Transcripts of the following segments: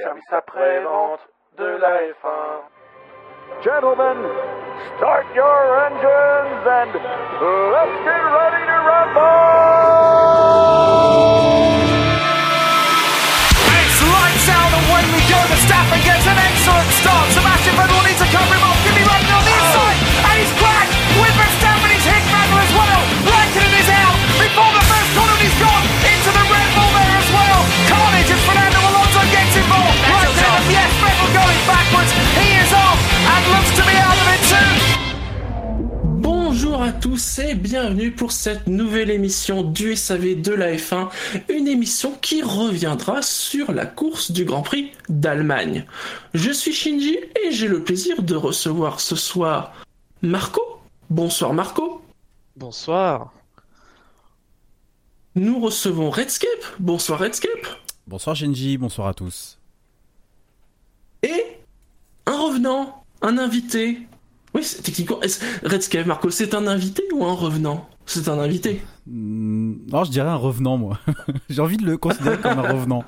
service après-vente de la F1. Gentlemen, start your engines and let's get ready to rumble! It's lights out and away we go. Verstappen gets an excellent start. Sebastian Vettel will need to cover him off. Kimi Raikkonen on the inside and he's cracked with Verstappen. He's hit Vettel as well. Raikkonen is out before the first corner. He's gone into the Red Bull there as well. Carnage as Fernando Alonso gets involved. Raikkonen, yes, Vettel going backwards. He is off and looks to be out of it too. Bonjour à tous et bienvenue pour cette nouvelle émission du SAV de la F1, une émission qui reviendra sur la course du Grand Prix d'Allemagne. Je suis Shinji et j'ai le plaisir de recevoir ce soir Marco. Bonsoir Marco. Bonsoir. Nous recevons Redscape. Bonsoir Redscape. Bonsoir Shinji, bonsoir à tous. Et un revenant, un invité. Oui, c'est techniquement... Redscape, Marco, c'est un invité ou un revenant ? C'est un invité. Non, je dirais un revenant, moi. J'ai envie de le considérer comme un revenant.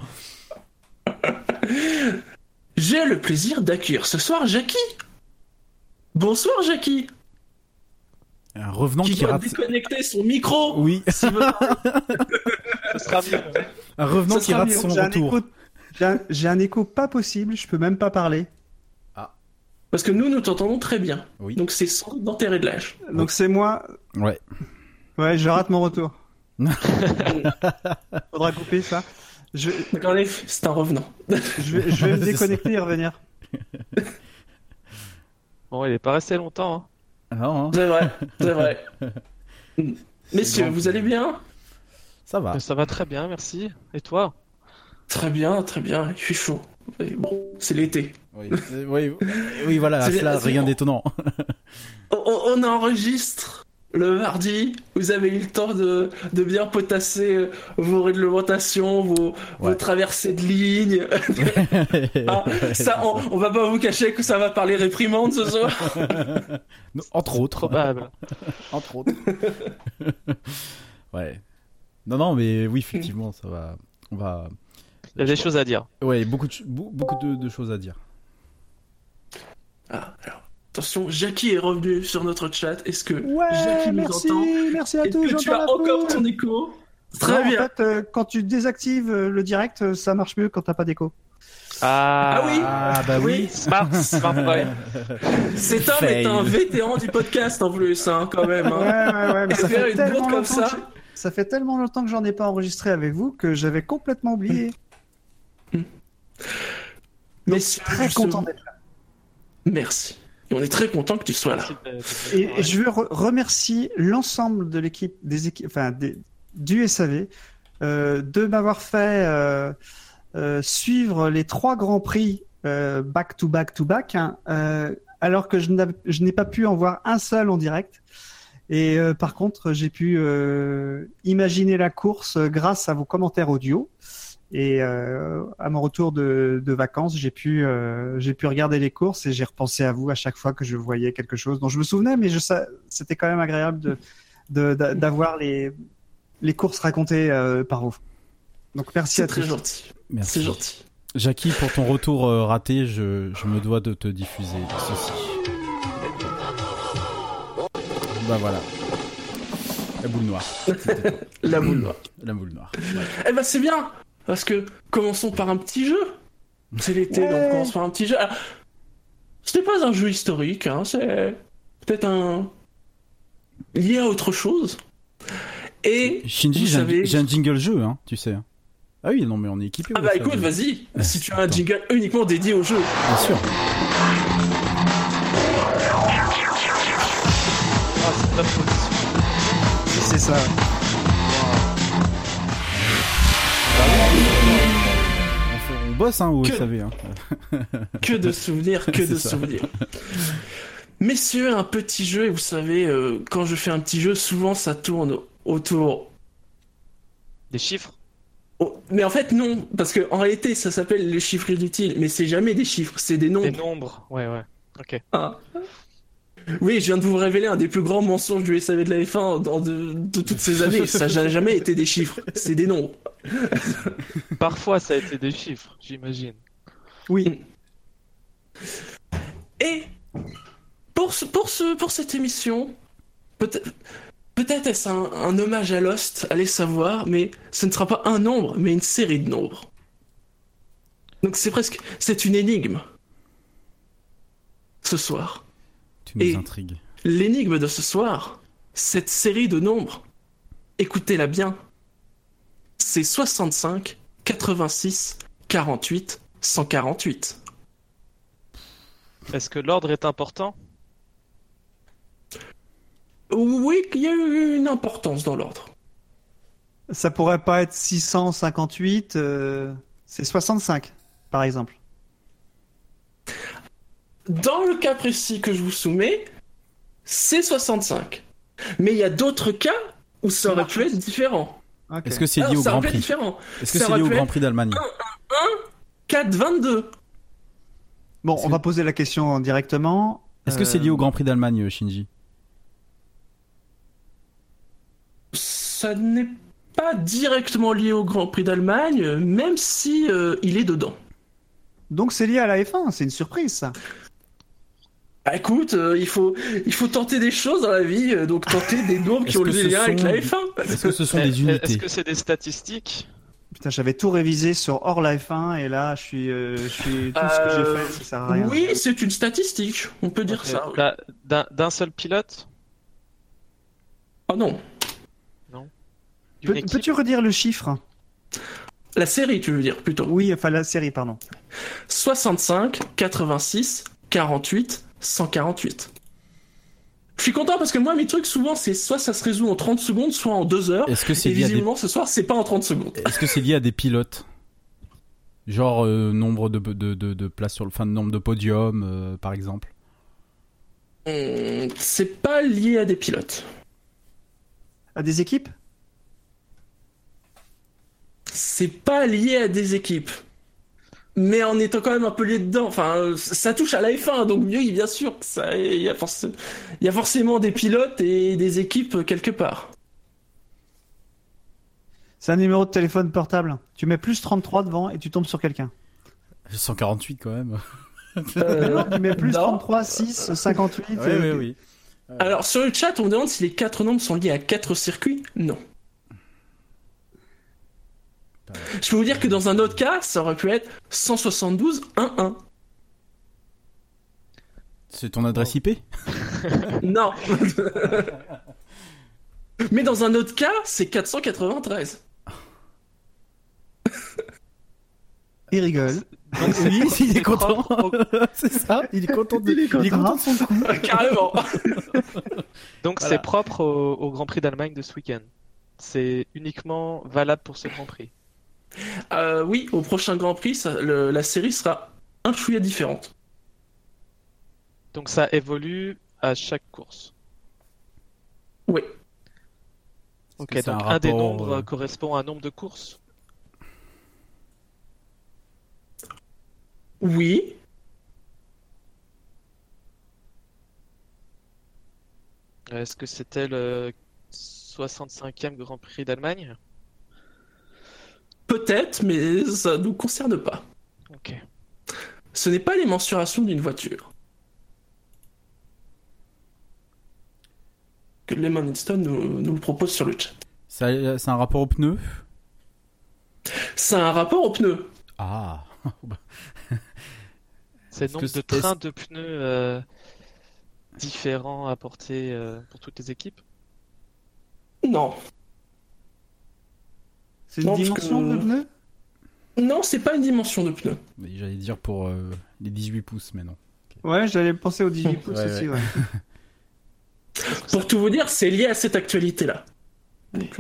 J'ai le plaisir d'accueillir ce soir Jackie. Bonsoir Jackie. Un revenant qui rate... déconnecter son micro. Oui. Ce sera mieux. Un revenant qui rate son retour. J'ai un écho pas possible, je peux même pas parler. Parce que nous t'entendons très bien. Oui. Donc c'est sans doute dans tes réglages. Donc c'est moi. Ouais. Ouais, je rate mon retour. Faudra couper ça. D'accord, c'est un revenant. Je vais me déconnecter et revenir. Bon, il est pas resté longtemps. Ah non, hein. C'est vrai. Messieurs, vous allez bien ? Ça va. Ça va très bien, merci. Et toi ? Très bien. Il fait chaud. Bon, c'est l'été. Oui, voilà, cela, rien d'étonnant. On enregistre le mardi. Vous avez eu le temps de bien potasser vos réglementations, vos traversées de lignes. Ça, on va pas vous cacher que ça va parler réprimande ce soir. Entre autres. Probable. Entre autres. Ouais. Non, mais oui, effectivement, ça va. On va. Il y a des choses à dire. Ouais, beaucoup de choses à dire. Ah, alors, attention, Jackie est revenu sur notre chat. Est-ce que Jackie nous entend ? Merci à tous. Est-ce que tu as encore ton écho ? Très bien. En fait, quand tu désactives le direct, ça marche mieux quand t'as pas d'écho. Ah oui. Ah bah oui. Smart boy. Cet homme est un vétéran du podcast en plus, hein, quand même. Hein. Ouais, mais ça faire fait une tellement bourde comme longtemps ça. Ça fait tellement longtemps que j'en ai pas enregistré avec vous que j'avais complètement oublié. Mais je suis très content d'être là. Merci. Et on est très content que tu sois là. Et je veux remercier l'ensemble de l'équipe, du SAV, de m'avoir fait suivre les 3 grands prix back to back, hein, alors que je n'ai pas pu en voir un seul en direct. Et par contre, j'ai pu imaginer la course grâce à vos commentaires audio. Et à mon retour de vacances, j'ai pu regarder les courses et j'ai repensé à vous à chaque fois que je voyais quelque chose dont je me souvenais, mais c'était quand même agréable d'avoir les courses racontées par vous. Donc merci à tous. C'est très gentil. Merci. C'est gentil. Jackie, pour ton retour raté, je me dois de te diffuser ceci. Bah voilà. La boule noire. La boule noire. La boule noire. Ouais. Eh ben c'est bien. Parce que commençons par un petit jeu. C'est l'été, donc on commence par un petit jeu. Alors, ce n'est pas un jeu historique, hein, c'est peut-être lié à autre chose. Et Shinji, j'ai un jingle jeu, hein, tu sais. Ah oui, non mais on est équipé. Ah bah écoute, vas-y. Si tu as un jingle uniquement dédié au jeu. Bien sûr. Ah, c'est pas faux. Si c'est ça. On bosse, hein, au SAV. Hein. Que de souvenirs, souvenirs. Messieurs, un petit jeu, et vous savez, quand je fais un petit jeu, souvent ça tourne autour... Des chiffres ? Mais en fait, non, parce qu'en réalité, ça s'appelle les chiffres inutiles, mais c'est jamais des chiffres, c'est des nombres. Des nombres, ouais, ok. Ah. Oui, je viens de vous révéler un des plus grands mensonges du SAV de la F1 de toutes ces années. Ça n'a jamais été des chiffres, c'est des nombres. Parfois, ça a été des chiffres, j'imagine. Oui. Et pour cette émission, peut-être est-ce un hommage à Lost, allez savoir, mais ce ne sera pas un nombre, mais une série de nombres. Donc c'est une énigme. Ce soir. Tu nous Et intrigues. l'énigme de ce soir, cette série de nombres, écoutez-la bien, c'est 65, 86, 48, 148. Est-ce que l'ordre est important? Oui, il y a eu une importance dans l'ordre. Ça pourrait pas être 658, c'est 65, par exemple. Dans le cas précis que je vous soumets, c'est 65. Mais il y a d'autres cas où ça aurait pu être différent. Ok. Est-ce que c'est lié Alors, au ça Grand aurait pu être Prix? différent. Est-ce que Ça c'est aurait lié au pu Grand être Prix d'Allemagne? 4-22. Bon, on va poser la question directement. Est-ce que c'est lié au Grand Prix d'Allemagne, Shinji? Ça n'est pas directement lié au Grand Prix d'Allemagne, même si il est dedans. Donc c'est lié à la F1, c'est une surprise ça. Bah, écoute, il faut tenter des choses dans la vie, donc tenter des nombres qui Est-ce ont que le ce lien avec sont- la F1. Est-ce que ce sont des Est-ce unités? que c'est des statistiques? Putain, j'avais tout révisé sur hors la F1 et là je suis tout ce que j'ai fait, ça sert à rien. Oui, c'est une statistique, on peut dire ça. Oui. D'un seul pilote? Ah non, D'une équipe? Peux-tu redire le chiffre? la série, tu veux dire plutôt. Oui, enfin la série, pardon. 65, 86, 48, 148. Je suis content parce que moi, mes trucs, souvent, c'est soit ça se résout en 30 secondes, soit en 2 heures. Est-ce que c'est Et lié à des... visiblement, ce soir, c'est pas en 30 secondes. Est-ce que c'est lié à des pilotes? Genre nombre de places sur le... Enfin, nombre de podiums, par exemple. C'est pas lié à des pilotes. À des équipes? C'est pas lié à des équipes. Mais en étant quand même un peu lié dedans. Enfin, ça touche à la F1, donc mieux, bien sûr, que ça, il y a forcément des pilotes et des équipes quelque part. C'est un numéro de téléphone portable. Tu mets plus 33 devant et tu tombes sur quelqu'un. 148 quand même. Non, tu mets plus Non. 33, 6, 58. Oui. Alors, sur le chat, on me demande si les 4 nombres sont liés à 4 circuits. Non. Je peux vous dire que dans un autre cas, ça aurait pu être 172 11. C'est ton adresse IP? Non. Mais dans un autre cas, c'est 493. Il rigole. Donc, c'est- Oui, il est content. propre C'est ça, il est content de son coup. Carrément. Donc Voilà. c'est propre au Grand Prix d'Allemagne de ce week-end. C'est uniquement valable pour ce Grand Prix. Oui, au prochain Grand Prix, la série sera un chouïa différente. Donc ça évolue à chaque course. Oui. Ok, que c'est donc un un des rapport, nombres correspond à un nombre de courses. Oui. Est-ce que c'était le 65e Grand Prix d'Allemagne? Peut-être, mais ça ne nous concerne pas. Ok. Ce n'est pas les mensurations d'une voiture. Que Lemon Stone nous le propose sur le chat. C'est un rapport aux pneus? C'est un rapport aux pneus. Ah. C'est Est-ce le que nombre de c'est- trains de pneus différents à porter pour toutes les équipes? Non. C'est une Non, parce dimension que- de pneu? Non, c'est pas une dimension de pneu. Mais j'allais dire pour les 18 pouces, mais non. Ouais, j'allais penser aux 18 pouces Ouais, aussi, ouais. ouais. Pour tout vous dire, c'est lié à cette actualité-là. Donc,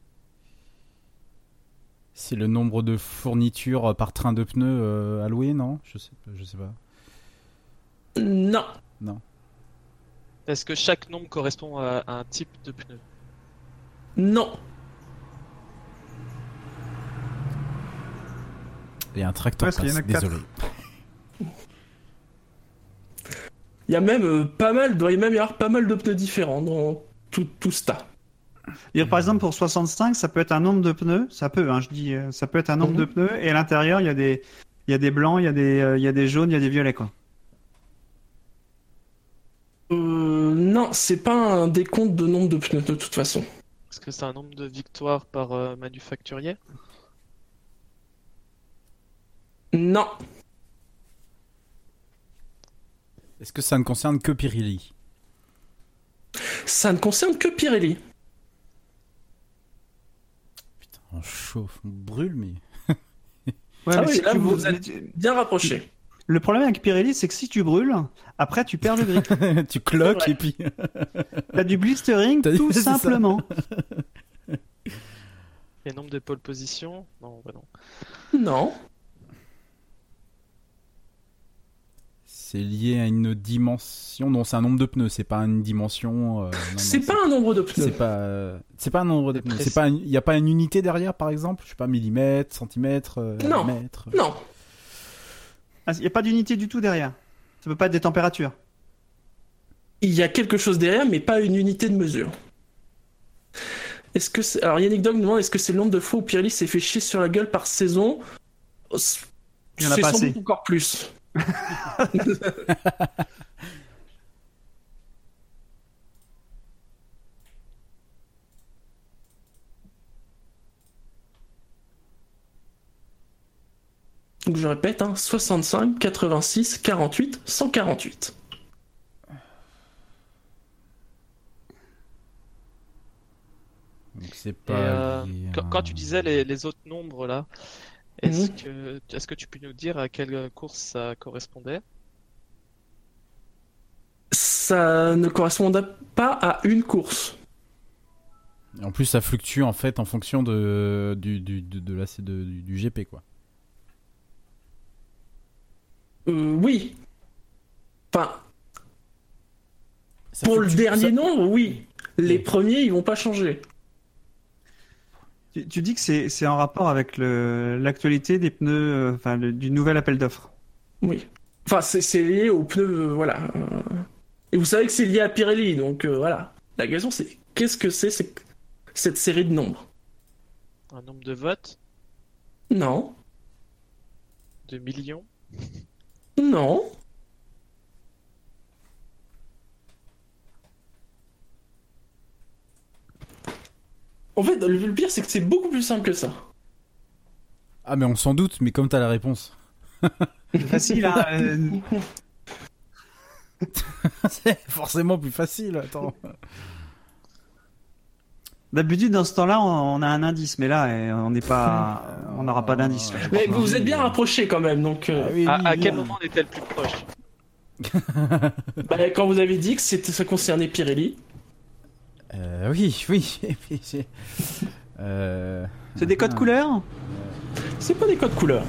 C'est le nombre de fournitures par train de pneus alloué, non? Je sais pas. non. Est-ce que chaque nombre correspond à un type de pneu? Non. Il y a un tracteur Parce qu'il y en a passe, quatre. désolé. Il y a même doit y même y avoir pas mal de pneus différents dans tout ce tas. Par exemple, pour 65, ça peut être un nombre de pneus. Ça peut, hein, je dis, ça peut être un nombre de pneus. Et à l'intérieur, il y Il y a des blancs, il y a des jaunes, il y a des violets, quoi. Non, c'est pas un décompte de nombre de pneus de toute façon. Est-ce que c'est un nombre de victoires par manufacturier? Non, Est-ce que ça ne concerne que Pirelli? ça ne concerne que Pirelli. Putain, on chauffe, on brûle, mais... Ouais, Ah mais oui, si là, tu vous brûles- êtes bien rapproché. Le problème avec Pirelli, c'est que si tu brûles, après tu perds le grip. tu cloques C'est et puis... T'as du blistering, tout C'est ça. simplement. Et nombre de pole position? Non, bah non. Non, C'est lié à une dimension... Non, c'est un nombre de pneus, c'est pas une dimension... non, c'est non, pas un nombre de C'est pneus. pas un nombre de pneus. précis. Il y a pas une unité derrière, par exemple? Je sais pas, millimètres, centimètres, Non. mètres... Non, Il n'y a pas d'unité du tout derrière. Ça peut pas être des températures. il y a quelque chose derrière, mais pas une unité de mesure. Est-ce que c'est... Alors Yannick Dog nous demande est-ce que c'est le nombre de fois où Pirelli s'est fait chier sur la gueule par saison? Il y en a C'est pas sans assez. doute encore plus. Donc je répète, 65, 86, 48, 148. Donc c'est Et pas... lié à- quand tu disais les autres nombres là, est-ce que tu peux nous dire à quelle course ça correspondait? Ça ne correspondait pas à une course. En plus, ça fluctue en fait en fonction du GP, quoi. Oui. Enfin, Ça pour le fluctue- dernier ça- nombre, oui. Les premiers, ils vont pas changer. Tu dis que c'est en rapport avec l'actualité des pneus, du nouvel appel d'offres. Oui. Enfin, c'est lié aux pneus, voilà. Et vous savez que c'est lié à Pirelli, donc voilà. La question, c'est qu'est-ce que c'est cette série de nombres? Un nombre de votes? Non. De millions? Non. En fait, le pire, c'est que c'est beaucoup plus simple que ça. Ah, mais on s'en doute, mais comme t'as la réponse. C'est facile, hein. C'est forcément plus facile, attends. D'habitude, dans ce temps-là, on a un indice, mais là, on n'est pas, on n'aura pas d'indice. là. Mais vous vous êtes bien rapprochés quand même, donc Ah oui, À oui, quel oui. moment on était le plus proche? quand vous avez dit que ça concernait Pirelli, Oui. C'est des codes couleurs? c'est pas des codes couleurs.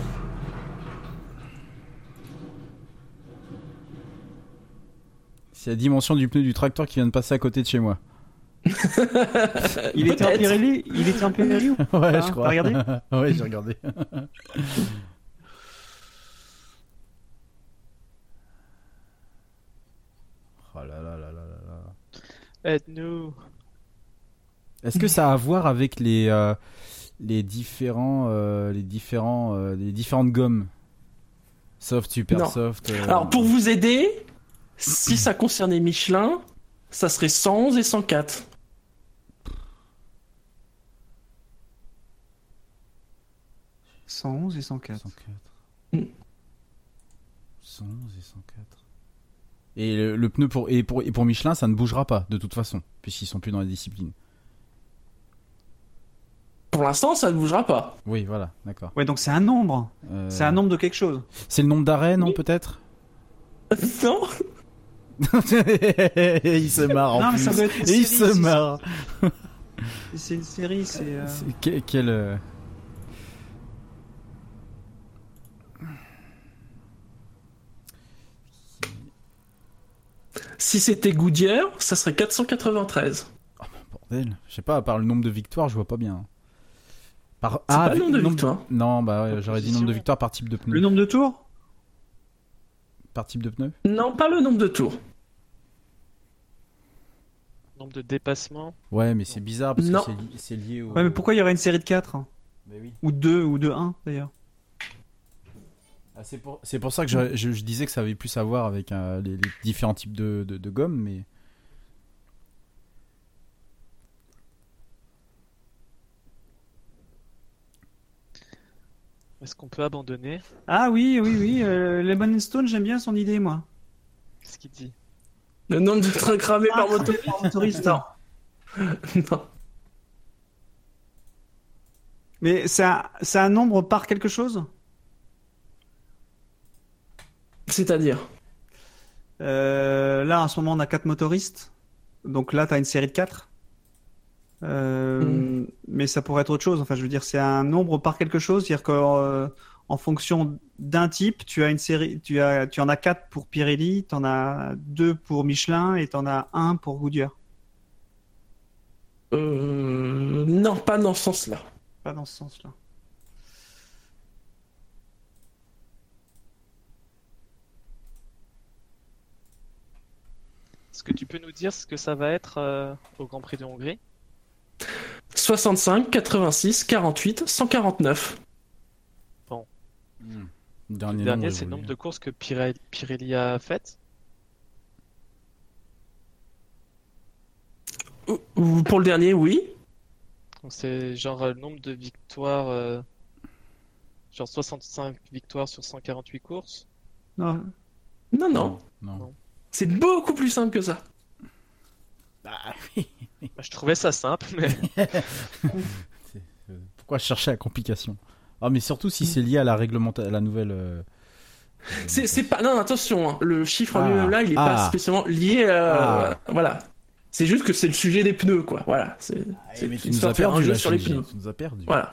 C'est la dimension du pneu du tracteur qui vient de passer à côté de chez moi. Il était en Peut-être. Pirelli? Il était en Pirelli ou Ouais, Ah, je crois. t'as regardé Ouais, j'ai regardé. Oh là là là là là là. Aide-nous. Est-ce que ça a à voir avec les différentes gommes? Soft, super Non. soft. Alors pour vous aider, si ça concernait Michelin, ça serait 111 et 104. « 111 et 104. 104. Mm. 111 et 104. Et le pneu pour Michelin, ça ne bougera pas de toute façon, puisqu'ils sont plus dans la discipline. Pour l'instant, ça ne bougera pas. Oui, voilà, d'accord. Ouais, donc c'est un nombre. C'est un nombre de quelque chose. C'est le nombre d'arrêts, non, Oui. peut-être? Non. Il se marre en Non, mais plus. ça doit être une Et il série, se si marre. C'est une série, c'est. Quel. Si c'était Goodyear, ça serait 493. Bordel. Je sais pas, à part le nombre de victoires, je vois pas bien. C'est pas le nombre de victoires. Non, bah ouais, j'aurais dit nombre de victoires par type de pneu. Le nombre de tours? Par type de pneu? Non, pas le nombre de tours. Nombre de dépassements? Ouais, mais c'est bizarre parce Non. que c'est lié au. Ouais, mais pourquoi il y aurait une série de 4? Mais oui. Ou 2, ou de 1 d'ailleurs. C'est pour ça que je disais que ça avait plus à voir avec les différents types de gommes, mais... Est-ce qu'on peut abandonner? Ah oui. Lemon Stone, j'aime bien son idée, moi. Qu'est-ce qu'il dit? Le nombre de trains cramés par motoriste. Non. Non. Mais c'est un nombre par quelque chose? C'est-à-dire? Là, en ce moment, on a 4 motoristes. Donc là, tu as une série de 4. Mais ça pourrait être autre chose. Enfin, je veux dire, c'est un nombre par quelque chose. C'est-à-dire qu'en fonction d'un type, tu as une série, tu en as 4 pour Pirelli, tu en as 2 pour Michelin et tu en as 1 pour Goodyear. Non, pas dans ce sens-là. Pas dans ce sens-là. Est-ce que tu peux nous dire ce que ça va être au Grand Prix de Hongrie? 65, 86, 48, 149. Le Dernier dernier, c'est le nombre de courses que Pirelli a faites. Ou pour le dernier, oui. Donc c'est genre le nombre de victoires, genre 65 victoires sur 148 courses. Non. Non. C'est beaucoup plus simple que ça. Bah, je trouvais ça simple, mais Pourquoi chercher la complication? Ah, mais surtout si c'est lié à la réglementation, la nouvelle. C'est pas. Non, attention, hein. Le chiffre en lui-même là, il est pas spécialement lié à. Voilà. C'est juste que c'est le sujet des pneus, quoi. Voilà. Mais tu nous as perdu un jeu là, sur les Shinji. pneus. Tu nous as perdu. Voilà.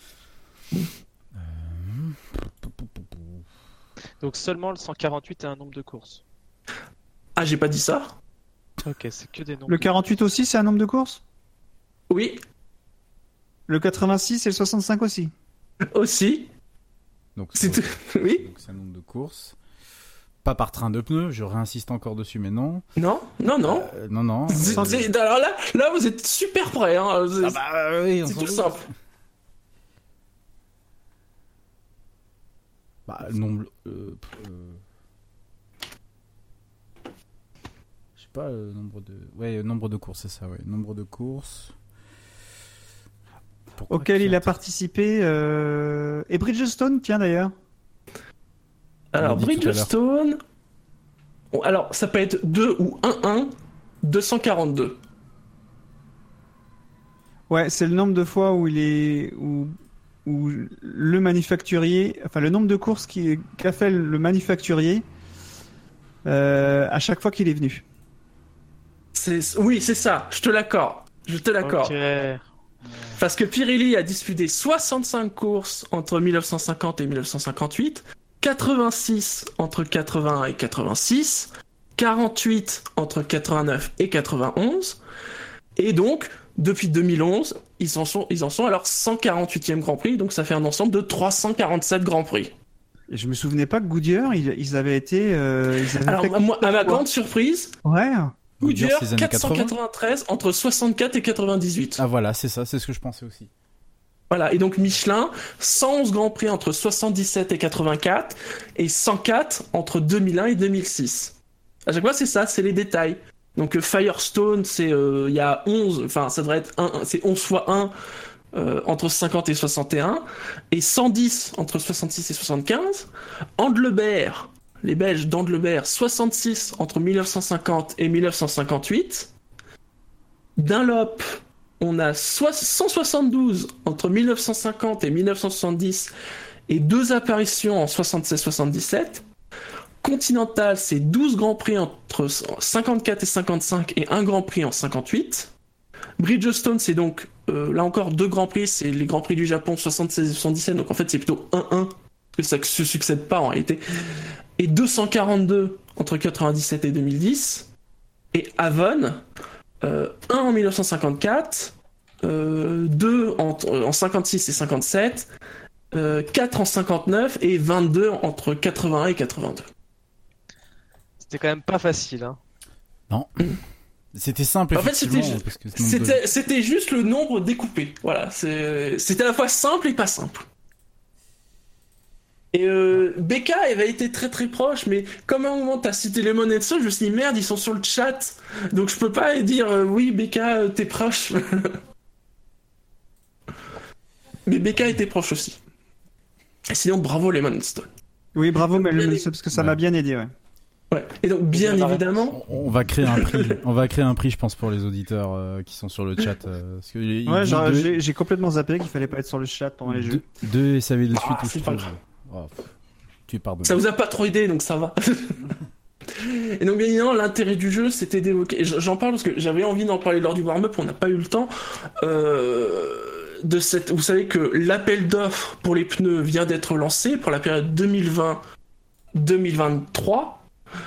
donc seulement le 148 est un nombre de courses. Ah, j'ai pas dit ça. Ok, c'est que des nombres. Le 48 aussi, c'est un nombre de courses? Oui, Le 86 et le 65 aussi. aussi. Donc C'est c'est tout. Oui. donc c'est un nombre de courses. Pas par train de pneus, je réinsiste encore dessus, mais non. Non. Non. Alors là, vous êtes super prêts. Hein. Oui, on C'est s'en tout fout. simple. Le nombre. Je sais pas, nombre de. Ouais, nombre de courses, c'est ça, ouais. Nombre de courses. Pourquoi Auquel tu il a as- participé. Et Bridgestone, tiens d'ailleurs. Alors, On l'a dit tout à l'heure. Bridgestone. Bon, alors, ça peut être 2 ou 1-1, 242. Ouais, c'est le nombre de fois où où le manufacturier, enfin le nombre de courses qu'a fait le manufacturier à chaque fois qu'il est venu. Oui, c'est ça. Je te l'accorde. Ok. Parce que Pirelli a disputé 65 courses entre 1950 et 1958, 86 entre 81 et 86, 48 entre 89 et 91, et donc, depuis 2011, ils en sont à leur 148e Grand Prix, donc ça fait un ensemble de 347 Grands Prix. Et je me souvenais pas que Goodyear, ils avaient été. Alors, moi, à ma grande surprise, Ouais. Goodyear, ces années 493 entre 64 et 98. Ah voilà, c'est ça, c'est ce que je pensais aussi. Voilà, et donc Michelin, 111 Grands Prix entre 77 et 84, et 104 entre 2001 et 2006. À chaque fois, c'est ça, c'est les détails. Donc Firestone, c'est il y a 11, enfin ça devrait être c'est 11 fois 1 entre 50 et 61, et 110 entre 66 et 75. Andlebert, les Belges d'Andlebert, 66 entre 1950 et 1958. Dunlop, on a 172 entre 1950 et 1970 et 2 apparitions en 76-77. Continental, c'est 12 Grands Prix entre 54 et 55 et 1 Grand Prix en 58. Bridgestone, c'est donc là encore 2 Grands Prix, c'est les Grands Prix du Japon 76 et 77, donc en fait c'est plutôt 1-1, parce que ça ne se succède pas en réalité. Et 242 entre 97 et 2010. Et Avon, 1 en 1954, 2 en 56 et 57, 4 en 59 et 22 entre 81 et 82. C'était quand même pas facile, hein. Non. C'était simple, En fait, effectivement. parce que ce nombre de- c'était juste le nombre découpé. Voilà, c'était à la fois simple et pas simple. Et BK avait été très très proche, mais comme à un moment t'as cité Lemon et Soul, je me suis dit merde, ils sont sur le chat, donc je peux pas dire oui BK t'es proche. Mais BK était proche aussi. Et sinon bravo Lemon Stone. Oui, bravo, mais Bien parce que ça m'a bien aidé, ouais. Ouais. Et donc bien bien évidemment. On va créer un prix. On va créer un prix, je pense, pour les auditeurs qui sont sur le chat. Parce que Ouais, j'ai complètement zappé qu'il fallait pas être sur le chat pendant les jeux. Deux SAV de suite Ah, où c'est je pas trouve. grave. Oh, tu es pardonné. Ça vous a pas trop aidé, donc ça va. Et donc bien évidemment, l'intérêt du jeu, c'était d'évoquer. J'en parle parce que j'avais envie d'en parler lors du warm-up, on n'a pas eu le temps. De cette, vous savez que l'appel d'offres pour les pneus vient d'être lancé pour la période 2020-2023.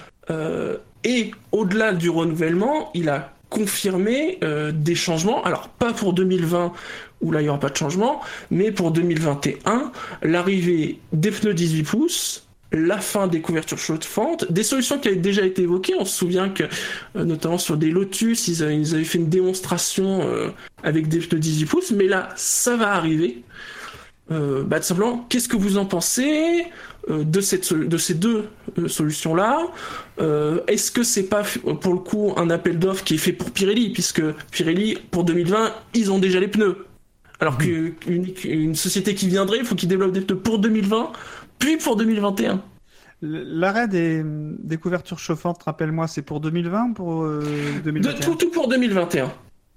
Et au-delà du renouvellement, il a confirmé des changements. Alors pas pour 2020 où là il n'y aura pas de changement, mais pour 2021, l'arrivée des pneus 18 pouces, la fin des couvertures chauffantes, des solutions qui avaient déjà été évoquées. On se souvient que, notamment sur des Lotus, ils avaient fait une démonstration avec des pneus 18 pouces, mais là, ça va arriver. Tout simplement, qu'est-ce que vous en pensez de ces deux solutions-là? Est-ce que c'est pas, pour le coup, un appel d'offres qui est fait pour Pirelli, puisque Pirelli, pour 2020, ils ont déjà les pneus. Alors qu'une société qui viendrait, il faut qu'ils développent des pneus pour 2020, puis pour 2021. L'arrêt des couvertures chauffantes, rappelle-moi, c'est pour 2020 ou pour 2021? Tout pour 2021.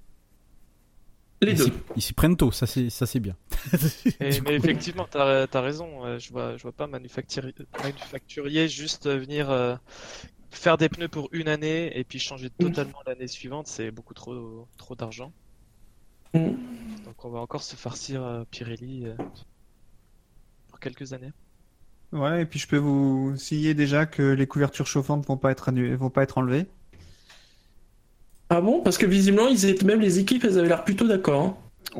Les deux. Ils s'y prennent tôt, ça c'est bien. Mais effectivement, t'as raison. Je vois pas manufacturier juste venir faire des pneus pour une année et puis changer totalement l'année suivante. C'est beaucoup trop d'argent. Donc on va encore se farcir Pirelli pour quelques années. Ouais, et puis je peux vous signer déjà que les couvertures chauffantes vont pas être enlevées. Ah bon? Parce que visiblement, même les équipes, elles avaient l'air plutôt d'accord. Hein.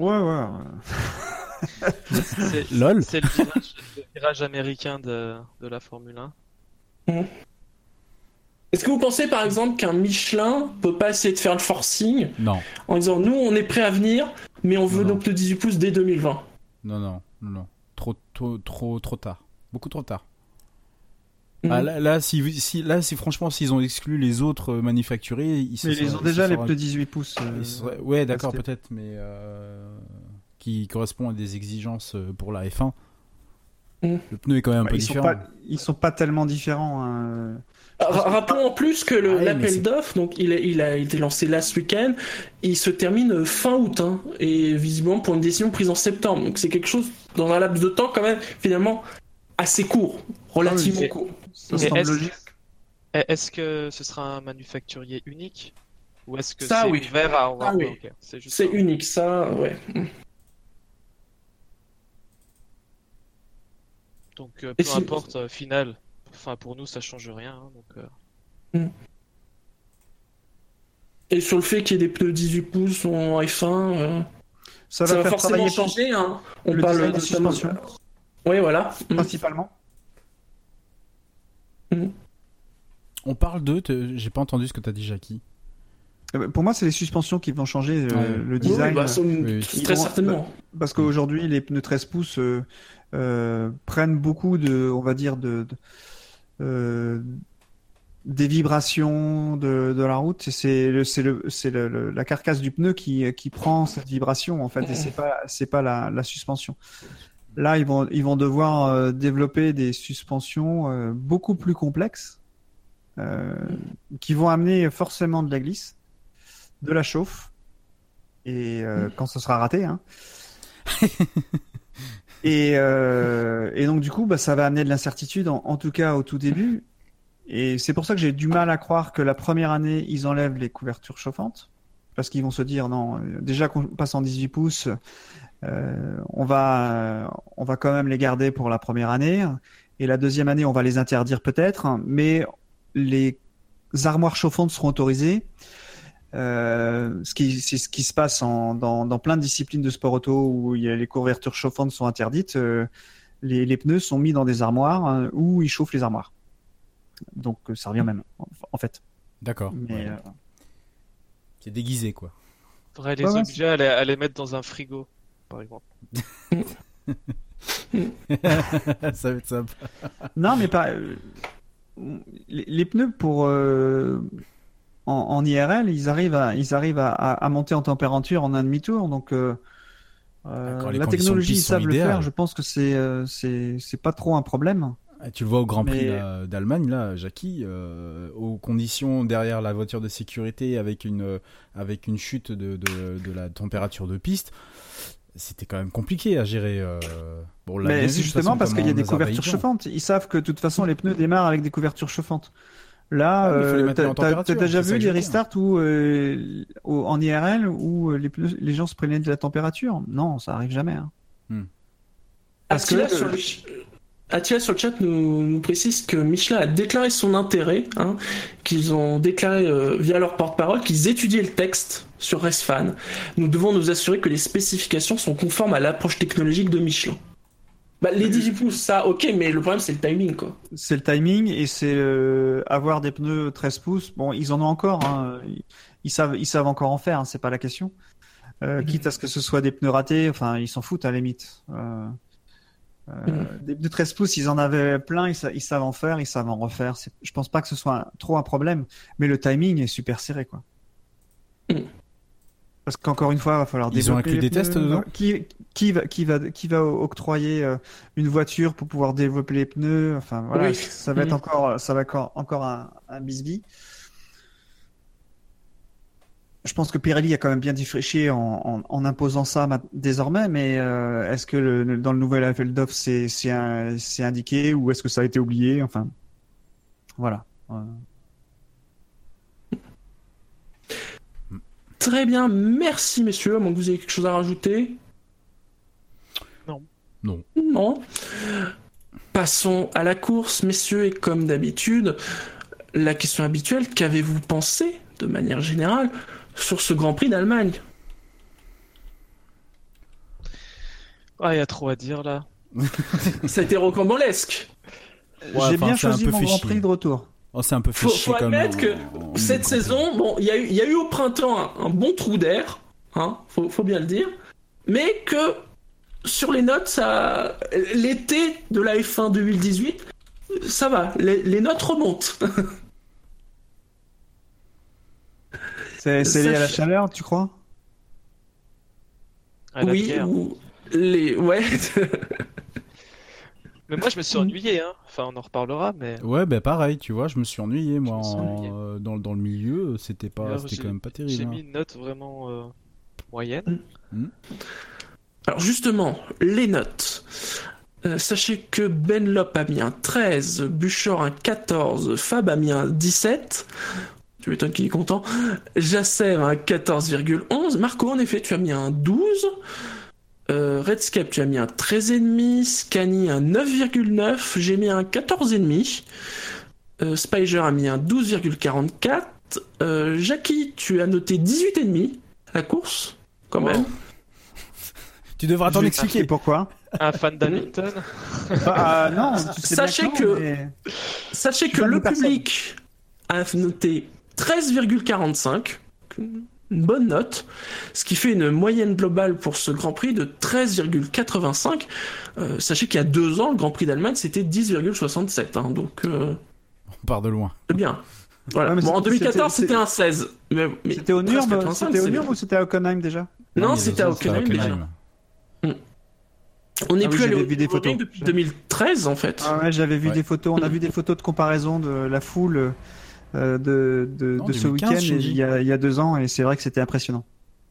Ouais. LOL. C'est le virage américain de la Formule 1. Est-ce que vous pensez par exemple qu'un Michelin peut pas essayer de faire le forcing Non. en disant nous on est prêt à venir, mais on veut donc le 18 pouces dès 2020? Non. Trop tard. Beaucoup trop tard. Ah, là, si franchement, s'ils ont exclu les autres manufacturés, ils ont déjà les pneus 18 pouces. Ouais, d'accord, peut-être, mais qui correspond à des exigences pour la F1. Le pneu est quand même un peu différent. Ils sont pas tellement différents. Hein. Rappelons en plus que l'appel d'offres, donc il a été lancé last week-end, il se termine fin août, hein, et visiblement pour une décision prise en septembre. Donc c'est quelque chose dans un laps de temps quand même finalement assez court, relativement court. Ça semble logique. Est-ce que ce sera un manufacturier unique ou est-ce que ça, c'est oui. ouvert à avoir Oui. Okay. C'est unique, ça, ouais. Donc peu importe final. Enfin, pour nous, ça change rien. Hein, donc, Et sur le fait qu'il y ait des pneus 18 pouces en F1, ça va forcément changer. Hein. On le parle de suspension. Oui, voilà. Principalement. On parle j'ai pas entendu ce que t'as dit, Jackie. Pour moi, c'est les suspensions qui vont changer le design. Très certainement. Parce qu'aujourd'hui, les pneus 13 pouces prennent beaucoup on va dire, des vibrations de la route. C'est la carcasse du pneu qui prend cette vibration en fait, et c'est pas la suspension. Là, ils vont devoir développer des suspensions beaucoup plus complexes qui vont amener forcément de la glisse, de la chauffe, et quand ce sera raté, hein. Et donc du coup, ça va amener de l'incertitude, en tout cas au tout début. Et c'est pour ça que j'ai du mal à croire que la première année, ils enlèvent les couvertures chauffantes. Parce qu'ils vont se dire, non, déjà qu'on passe en 18 pouces, on va quand même les garder pour la première année. Et la deuxième année, on va les interdire peut-être. Mais les armoires chauffantes seront autorisées. C'est ce qui se passe dans plein de disciplines de sport auto où les couvertures chauffantes sont interdites. Les pneus sont mis dans des armoires où ils chauffent les armoires. Donc ça revient même, en fait. D'accord. Mais c'est déguisé, quoi. Faudrait les objets à les mettre dans un frigo, par exemple. Ça va être sympa. Non, mais pas. Les pneus pour en IRL, ils arrivent à monter en température en un demi-tour. Donc Quand les la conditions de technologie, ils piste sont savent le idéales. faire. Je pense que c'est pas trop un problème. Tu le vois au Grand Prix Mais- là, d'Allemagne, là, Jackie, aux conditions derrière la voiture de sécurité avec une chute de la température de piste, c'était quand même compliqué à gérer. Bon, on l'a bien Mais vu, c'est de toute justement façon, parce comme qu'il y a en des couvertures Azerbaïdjan. chauffantes. Ils savent que de toute façon les pneus démarrent avec des couvertures chauffantes. Là, Ah, mais il faut les maintenir en t'as température, déjà c'est ça vu que les je veux dire. restarts où en IRL où les gens se prenaient de la température? Non, ça arrive jamais. Hein. Parce Attila que- sur le chat nous précise que Michelin a déclaré son intérêt, hein, qu'ils ont déclaré via leur porte-parole qu'ils étudiaient le texte sur RaceFan. Nous devons nous assurer que les spécifications sont conformes à l'approche technologique de Michelin. Bah, les 18 pouces, ça, ok, mais le problème c'est le timing, quoi. C'est le timing et c'est avoir des pneus 13 pouces. Bon, ils en ont encore. Hein. Ils savent encore en faire. Hein, c'est pas la question. Quitte à ce que ce soit des pneus ratés, enfin, ils s'en foutent à la limite. Des pneus 13 pouces, ils en avaient plein. Ils savent en faire, ils savent en refaire. Je pense pas que ce soit trop un problème. Mais le timing est super serré, quoi. Parce qu'encore une fois, il va falloir Ils ont développer inclus les des tests pneus. dedans Qui va octroyer une voiture pour pouvoir développer les pneus. Enfin voilà, Oui. ça va être encore un bisbis. Je pense que Pirelli a quand même bien défriché en imposant ça désormais, mais est-ce que dans le nouvel appel d'offres c'est indiqué ou est-ce que ça a été oublié? Enfin, voilà. Très bien, merci messieurs, à moins que vous ayez quelque chose à rajouter. Non. Non. Passons à la course, messieurs, et comme d'habitude, la question habituelle, qu'avez-vous pensé, de manière générale, sur ce Grand Prix d'Allemagne? Ah, il y a trop à dire là. Ça a été rocambolesque. Ouais, J'ai enfin, bien c'est un choisi peu mon fait Grand chier. Prix de retour. Oh, c'est un peu fait Faut chier comme admettre que cette saison, bon, il y a eu au printemps un bon trou d'air, hein, faut bien le dire, mais que sur les notes, l'été de la F1 2018, ça va, les notes remontent. C'est lié à la Ça- chaleur, tu crois? À la Oui, bière. ouais. Mais moi, je me suis ennuyé, hein. Enfin, on en reparlera, mais. Ouais, bah pareil, tu vois, je me suis ennuyé, moi, me suis ennuyé. dans le milieu, c'était Alors, quand même pas terrible. J'ai hein. mis une note vraiment moyenne. Alors justement, les notes. Sachez que Benlop a mis un 13, Buchor un 14, Fab a mis un 17. Tu m'étonnes qu'il est content. Jasser un 14,11. Marco, en effet, tu as mis un 12. Redscape, tu as mis un 13,5. Scani, un 9,9. J'ai mis un 14,5. Spiger a mis un 12,44. Jackie, tu as noté 18,5 la course, quand même. Tu devras Je t'en vais expliquer. t'expliquer pourquoi. Un fan d'Hamilton. Non, tu sais bien Sachez que non, que- mais- Sachez que Fan de le personne. public a noté 13,45, une bonne note, ce qui fait une moyenne globale pour ce Grand Prix de 13,85. Sachez qu'il y a 2 ans, le Grand Prix d'Allemagne, c'était 10,67, hein, donc On part de loin. c'est bien. Voilà. Ouais, mais Bon, en c'était- 2014, c'était- c'était un 16. Mais C'était au Nürburgring, 13,85, c'était au c'est bien. Nürburgring ou c'était à Hockenheim déjà? Non, il y a c'était deux à ans, c'était Hockenheim déjà. Hockenheim. On n'est Ah oui, plus allé j'avais au vu des Nürburgring photos. depuis 2013, en fait. Ah ouais, j'avais vu Ouais. des photos. On a vu des photos de comparaison de la foule de Non, ce 2015, week-end Shinji. il y a 2 ans et c'est vrai que c'était impressionnant.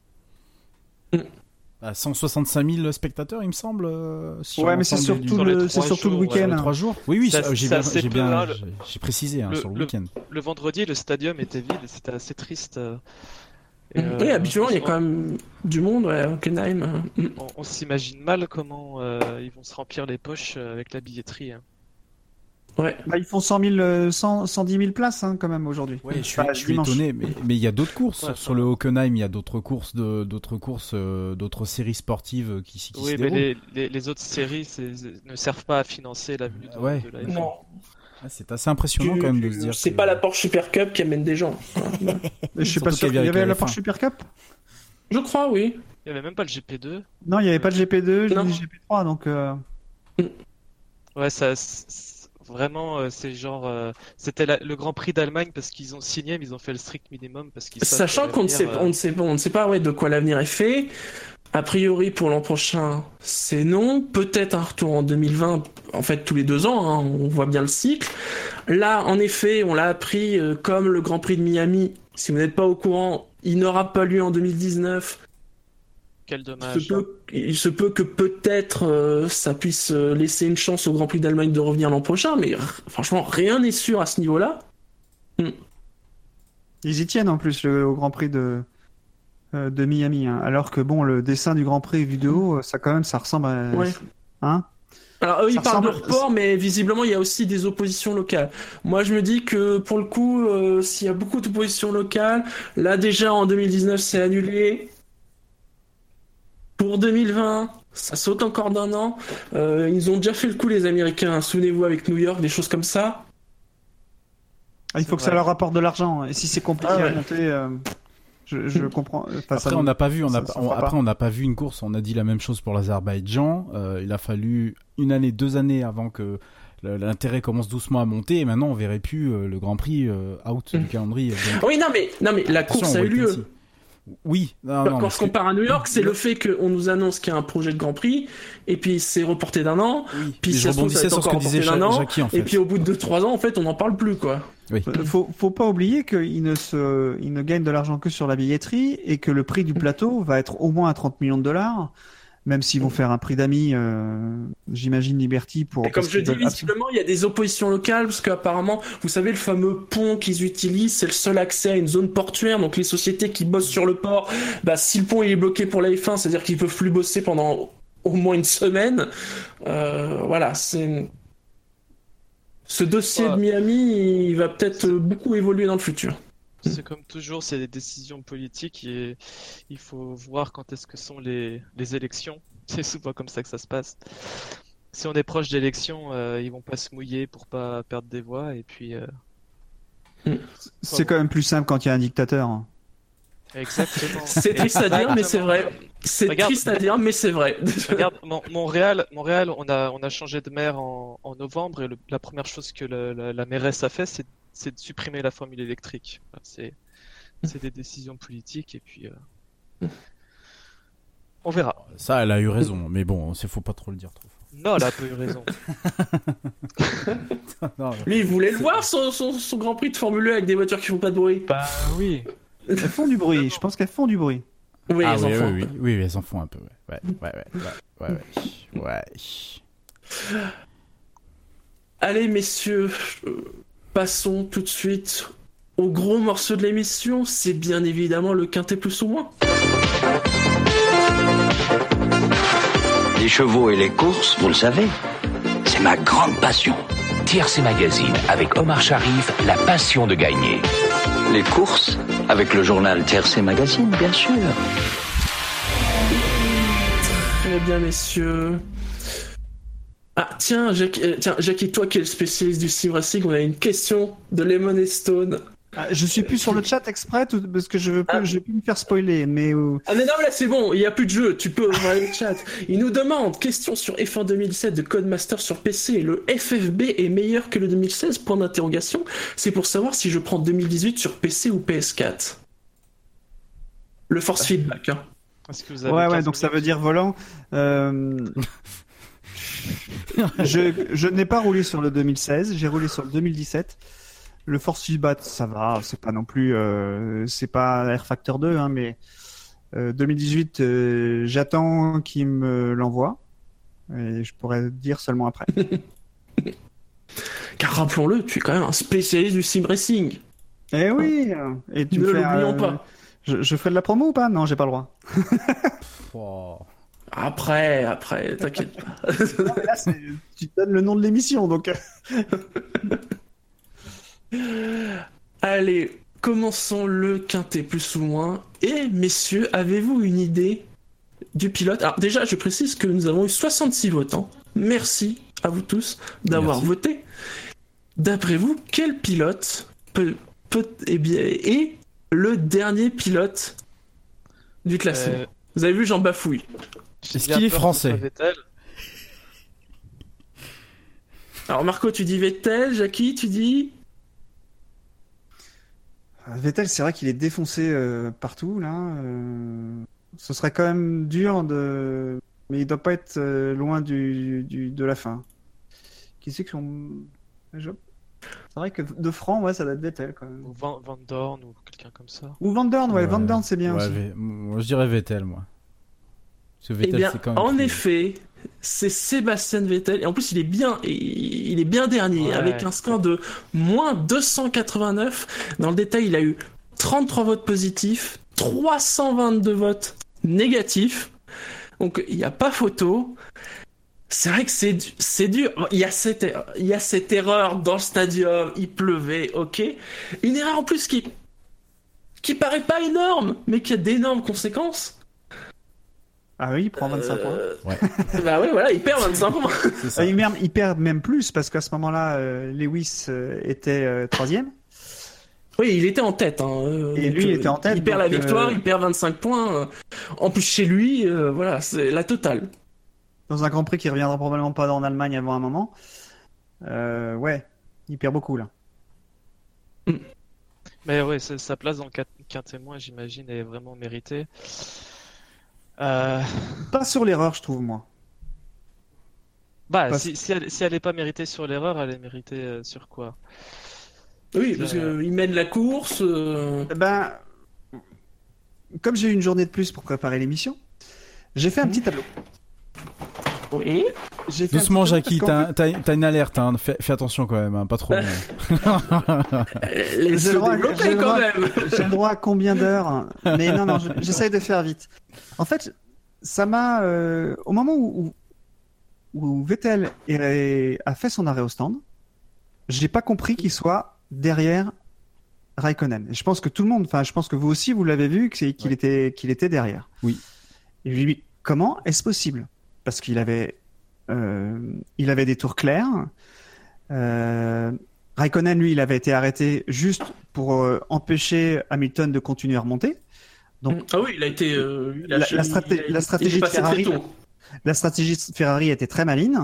À 165 000 spectateurs, il me semble. Sur Ouais, mais c'est l'ensemble surtout sur les le, 3 c'est surtout le jours, week-end. Les 3 jours. Oui, Ça, j'ai ça, bien, c'est j'ai peu, bien, hein, j'ai précisé le- sur le le- week-end. Le vendredi, le stadium était vide, c'était assez triste. Oui, habituellement, il y a quand même du monde ouais, à Hockenheim. On s'imagine mal comment ils vont se remplir les poches avec la billetterie. Hein. Ouais. Bah, ils font 110 000 places hein, quand même aujourd'hui. Ouais, je Enfin, suis dimanche. étonné, mais il y a d'autres courses Ouais, sur le Hockenheim. Il y a d'autres courses, d'autres séries sportives qui se Oui, déroulent. mais les autres séries ne servent pas à financer la vue de, Ouais. de la F1. Non. Ah, c'est assez impressionnant quand même de se dire. C'est que- pas la Porsche Super Cup qui amène des gens. Mais je suis Surtout pas sûr. qu'il Il y avec avait la la F1. Porsche Super Cup? Je crois, oui. Il n'y avait même pas le GP2. Non, il n'y avait pas de GP2, Non. ni GP3, donc Ouais, vraiment, c'est genre, c'était le Grand Prix d'Allemagne parce qu'ils ont signé, mais ils ont fait le strict minimum parce qu'ils savent Sachant que qu'on ne sait, l'avenir, on ne sait pas de quoi l'avenir est fait. A priori, pour l'an prochain, c'est non. Peut-être un retour en 2020, en fait, tous les 2 ans, hein, on voit bien le cycle. Là, en effet, on l'a appris, comme le Grand Prix de Miami. Si vous n'êtes pas au courant, il n'aura pas lieu en 2019. Quel dommage. Il se peut que peut-être ça puisse laisser une chance au Grand Prix d'Allemagne de revenir l'an prochain, mais franchement, rien n'est sûr à ce niveau-là. Ils y tiennent en plus au Grand Prix de Miami, hein. Alors que bon, le dessin du Grand Prix vidéo, ça ressemble à... Ouais. Hein? Alors eux, ils Ça parlent de ressemble- report, mais visiblement, il y a aussi des oppositions locales. Moi, je me dis que pour le coup, s'il y a beaucoup d'oppositions locales, là déjà en 2019, c'est annulé. Pour 2020, ça saute encore d'1 an. Ils ont déjà fait le coup, les Américains. Souvenez-vous, avec New York, des choses comme ça. Il faut que vrai. ça leur rapporte de l'argent. Et si c'est compliqué Ah ouais. à monter, je comprends. Enfin, Après, on n'a pas vu, ça fera pas. on n'a pas vu une course. On a dit la même chose pour l'Azerbaïdjan. Il a fallu 1 année, 2 années avant que l'intérêt commence doucement à monter. Et maintenant, on verrait plus le Grand Prix out du calendrier. Donc, Oui, non, mais la attention, course a eu wait and lieu. see. Oui, non, Quand mais on se compare à New York, c'est le fait qu'on nous annonce qu'il y a un projet de Grand Prix, et puis c'est reporté d'1 an, oui. puis Mais si je ça se trouve, ça va rebondissais être sur ce que encore disait reporté d'1 an, Jackie en fait. et puis au bout de 3 ans, en fait, on n'en parle plus, quoi. Oui. Faut pas oublier qu'ils ne gagnent de l'argent que sur la billetterie et que le prix du plateau va être au moins à 30 millions de dollars, même s'ils vont faire un prix d'amis, j'imagine Liberty pour. Et comme parce je qu'ils dis, veulent visiblement, il y a des oppositions locales, parce qu'apparemment, vous savez, le fameux pont qu'ils utilisent, c'est le seul accès à une zone portuaire, donc les sociétés qui bossent sur le port, si le pont il est bloqué pour la F1, c'est-à-dire qu'ils peuvent plus bosser pendant au moins une semaine. Voilà, c'est... Ce dossier de Miami, il va peut-être beaucoup évoluer dans le futur. C'est comme toujours, c'est des décisions politiques et il faut voir quand est-ce que sont les élections. C'est souvent comme ça que ça se passe. Si on est proche d'élections, ils vont pas se mouiller pour pas perdre des voix et puis C'est quand même plus simple quand il y a un dictateur. exactement. C'est triste à dire, mais c'est vrai. C'est Regarde. triste à dire, mais c'est vrai. Regarde, Montréal, on a changé de maire en novembre et la première chose que la mairesse a fait, c'est de supprimer la formule électrique. C'est des décisions politiques et puis on verra. Ça, elle a eu raison. Mais bon, faut pas trop le dire trop fort. Non, elle a pas eu raison. Non, Lui, il voulait le voir, son Grand Prix de Formule 1 avec des voitures qui font pas de bruit. Bah oui. Elles font du bruit. Je pense qu'elles font du bruit. Oui, ah les oui, enfants. oui, elles en font un peu. Ouais. Allez, messieurs, passons tout de suite au gros morceau de l'émission. C'est bien évidemment le quintet plus ou moins. Les chevaux et les courses, vous le savez, c'est ma grande passion. TRC Magazine avec Omar Sharif, la passion de gagner. Les courses, avec le journal TRC Magazine, bien sûr. Très bien, messieurs. Ah, tiens, Jackie, toi qui es le spécialiste du sim racing, on a une question de Lemon et Stone. Je suis plus sur le chat exprès parce que je veux plus me faire spoiler. Mais Ah mais non, mais là c'est bon, il n'y a plus de jeu, tu peux ouvrir le chat. Il nous demande, question sur F1 2017 de Codemaster sur PC, le FFB est meilleur que le 2016, point d'interrogation. C'est pour savoir si je prends 2018 sur PC ou PS4. Le force feedback, hein. Est-ce que vous avez ouais, 15 donc ça minutes veut dire volant. Je n'ai pas roulé sur le 2016, j'ai roulé sur le 2017. Le Force Feedback, ça va, c'est pas non plus, c'est pas Air Factor 2, hein, mais 2018, j'attends qu'il me l'envoie et je pourrais dire seulement après. Car rappelons-le, tu es quand même un spécialiste du sim racing. Eh oui, et tu Ne me fais, l'oublions pas. Je ferai de la promo ou pas? Non, j'ai pas le droit. Oh. Après, t'inquiète pas. Non, mais là, tu te donnes le nom de l'émission, donc. Allez, commençons le quintet plus ou moins. Et messieurs, avez-vous une idée du pilote? Alors déjà, je précise que nous avons eu 66 votants. Merci à vous tous d'avoir Merci. voté. D'après vous, quel pilote est le dernier pilote du classement? Vous avez vu, j'en bafouille. J'ai Est-ce bien qu'il est peur que ce français? soit Vettel. Alors Marco, tu dis Vettel, Jackie, tu dis... Vettel, c'est vrai qu'il est défoncé partout là. Ce serait quand même dur de, mais il doit pas être loin de la fin. Qui c'est que c'est vrai que de franc, ouais, ça doit être Vettel quand même. Ou Van Dorn ou quelqu'un comme ça. Ou Van Dorn, ouais, Van Dorn c'est bien aussi. Moi, je dirais Vettel, moi. Parce que Vettel, Eh bien, c'est quand même en plus- effet, c'est Sébastien Vettel. Et en plus, il est bien dernier, Ouais. avec un score de moins 289. Dans le détail, il a eu 33 votes positifs, 322 votes négatifs. Donc, il n'y a pas photo. C'est vrai que c'est dur. Il y a cette erreur dans le stadium. Il pleuvait, ok. Une erreur en plus qui paraît pas énorme, mais qui a d'énormes conséquences. Ah oui, il prend 25 points. Bah ouais, voilà, il perd 25 points. C'est ça. Il perd même plus parce qu'à ce moment-là, Lewis était 3e. Oui, il était en tête. Et lui, il était en tête, Il perd la donc, victoire, il perd 25 points. En plus, chez lui, voilà, c'est la totale. Dans un Grand Prix qui reviendra probablement pas en Allemagne avant un moment. Ouais, il perd beaucoup là. Mais ouais, sa place dans le quintémoin, j'imagine, est vraiment méritée. Euh, Pas sur l'erreur, je trouve moi. Bah, Parce- si elle est pas méritée sur l'erreur, elle est méritée sur quoi? Oui, parce qu'il mène la course. Ben, comme j'ai eu une journée de plus pour préparer l'émission, j'ai fait un petit tableau. Oui. J'ai fait un Doucement, petit tableau Jackie, parce qu'en t'as une alerte. Hein. Fais attention quand même, hein, pas trop. Laisse-le développer quand même. J'ai le droit à combien d'heures? Mais non, j'essaye de faire vite. En fait, ça m'a... au moment où Vettel a fait son arrêt au stand, j'ai pas compris qu'il soit derrière Raikkonen. Et je pense que tout le monde, enfin, je pense que vous aussi, vous l'avez vu, qu'il était derrière. Oui. Et je lui dis, comment est-ce possible? Parce qu'il avait des tours clairs. Raikkonen, lui, il avait été arrêté juste pour empêcher Hamilton de continuer à remonter. Donc, Ah oui, il a été. la stratégie de Ferrari, la stratégie de Ferrari était très maligne.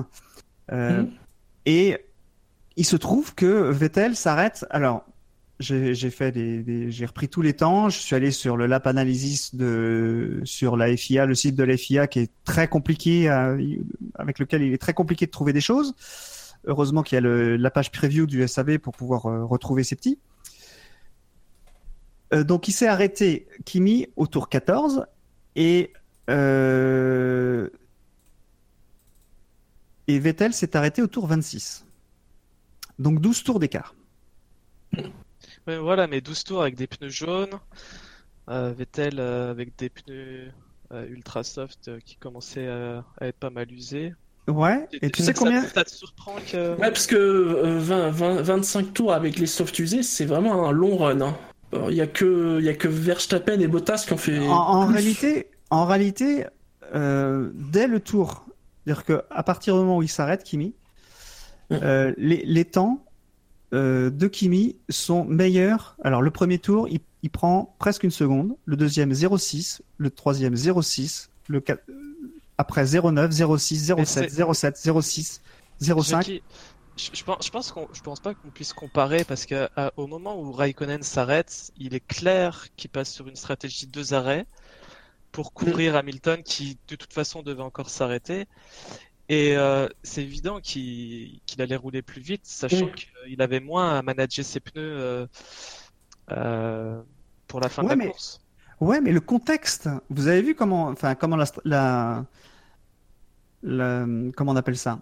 Et il se trouve que Vettel s'arrête. Alors, j'ai repris tous les temps. Je suis allé sur le lap analysis sur la FIA, le site de la FIA qui est très compliqué, avec lequel il est très compliqué de trouver des choses. Heureusement qu'il y a la page preview du SAV pour pouvoir retrouver ces petits. Donc il s'est arrêté, Kimi, au tour 14 et Vettel s'est arrêté au tour 26. Donc 12 tours d'écart. Ouais, voilà, mais 12 tours avec des pneus jaunes. Vettel avec des pneus ultra soft qui commençaient à être pas mal usés. Ouais, et tu sais combien... Ça te surprend que... Ouais, parce que 25 tours avec les softs usés, c'est vraiment un long run. Hein. Il y a que Verstappen et Bottas qui ont fait. En réalité, dès le tour, c'est-à-dire qu'à partir du moment où il s'arrête, Kimi, les temps de Kimi sont meilleurs. Alors le premier tour, il prend presque une seconde, le deuxième 0,6, le troisième 0,6, le 4... après 0,9, 0,6, 0,7, 0,7, 0,6, 0,5. Je pense pas qu'on puisse comparer parce que au moment où Raikkonen s'arrête, il est clair qu'il passe sur une stratégie de 2 arrêts pour couvrir Hamilton qui de toute façon devait encore s'arrêter. Et c'est évident qu'il allait rouler plus vite, sachant qu'il avait moins à manager ses pneus pour la fin de la course. Ouais, mais le contexte, vous avez vu comment on appelle ça?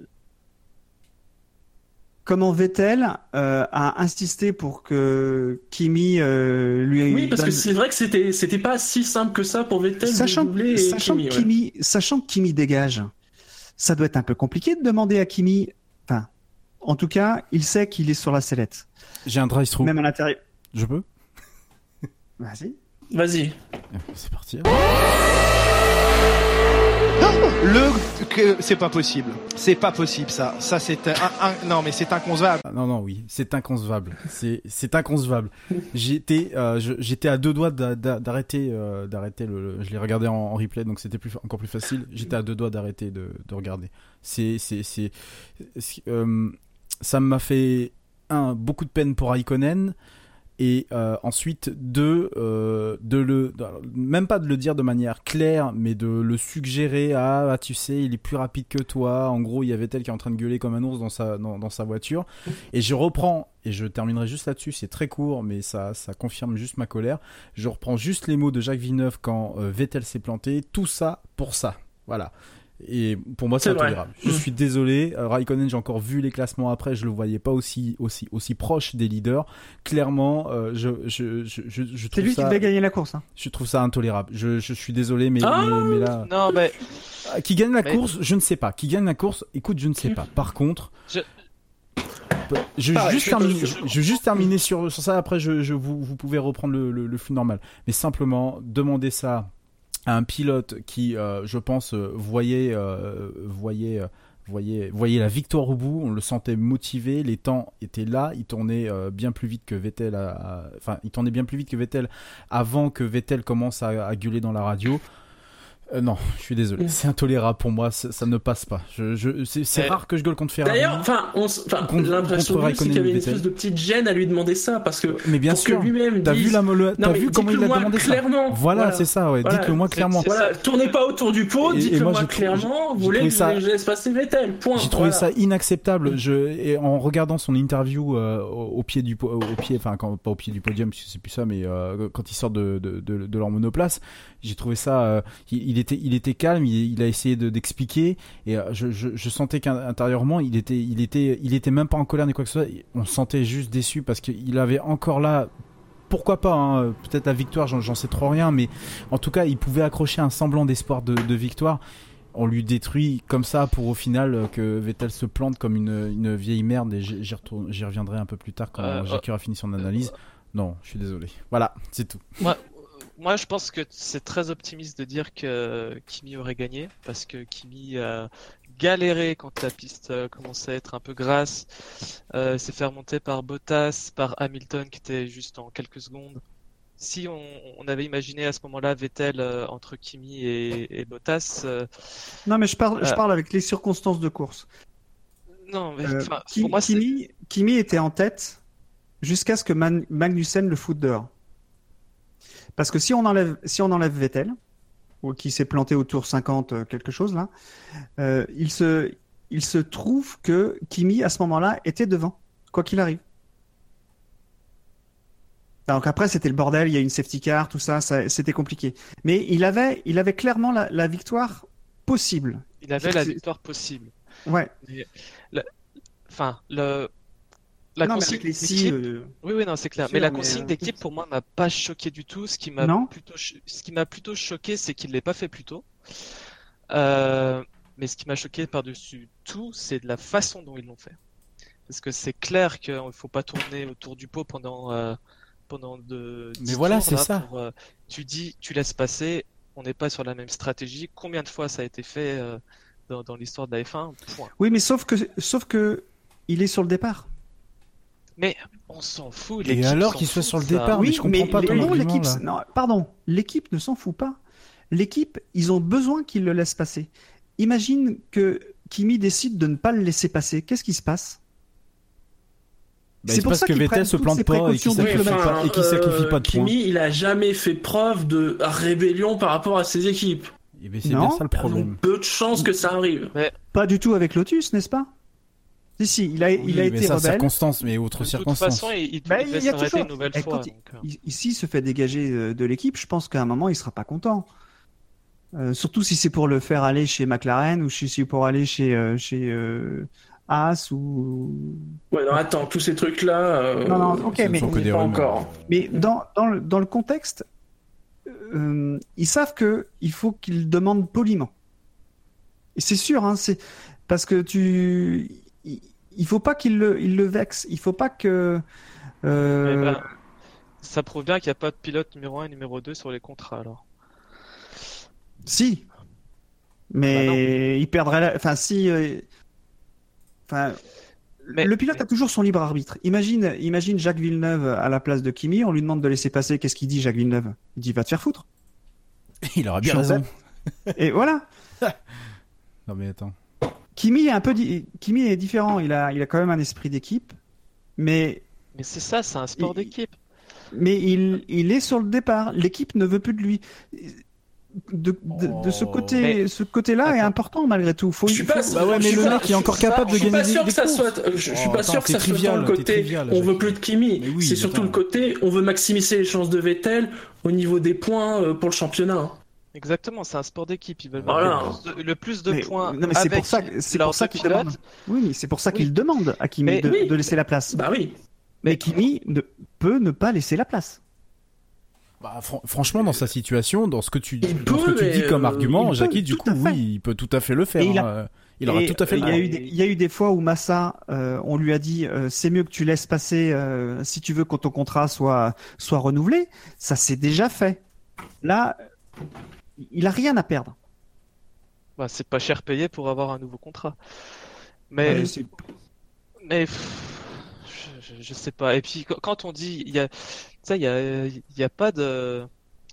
Comment Vettel a insisté pour que Kimi lui... Oui, parce que c'est vrai que c'était pas si simple que ça pour Vettel sachant de doubler que Kimi dégage, ça doit être un peu compliqué de demander à Kimi... Enfin, en tout cas, il sait qu'il est sur la sellette. J'ai un drive-thru. Même à l'intérieur. Je peux? Vas-y. C'est parti. Le que c'est pas possible. C'est pas possible ça. Ça c'est non mais c'est inconcevable. Non, oui, c'est inconcevable. C'est inconcevable. J'étais à deux doigts d'arrêter je l'ai regardé en replay, donc c'était encore plus facile. J'étais à deux doigts d'arrêter de regarder. Ça m'a fait beaucoup de peine pour Raikkonen. Et ensuite même pas de le dire de manière claire, mais de le suggérer tu sais, il est plus rapide que toi. En gros, il y avait Vettel qui est en train de gueuler comme un ours dans sa voiture. Et je reprends, et je terminerai juste là-dessus, c'est très court, mais ça confirme juste ma colère. Je reprends juste les mots de Jacques Villeneuve quand Vettel s'est planté. Tout ça pour ça. Voilà. Et pour moi c'est intolérable. Je suis désolé. Raikkonen, j'ai encore vu les classements après, je le voyais pas aussi proche des leaders. Clairement, je trouve c'est lui qui devait gagner la course. Hein. Je trouve ça intolérable. Je suis désolé, mais là. Non, mais qui gagne la course, je ne sais pas. Qui gagne la course, écoute, je ne sais pas. Par contre. Je vais juste terminer sur ça. Après, vous pouvez reprendre le flux normal. Mais simplement demander ça à un pilote qui, je pense, voyait la victoire au bout. On le sentait motivé, les temps étaient là, il tournait bien plus vite que Vettel. Il tournait bien plus vite que Vettel avant que Vettel commence à gueuler dans la radio. Non, je suis désolé, c'est intolérable pour moi, ça ne passe pas. C'est rare que je gueule contre Ferrari. D'ailleurs, l'impression c'est qu'il y avait une espèce de petite gêne à lui demander ça, parce que mais bien sûr, que lui-même t'as vu comment il a demandé clairement. Ça. Voilà, c'est ça, ouais. Dites-le moi clairement. Voilà, tournez pas autour du pot, dites-le moi clairement. Vous voulez que je laisse passer Vettel. Point. J'ai trouvé ça inacceptable. Et en regardant son interview au pied, pas au pied du podium, puisque c'est plus ça, mais quand ils sortent de leur monoplace, j'ai trouvé ça. Il était calme, il a essayé d'expliquer, et je sentais qu'intérieurement il était même pas en colère ni quoi que ce soit. On se sentait juste déçu parce qu'il avait encore là, pourquoi pas, hein, peut-être la victoire, j'en sais trop rien, mais en tout cas il pouvait accrocher un semblant d'espoir de victoire. On lui détruit comme ça pour au final que Vettel se plante comme une vieille merde, et j'y reviendrai un peu plus tard quand Jackie aura fini son analyse. Non, je suis désolé. Voilà, c'est tout. Moi, je pense que c'est très optimiste de dire que Kimi aurait gagné, parce que Kimi a galéré quand la piste commençait à être un peu grasse, s'est fait remonter par Bottas, par Hamilton qui était juste en quelques secondes. Si on avait imaginé à ce moment-là Vettel entre Kimi et Bottas... Non, mais je parle avec les circonstances de course. Non, mais pour moi, Kimi était en tête jusqu'à ce que Magnussen le foute dehors. Parce que si on enlève Vettel, ou qui s'est planté au tour 50 quelque chose là, il se trouve que Kimi à ce moment-là était devant, quoi qu'il arrive. Donc après c'était le bordel, il y a une safety car, tout ça, c'était compliqué. Mais il avait clairement la victoire possible. Il avait la victoire possible. Ouais. La consigne d'équipe, oui, non, c'est clair. Mais la consigne d'équipe, pour moi, m'a pas choqué du tout. Ce qui m'a plutôt choqué, c'est qu'il l'ait pas fait plus tôt. Mais ce qui m'a choqué par-dessus tout, c'est de la façon dont ils l'ont fait. Parce que c'est clair qu'il ne faut pas tourner autour du pot pendant de. Mais voilà, c'est ça. Tu laisses passer. On n'est pas sur la même stratégie. Combien de fois ça a été fait dans l'histoire de la F1 ? Point. Oui, mais sauf que il est sur le départ. Mais on s'en fout. Et alors qu'il soit sur le départ, oui, mais je comprends pas ton argument, là. Non, pardon, l'équipe ne s'en fout pas. L'équipe, ils ont besoin qu'il le laisse passer. Imagine que Kimi décide de ne pas le laisser passer. Qu'est-ce qui se passe ? C'est pour ça que Vettel se plante pas et qu'il sacrifie pas de points. Kimi, il a jamais fait preuve de rébellion par rapport à ses équipes. Et c'est bien ça le problème. Peu de chances que ça arrive. Mais... Pas du tout avec Lotus, n'est-ce pas ? Si, il a été rebelle. Circonstance, mais autre circonstance. De toute façon, il devait s'arrêter une nouvelle fois. Ici, il se fait dégager de l'équipe, je pense qu'à un moment, il sera pas content. Surtout si c'est pour le faire aller chez McLaren ou si c'est pour aller chez Haas ou. Ouais, non, attends, tous ces trucs-là. Non, ok, mais pas encore. Mais dans le contexte, ils savent que il faut qu'ils demandent poliment. Et c'est sûr, hein, c'est parce que il faut pas qu'il le vexe. Il faut pas que. Ça prouve bien qu'il n'y a pas de pilote numéro 1 et numéro 2 sur les contrats alors. Si. Mais il perdrait enfin si le pilote a toujours son libre arbitre. Imagine Jacques Villeneuve à la place de Kimi, on lui demande de laisser passer, qu'est-ce qu'il dit Jacques Villeneuve? Il dit va te faire foutre. Il aura bien raison. Et voilà. Non mais attends. Kimi est différent, il a quand même un esprit d'équipe, mais c'est ça, c'est un sport d'équipe. Mais il est sur le départ, l'équipe ne veut plus de lui. De ce côté-là est important malgré tout. Mais le mec est encore capable de gagner des courses. Je suis pas sûr que ça soit tant le côté on veut plus de Kimi. C'est surtout le côté on veut maximiser les chances de Vettel au niveau des points pour le championnat. Exactement, c'est un sport d'équipe. Ils veulent marquer le plus de points. Non, mais c'est pour ça qu'il demande. Oui, mais c'est pour ça qu'il demande à Kimi de laisser la place. Bah oui. Mais Kimi peut ne pas laisser la place. Bah, franchement, dans sa situation, dans ce que tu dis comme argument, Jackie, du coup, oui, il peut tout à fait le faire. Il aura tout à fait. Il y a eu des fois où Massa, on lui a dit, c'est mieux que tu laisses passer si tu veux que ton contrat soit renouvelé. Ça s'est déjà fait. Là, il a rien à perdre. Bah, c'est pas cher payé pour avoir un nouveau contrat. Mais je sais pas. Et puis quand on dit il y a pas de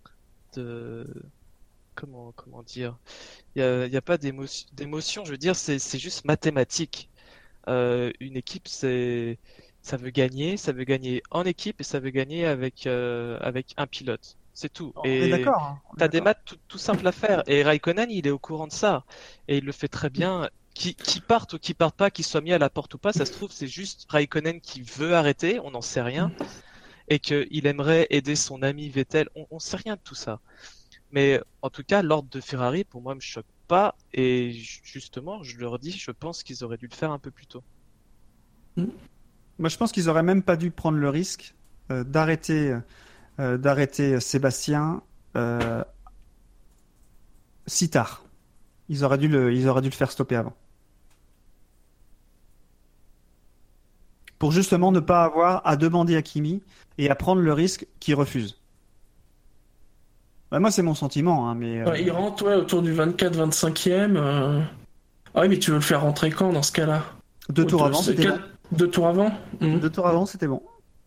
comment dire, il y a pas d'émotion, je veux dire, c'est juste mathématique. Une équipe, ça veut gagner en équipe et ça veut gagner avec un pilote. C'est tout. Et d'accord. T'as des maths tout simples à faire. Et Raikkonen, il est au courant de ça. Et il le fait très bien. Qui parte ou qui parte pas, qu'il soit mis à la porte ou pas, ça se trouve, c'est juste Raikkonen qui veut arrêter, on n'en sait rien. Et qu'il aimerait aider son ami Vettel, on sait rien de tout ça. Mais en tout cas, l'ordre de Ferrari, pour moi, me choque pas. Et justement, je leur dis, je pense qu'ils auraient dû le faire un peu plus tôt. Moi, je pense qu'ils auraient même pas dû prendre le risque d'arrêter Sébastien si tard. Ils auraient dû le faire stopper avant. Pour justement ne pas avoir à demander à Kimi et à prendre le risque qu'il refuse. Bah, moi, c'est mon sentiment. Hein, mais, il rentre autour du 24-25e. Ah oui, mais tu veux le faire rentrer quand dans ce cas-là? 2 tours avant, c'était bon. 2 tours avant 2 tours avant, c'était bon.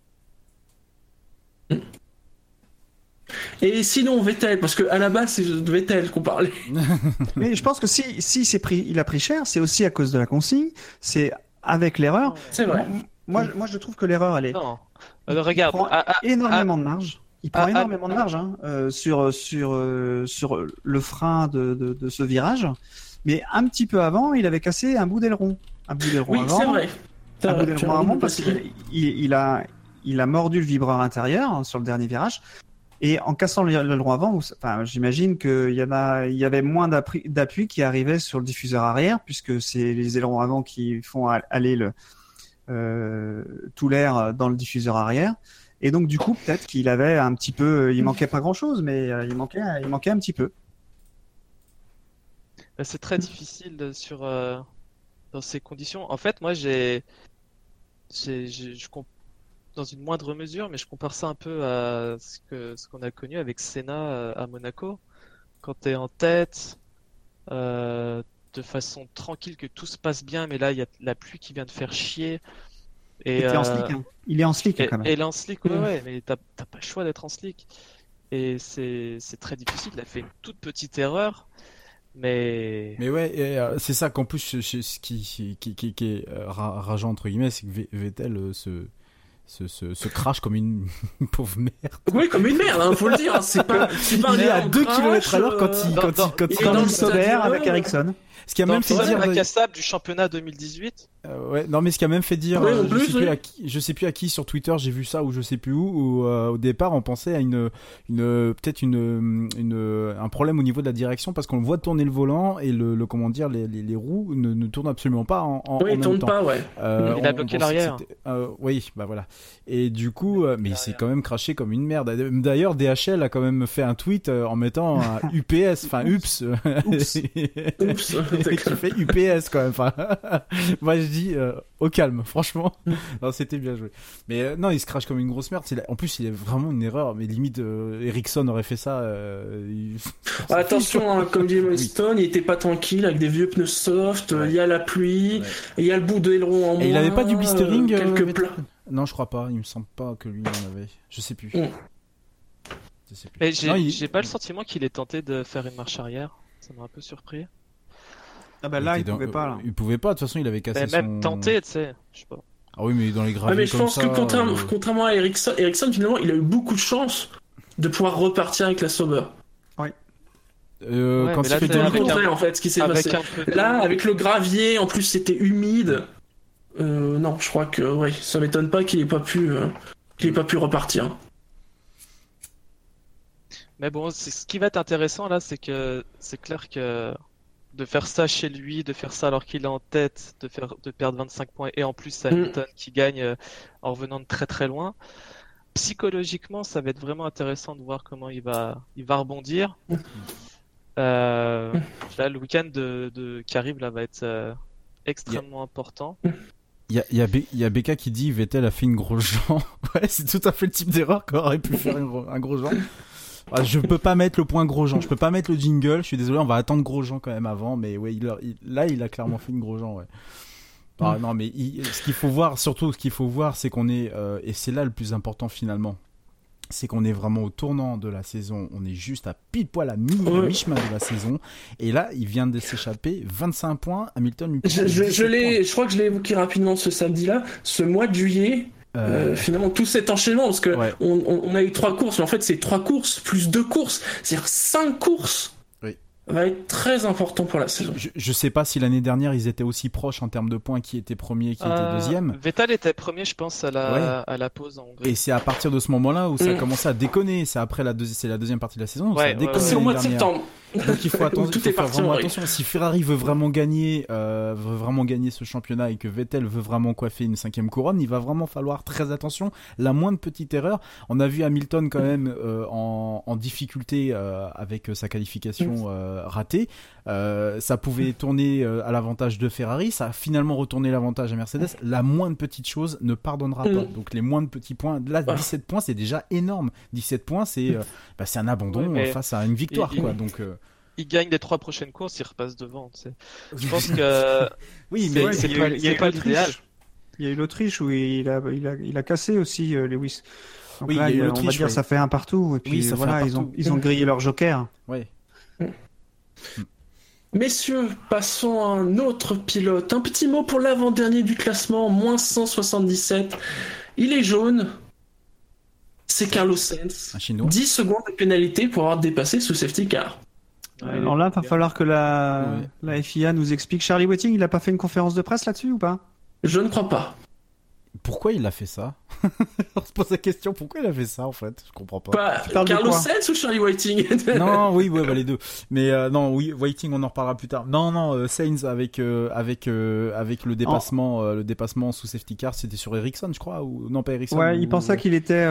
Et sinon Vettel, parce que à la base c'est de Vettel qu'on parlait. Mais je pense que si il a pris cher, c'est aussi à cause de la consigne, c'est avec l'erreur. C'est vrai. Moi je trouve que l'erreur elle est. Non. Regarde, il prend énormément de marge. Il prend énormément de marge sur le frein de ce virage. Mais un petit peu avant, il avait cassé un bout d'aileron. Oui, avant. C'est vrai. Un bout d'aileron avant parce qu'il a mordu le vibreur intérieur sur le dernier virage. Et en cassant l'aileron avant, j'imagine qu'il y avait moins d'appui qui arrivait sur le diffuseur arrière, puisque c'est les ailerons avant qui font aller tout l'air dans le diffuseur arrière. Et donc du coup, peut-être qu'il avait un petit peu, il manquait pas grand-chose, mais il manquait un petit peu. C'est très difficile dans ces conditions. En fait, moi, dans une moindre mesure, mais je compare ça un peu à ce qu'on a connu avec Senna à Monaco. Quand tu es en tête, de façon tranquille, que tout se passe bien, mais là, il y a la pluie qui vient de faire chier. Et, en slick, hein. Il est en slick quand même. Et il est en slick, ouais, mais t'as pas le choix d'être en slick. Et c'est très difficile. Il a fait une toute petite erreur. Mais ouais, c'est ça qu'en plus, ce qui est rageant entre guillemets, c'est que Vettel se crache comme une pauvre merde. Oui, comme une merde, faut le dire. C'est pas il est à 2 km/h quand il est dans le Sauber avec Ericsson. Ce qui a même fait dire incassable du championnat 2018. Ouais, non mais ce qui a même fait dire, je sais plus à qui sur Twitter j'ai vu ça ou je sais plus où au départ on pensait à peut-être un problème au niveau de la direction parce qu'on voit tourner le volant et les roues ne tournent absolument pas en même temps. Tournent pas, ouais. Il a bloqué l'arrière. Oui, bah voilà. Et du coup, mais il s'est quand même craché comme une merde. D'ailleurs, DHL a quand même fait un tweet en mettant un UPS, enfin UPS. tu fais UPS quand même. Enfin, moi je dis au calme, franchement. Non, c'était bien joué. Mais non, il se crache comme une grosse merde. En plus, il est vraiment une erreur. Mais limite, Ericsson aurait fait ça. Attention, hein, comme dit Stone, il était pas tranquille avec des vieux pneus soft. Il y a la pluie, il y a le bout de aileron en moins. Et il avait pas du blistering quelques plats. Non, je crois pas. Il me semble pas que lui en avait. Je sais plus. Mais j'ai pas le sentiment qu'il ait tenté de faire une marche arrière. Ça m'a un peu surpris. Ah bah là, il pouvait pas. Là. Il pouvait pas. De toute façon, il avait cassé son... Même tenté, tu sais. Je sais pas. Ah oui, mais dans les graviers mais je pense que contrairement à Ericsson, finalement, il a eu beaucoup de chance de pouvoir repartir avec la Sauber. Oui. Quand il fait le contraire, en fait, ce qui s'est passé. Là, avec le gravier, en plus, c'était humide. Non, je crois que ça m'étonne pas qu'il ait pas pu repartir. Mais bon, ce qui va être intéressant là, c'est que c'est clair que de faire ça chez lui, de faire ça alors qu'il est en tête, de perdre 25 points et en plus Hamilton qui gagne en revenant de très très loin. Psychologiquement, ça va être vraiment intéressant de voir comment il va rebondir. Là, le week-end qui arrive là va être extrêmement important. Il y a Becca qui dit Vettel a fait une Grosjean. Ouais, c'est tout à fait le type d'erreur qu'aurait pu faire un Grosjean. Je peux pas mettre le point Grosjean, je peux pas mettre le jingle, je suis désolé, on va attendre Grosjean quand même avant, mais ouais, il a clairement fait une Grosjean, ouais. Non, mais ce qu'il faut voir, c'est qu'on est, et c'est là le plus important finalement, c'est qu'on est vraiment au tournant de la saison, on est juste à pile poil à mi-chemin de la saison, et là, il vient de s'échapper 25 points, Hamilton lui je crois que je l'ai évoqué rapidement ce samedi-là, ce mois de juillet. Finalement tout cet enchaînement parce que on a eu 3 courses mais en fait c'est 3 courses plus 2 courses, c'est-à-dire 5 courses va être très important pour la saison. Je sais pas si l'année dernière ils étaient aussi proches en termes de points, qui était premier, qui était deuxième. Vettel était premier je pense à la pause en Hongrie. Et c'est à partir de ce moment-là où ça a commencé à déconner, c'est après la deuxième partie de la saison où ça a déconné. C'est au mois de septembre. Donc il faut faire vraiment attention. Si Ferrari veut vraiment gagner ce championnat et que Vettel veut vraiment coiffer une 5e couronne, il va vraiment falloir très attention. La moindre petite erreur, on a vu Hamilton quand même en difficulté avec sa qualification ratée. Ça pouvait tourner à l'avantage de Ferrari, ça a finalement retourné l'avantage à Mercedes. La moindre petite chose ne pardonnera pas. Donc les moindres petits points, là 17 points c'est déjà énorme. 17 points c'est un abandon face à une victoire quoi. Donc il gagne les 3 prochaines courses, il repasse devant. Tu sais. Je pense que oui, mais c'est pas l'idéal. Il y a eu l'Autriche où il a cassé aussi Lewis. Donc oui, là, on va dire ça fait un partout. Et puis voilà, ils ont grillé leur joker. Ouais. Messieurs, passons à un autre pilote. Un petit mot pour l'avant-dernier du classement, moins 177. Il est jaune. C'est Carlos Sainz. 10 secondes de pénalité pour avoir dépassé sous safety car. Alors là, il va falloir que la FIA nous explique. Charlie Whiting, il a pas fait une conférence de presse là-dessus ou pas ? Je ne crois pas. Pourquoi il a fait ça ? On se pose la question, pourquoi il a fait ça en fait ? Je comprends pas. Carlos Sainz ou Charlie Whiting ? Non, oui, les deux. Mais non, oui, Whiting, on en reparlera plus tard. Non, Sainz avec le dépassement sous safety car, c'était sur Ericsson, je crois, ou non pas Ericsson. Ouais, il pensait qu'il était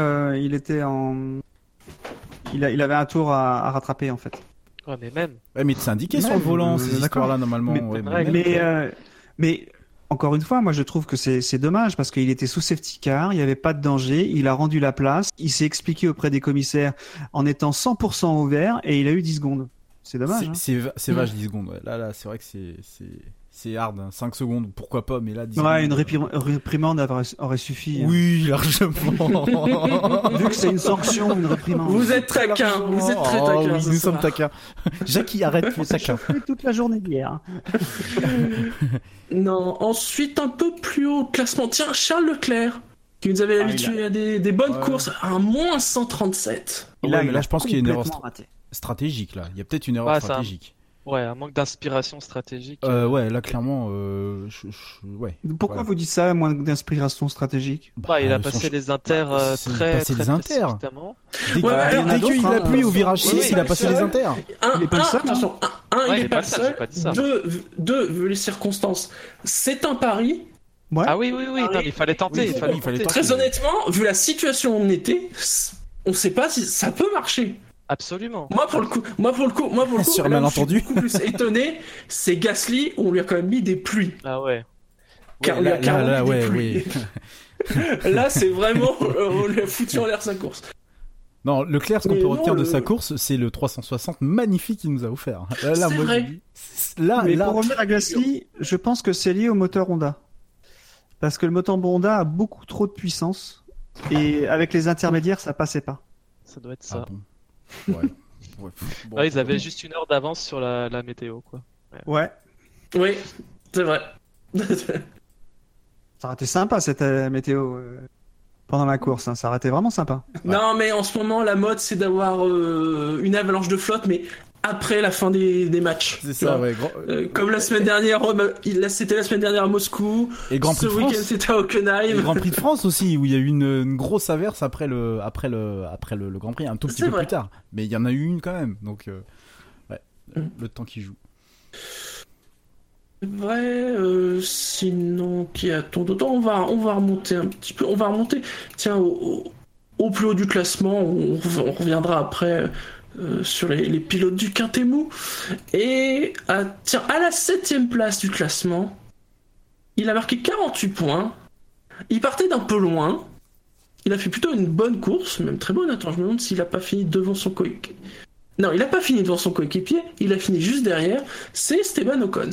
il avait un tour à rattraper en fait. Ouais, mais même. Ouais, mais c'est indiqué sur le volant ces histoires-là normalement. Mais encore une fois, moi je trouve que c'est dommage parce qu'il était sous safety car, il n'y avait pas de danger, il a rendu la place, il s'est expliqué auprès des commissaires en étant 100% au vert et il a eu 10 secondes. C'est dommage. C'est vache 10 secondes. Ouais. Là, c'est vrai que c'est hard. Hein. 5 secondes, pourquoi pas, mais là 10 secondes. Une réprimande aurait suffi. Oui, largement. Vu que c'est une sanction, une réprimande. Vous êtes taquin. Vous êtes très taquin. Oui, nous sommes taquins. Jackie, arrête le taquin. Toute la journée d'hier. Non, ensuite un peu plus haut classement. Tiens, Charles Leclerc, qui nous avait habitué à des bonnes courses, à un moins 137. Et là, je pense qu'il y a une erreur stratégique là. Il y a peut-être une erreur stratégique. Un manque d'inspiration stratégique. Là clairement. Pourquoi vous dites ça, manque d'inspiration stratégique ? Il a passé les inters très précipitamment. Dès qu'il a plu au virage 6, il a passé les inters. Il est pas le seul. Attention, il est pas le seul. Deux, les circonstances. C'est un pari. Ouais. Ah oui, non, il fallait tenter. Très honnêtement, vu la situation où on était, on sait pas si ça peut marcher. Absolument. Moi pour le coup, Sur là où malentendu. je suis beaucoup plus étonné, c'est Gasly où on lui a quand même mis des pluies. Ah ouais. Car on lui a carrément mis des oui. pluies. Là, c'est vraiment, on lui a foutu en l'air sa course. Non, Leclerc, ce qu'on Mais peut non, retenir de sa course, c'est le 360 magnifique qu'il nous a offert. Là, C'est moi, vrai. je dis, là, Mais pour revenir à Gasly, Gasly, je pense que c'est lié au moteur Honda. Parce que le moteur Honda a beaucoup trop de puissance. Et avec les intermédiaires, ça passait pas. Ça doit être ça. Ah bon. Ouais. Ouais. Bon. Ouais, ils avaient juste une heure d'avance sur la météo, quoi. Ouais. Oui, c'est vrai. Ça aurait été sympa cette météo pendant la course. Hein. Ça aurait été vraiment sympa. Non, mais en ce moment, la mode, c'est d'avoir une avalanche de flotte, mais après la fin des matchs. C'est Tu ça, vois. ouais. Comme la semaine dernière, c'était la semaine dernière à Moscou. Et Grand Prix Ce de week-end, France. c'était à Et Hockenheim. le Grand Prix de France aussi, où il y a eu une grosse averse après le Grand Prix, un tout petit C'est peu vrai. plus tard. Mais il y en a eu une quand même, donc ouais, le temps qui joue. Ouais, sinon, qui attend d'autant, on va remonter un petit peu. On va remonter, tiens, au plus haut du classement. On reviendra après sur les pilotes du Quintet Mou. Et à la 7ème place du classement, il a marqué 48 points. Il partait d'un peu loin. Il a fait plutôt une bonne course, même très bonne. Attends, je me demande s'il a pas fini devant son coéquipier. Non, il a pas fini devant son coéquipier. Il a fini juste derrière. C'est Esteban Ocon.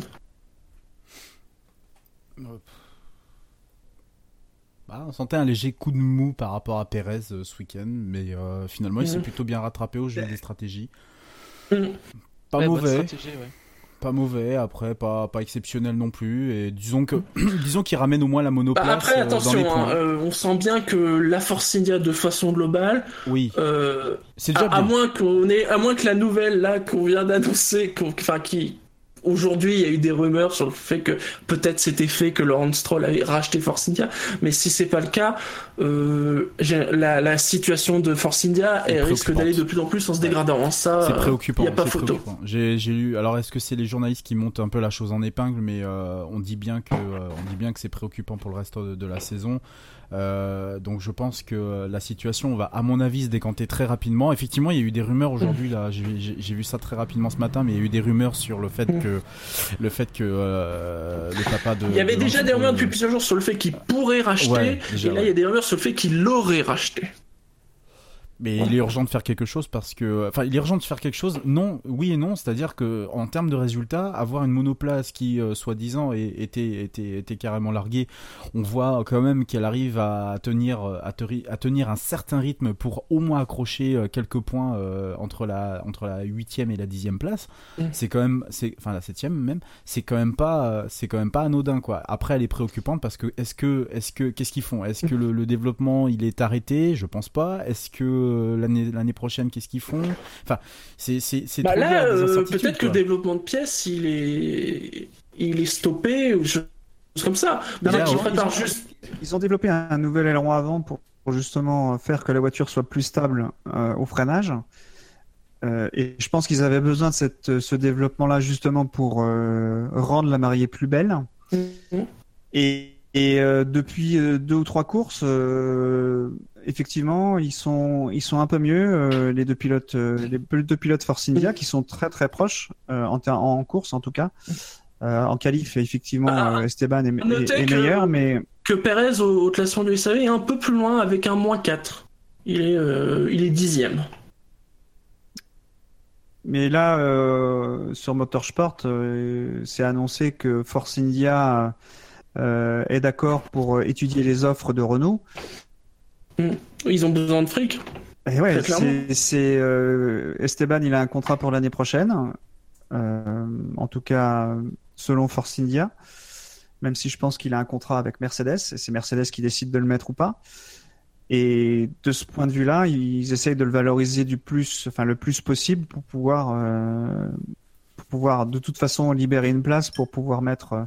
Bah, on sentait un léger coup de mou par rapport à Perez ce week-end, mais finalement il s'est plutôt bien rattrapé au jeu des stratégies. Pas Ouais, bonne mauvais. stratégie, ouais. Pas mauvais, après pas exceptionnel non plus, et disons qu'il ramène au moins la monoplace. Bah après, dans les attention, points. on sent bien que la Force India de façon globale, Oui, c'est déjà à bien. moins que la nouvelle là qu'on vient d'annoncer, aujourd'hui il y a eu des rumeurs sur le fait que peut-être c'était fait que Lawrence Stroll avait racheté Force India, mais si c'est pas le cas, la situation de Force India C'est elle risque préoccupante. d'aller de plus en plus en se dégradant. Ça, C'est préoccupant. il y a pas c'est photo. préoccupant. J'ai lu. Alors, est-ce que c'est les journalistes qui montent un peu la chose en épingle, mais on dit bien que c'est préoccupant pour le reste de la saison. Donc, je pense que la situation va, à mon avis, se décanter très rapidement. Effectivement, il y a eu des rumeurs aujourd'hui. Là, j'ai vu ça très rapidement ce matin, mais il y a eu des rumeurs sur le fait que le papa de. Il y avait de déjà Lance- des rumeurs depuis plusieurs jours sur le fait qu'il pourrait racheter, Ouais, déjà, et là il y a des rumeurs sur le fait qu'il l'aurait racheté. Mais il est urgent de faire quelque chose parce que, enfin, il est urgent de faire quelque chose. Non, oui et non, c'est-à-dire que en termes de résultats, avoir une monoplace qui, soi-disant, était carrément larguée, on voit quand même qu'elle arrive à tenir un certain rythme pour au moins accrocher quelques points entre la 8e et la 10e place. C'est quand même, enfin la 7e même. C'est quand même pas anodin quoi. Après, elle est préoccupante parce que qu'est-ce qu'ils font ? Est-ce que le développement il est arrêté ? Je pense pas. Est-ce que l'année prochaine, qu'est-ce qu'ils font ? Enfin, c'est Bah trop là, lié à des incertitudes, peut-être que le quoi. développement de pièces, il est stoppé ou chose comme ça. Non, Peut-être non, qu'ils ils préparent ont- juste. Ils ont développé un nouvel aileron avant pour justement faire que la voiture soit plus stable au freinage. Et je pense qu'ils avaient besoin de ce développement-là justement pour rendre la mariée plus belle. Et depuis 2 ou 3 courses, effectivement, ils sont un peu mieux. Les deux pilotes Force India qui sont très très proches en course en tout cas. En qualif, effectivement, Esteban est Notez meilleur, mais que Perez au classement du SAV est un peu plus loin avec un -4. Il est 10e. Mais là, sur Motorsport, c'est annoncé que Force India est d'accord pour étudier les offres de Renault. Ils ont besoin de fric. Et ouais, Très clairement. c'est Esteban, il a un contrat pour l'année prochaine. En tout cas, selon Force India. Même si je pense qu'il a un contrat avec Mercedes, et c'est Mercedes qui décide de le mettre ou pas. Et de ce point de vue-là, ils essayent de le valoriser le plus possible pour pouvoir de toute façon libérer une place pour pouvoir mettre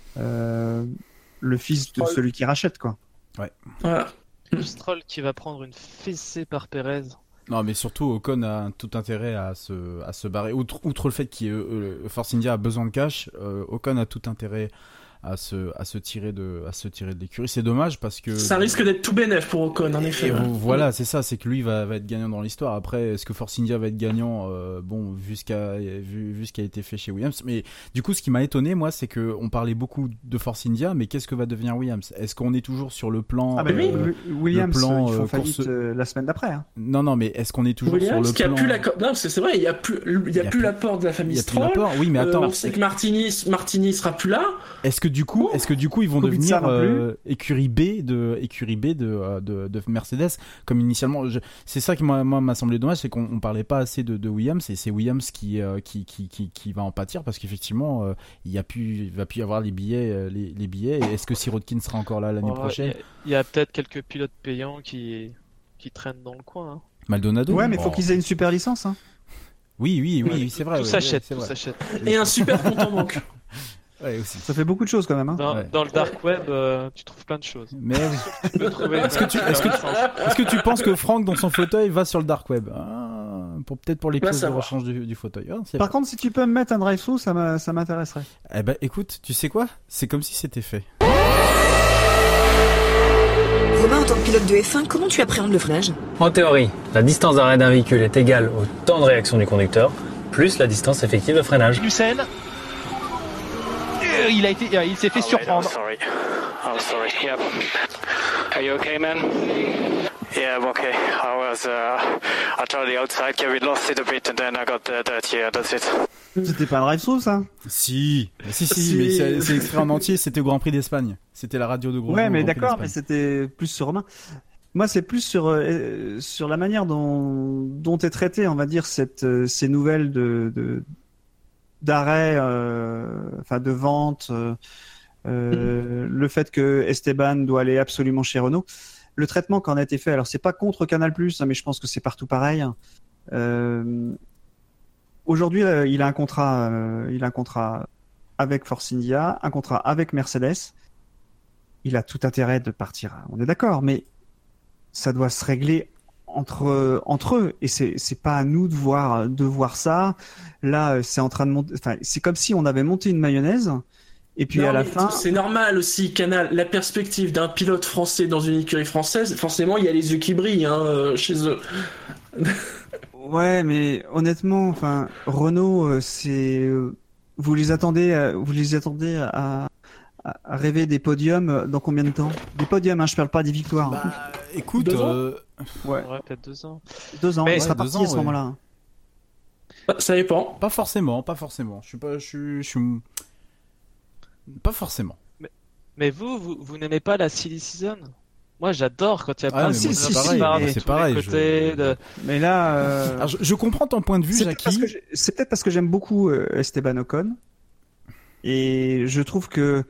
le fils de celui qui rachète, quoi. Ouais. Voilà. Stroll qui va prendre une fessée par Perez. Non, mais surtout, Ocon a tout intérêt à se barrer. Outre le fait que Force India a besoin de cash, Ocon a tout intérêt se tirer de l'écurie. C'est dommage parce que ça risque d'être tout bénef pour Ocon, en effet. Voilà, c'est ça, c'est que lui va être gagnant dans l'histoire. Après, est-ce que Force India va être gagnant vu ce qui a été fait chez Williams. Mais du coup, ce qui m'a étonné, moi, c'est que on parlait beaucoup de Force India, mais qu'est-ce que va devenir Williams? Est-ce qu'on est toujours sur le plan Williams, le plan, ils font faillite la semaine d'après. Hein. Non, mais est-ce qu'on est toujours Williams, sur le plan Non, c'est vrai, il y a plus l'apport de la famille Stroll. Oui, mais attends, on sait que Martini sera plus là. Est-ce que du coup ils vont devenir écurie B de Mercedes comme initialement? C'est ça qui moi m'a semblé dommage, c'est qu'on parlait pas assez de Williams, et c'est Williams qui va en pâtir parce qu'effectivement il va plus y avoir les billets. Et est-ce que Sirotkin sera encore là l'année prochaine? Il y a peut-être quelques pilotes payants qui traînent dans le coin. Hein. Maldonado. Ouais, mais faut qu'ils aient une super licence. Hein. Oui, c'est vrai. Tout s'achète. Et un super compte en banque. Ouais, aussi. Ça fait beaucoup de choses quand même. Hein. Dans le dark web, tu trouves plein de choses. Mais tu peux trouver. Est-ce que tu penses que Franck dans son fauteuil va sur le dark web? Peut-être pour les pièces de rechange du fauteuil. Par contre, si tu peux me mettre un drive-through, ça m'intéresserait. Eh ben, écoute, tu sais quoi? C'est comme si c'était fait. Romain, en tant que pilote de F1, comment tu appréhendes le freinage? En théorie, la distance d'arrêt d'un véhicule est égale au temps de réaction du conducteur, plus la distance effective de freinage. Lucen, il s'est fait surprendre. I'm sorry. Yep. Are you okay, man? Yeah, I'm okay. I tried the outside, we lost it a bit, and then I got that. Yeah, that's it. C'était pas un drive-through, ça? Si, mais c'est extrait en entier, c'était au Grand Prix d'Espagne. C'était la radio de Grosjean. Ouais, mais d'accord, mais c'était plus sur Romain. Moi, c'est plus sur la manière dont est traité, on va dire, ces nouvelles d'arrêt, de vente, le fait que Esteban doit aller absolument chez Renault. Le traitement qui en a été fait, alors c'est pas contre Canal+, mais je pense que c'est partout pareil. Aujourd'hui, il a un contrat avec Force India, un contrat avec Mercedes. Il a tout intérêt de partir. On est d'accord, mais ça doit se régler entre eux, et c'est pas à nous de voir ça. Là, c'est en train de monter. Enfin, c'est comme si on avait monté une mayonnaise. Et puis à la fin, c'est normal aussi, Canal. La perspective d'un pilote français dans une écurie française, forcément, il y a les yeux qui brillent chez eux. Ouais, mais honnêtement, Renault, vous les attendez à rêver des podiums dans combien de temps? Des podiums, je parle pas des victoires. Bah, écoute, 2 ans. Ouais, peut-être 2 ans. 2 ans, il sera parti à ce moment-là. Ça dépend. Pas forcément. Je suis pas forcément. Mais vous n'aimez pas la silly season? Moi, j'adore quand il y a pas de c'est pareil. Mais là, alors, je comprends ton point de vue, Jackie. C'est peut-être parce que j'aime beaucoup Esteban Ocon, et je trouve que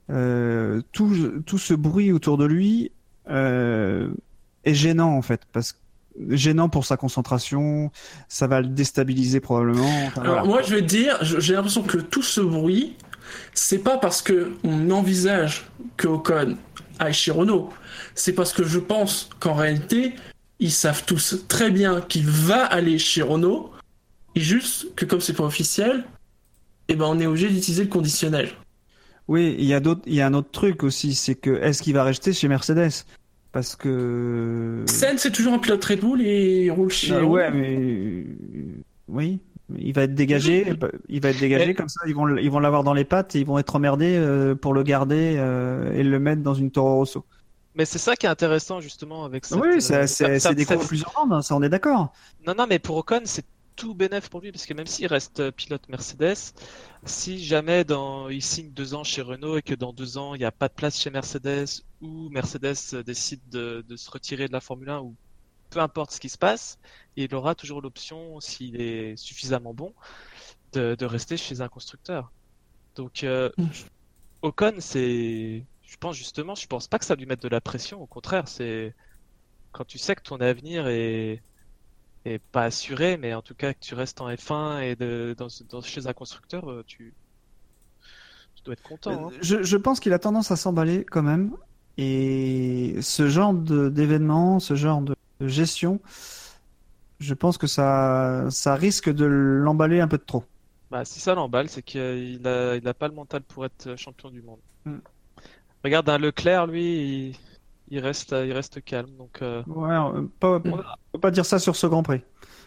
tout ce bruit autour de lui est gênant en fait, gênant pour sa concentration, ça va le déstabiliser probablement. Alors moi, je vais te dire, j'ai l'impression que tout ce bruit, c'est pas parce que on envisage que Ocon aille chez Renault. C'est parce que je pense qu'en réalité, ils savent tous très bien qu'il va aller chez Renault, et juste que comme c'est pas officiel, on est obligé d'utiliser le conditionnel. Oui, il y a un autre truc aussi, c'est que est-ce qu'il va rester chez Mercedes? Parce que Senna, c'est toujours un pilote Red Bull et il roule chez Renault. Ouais, mais oui, il va être dégagé. Comme ça, ils vont l'avoir dans les pattes et ils vont être emmerdés pour le garder et le mettre dans une Toro Rosso. Mais c'est ça qui est intéressant justement avec cette... Oui, c'est des cours plus grandes, ça on est d'accord. Non, mais pour Ocon, c'est tout bénef pour lui, parce que même s'il reste pilote Mercedes, si jamais il signe 2 ans chez Renault et que dans 2 ans il n'y a pas de place chez Mercedes, ou Mercedes décide de se retirer de la Formule 1, ou peu importe ce qui se passe, il aura toujours l'option, s'il est suffisamment bon, de rester chez un constructeur. Donc Ocon, je pense pas que ça lui mette de la pression, au contraire, c'est quand tu sais que ton avenir est pas assuré, mais en tout cas que tu restes en F1 et chez un constructeur, tu dois être content. Hein. Je pense qu'il a tendance à s'emballer quand même, et ce genre d'événement, ce genre de gestion, je pense que ça risque de l'emballer un peu de trop. Si ça l'emballe, c'est qu'il a pas le mental pour être champion du monde. Regarde, un Leclerc, lui, il reste calme. Donc, Ouais, on peut pas dire ça sur ce Grand Prix.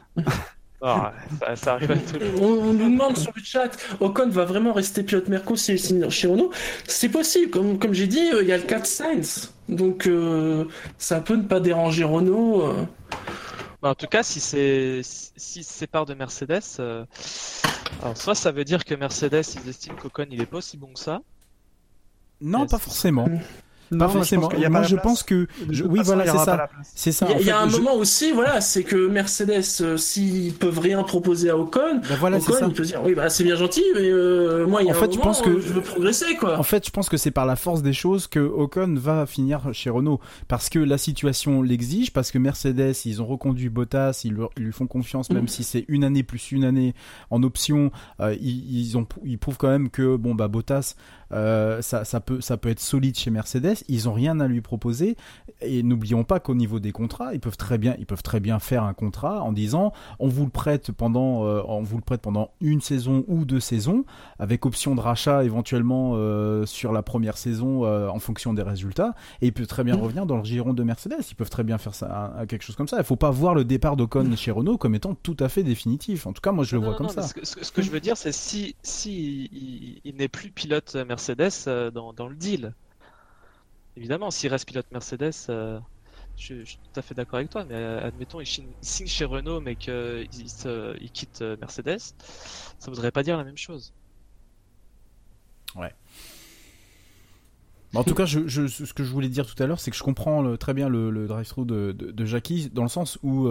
Ça arrive à tout le monde. On nous demande sur le chat, Ocon va vraiment rester pilote Merco chez Renault. C'est possible, comme j'ai dit, il y a le cas de Sainz. Donc ça peut ne pas déranger Renault. En tout cas, si se sépare de Mercedes, alors soit ça veut dire que Mercedes, ils estiment qu'Ocon il est pas aussi bon que ça. Non, pas forcément. Non, Pas forcément. Moi, je pense que oui, voilà, c'est ça. C'est ça. Il y a un moment aussi, voilà, c'est que Mercedes, s'ils peuvent rien proposer à Ocon, voilà, Ocon, il peut dire, oui, bah c'est bien gentil, mais moi, il y a un moment, je pense que je veux progresser, quoi. En fait, je pense que c'est par la force des choses que Ocon va finir chez Renault, parce que la situation l'exige, parce que Mercedes, ils ont reconduit Bottas, ils lui font confiance, même si c'est une année plus une année en option, ils prouvent quand même que bon bah Bottas. Ça peut être solide chez Mercedes. Ils ont rien à lui proposer et n'oublions pas qu'au niveau des contrats, ils peuvent très bien faire un contrat en disant on vous le prête pendant une saison ou 2 saisons avec option de rachat éventuellement sur la première saison en fonction des résultats et il peut très bien revenir dans le giron de Mercedes. Ils peuvent très bien faire ça, quelque chose comme ça. Il faut pas voir le départ d'Ocon chez Renault comme étant tout à fait définitif. En tout cas, moi je le vois comme ça. Ce que je veux dire, c'est si il n'est plus pilote Mercedes dans le deal. Évidemment, s'il reste pilote Mercedes, je suis tout à fait d'accord avec toi, mais admettons, il signe chez Renault, mais qu'il quitte Mercedes, ça voudrait pas dire la même chose. Ouais. En tout cas, ce que je voulais dire tout à l'heure, c'est que je comprends très bien le drive-thru de Jackie, dans le sens où...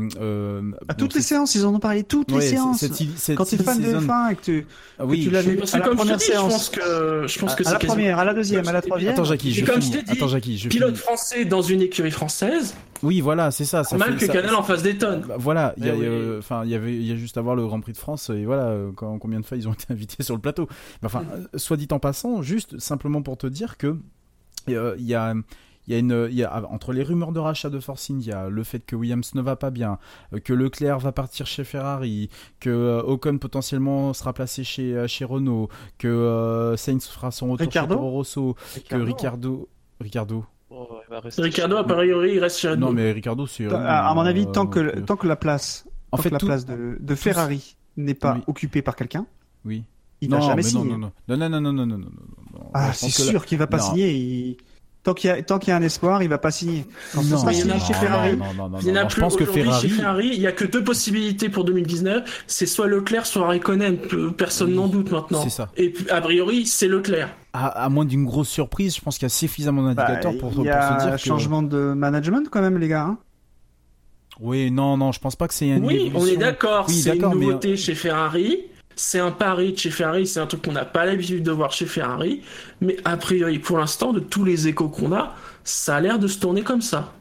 à toutes les séances, ils en ont parlé, toutes les séances. Quand tu es fan de F1 et que tu l'as vu à la première séance, je pense que c'est à la première, à la deuxième, à la troisième... Attends Jackie, pilote français dans une écurie française... Oui, voilà, c'est ça. Mal que Canal en fasse des tonnes. Bah, voilà, il y a juste à voir le Grand Prix de France et voilà combien de fois ils ont été invités sur le plateau. Enfin, soit dit en passant, juste simplement pour te dire que il y a entre les rumeurs de rachat de Force India, il y a le fait que Williams ne va pas bien, que Leclerc va partir chez Ferrari, que Ocon potentiellement sera placé chez Renault, que Sainz fera son retour chez Toro Rosso, que Ricardo. Ricardo, a priori, il reste chez Red Bull. Non, mais Ricardo, c'est... à mon avis, tant que la place de Ferrari n'est pas occupée par quelqu'un, il va jamais signer. Non. Ah, c'est sûr qu'il va pas signer. Tant qu'il y a un espoir, il va pas signer. Quand il sera signé chez Ferrari, je pense que chez Ferrari, il y a que 2 possibilités pour 2019. C'est soit Leclerc, soit Raikkonen. Personne n'en doute maintenant. C'est ça. Et a priori, c'est Leclerc. À moins d'une grosse surprise, je pense qu'il y a suffisamment d'indicateurs pour se dire que... Il y a un changement de management quand même, les gars. Hein. Oui, non, je pense pas que c'est une évolution. On est d'accord. C'est une nouveauté chez Ferrari. C'est un pari de chez Ferrari, c'est un truc qu'on n'a pas l'habitude de voir chez Ferrari, mais a priori, pour l'instant, de tous les échos qu'on a, ça a l'air de se tourner comme ça.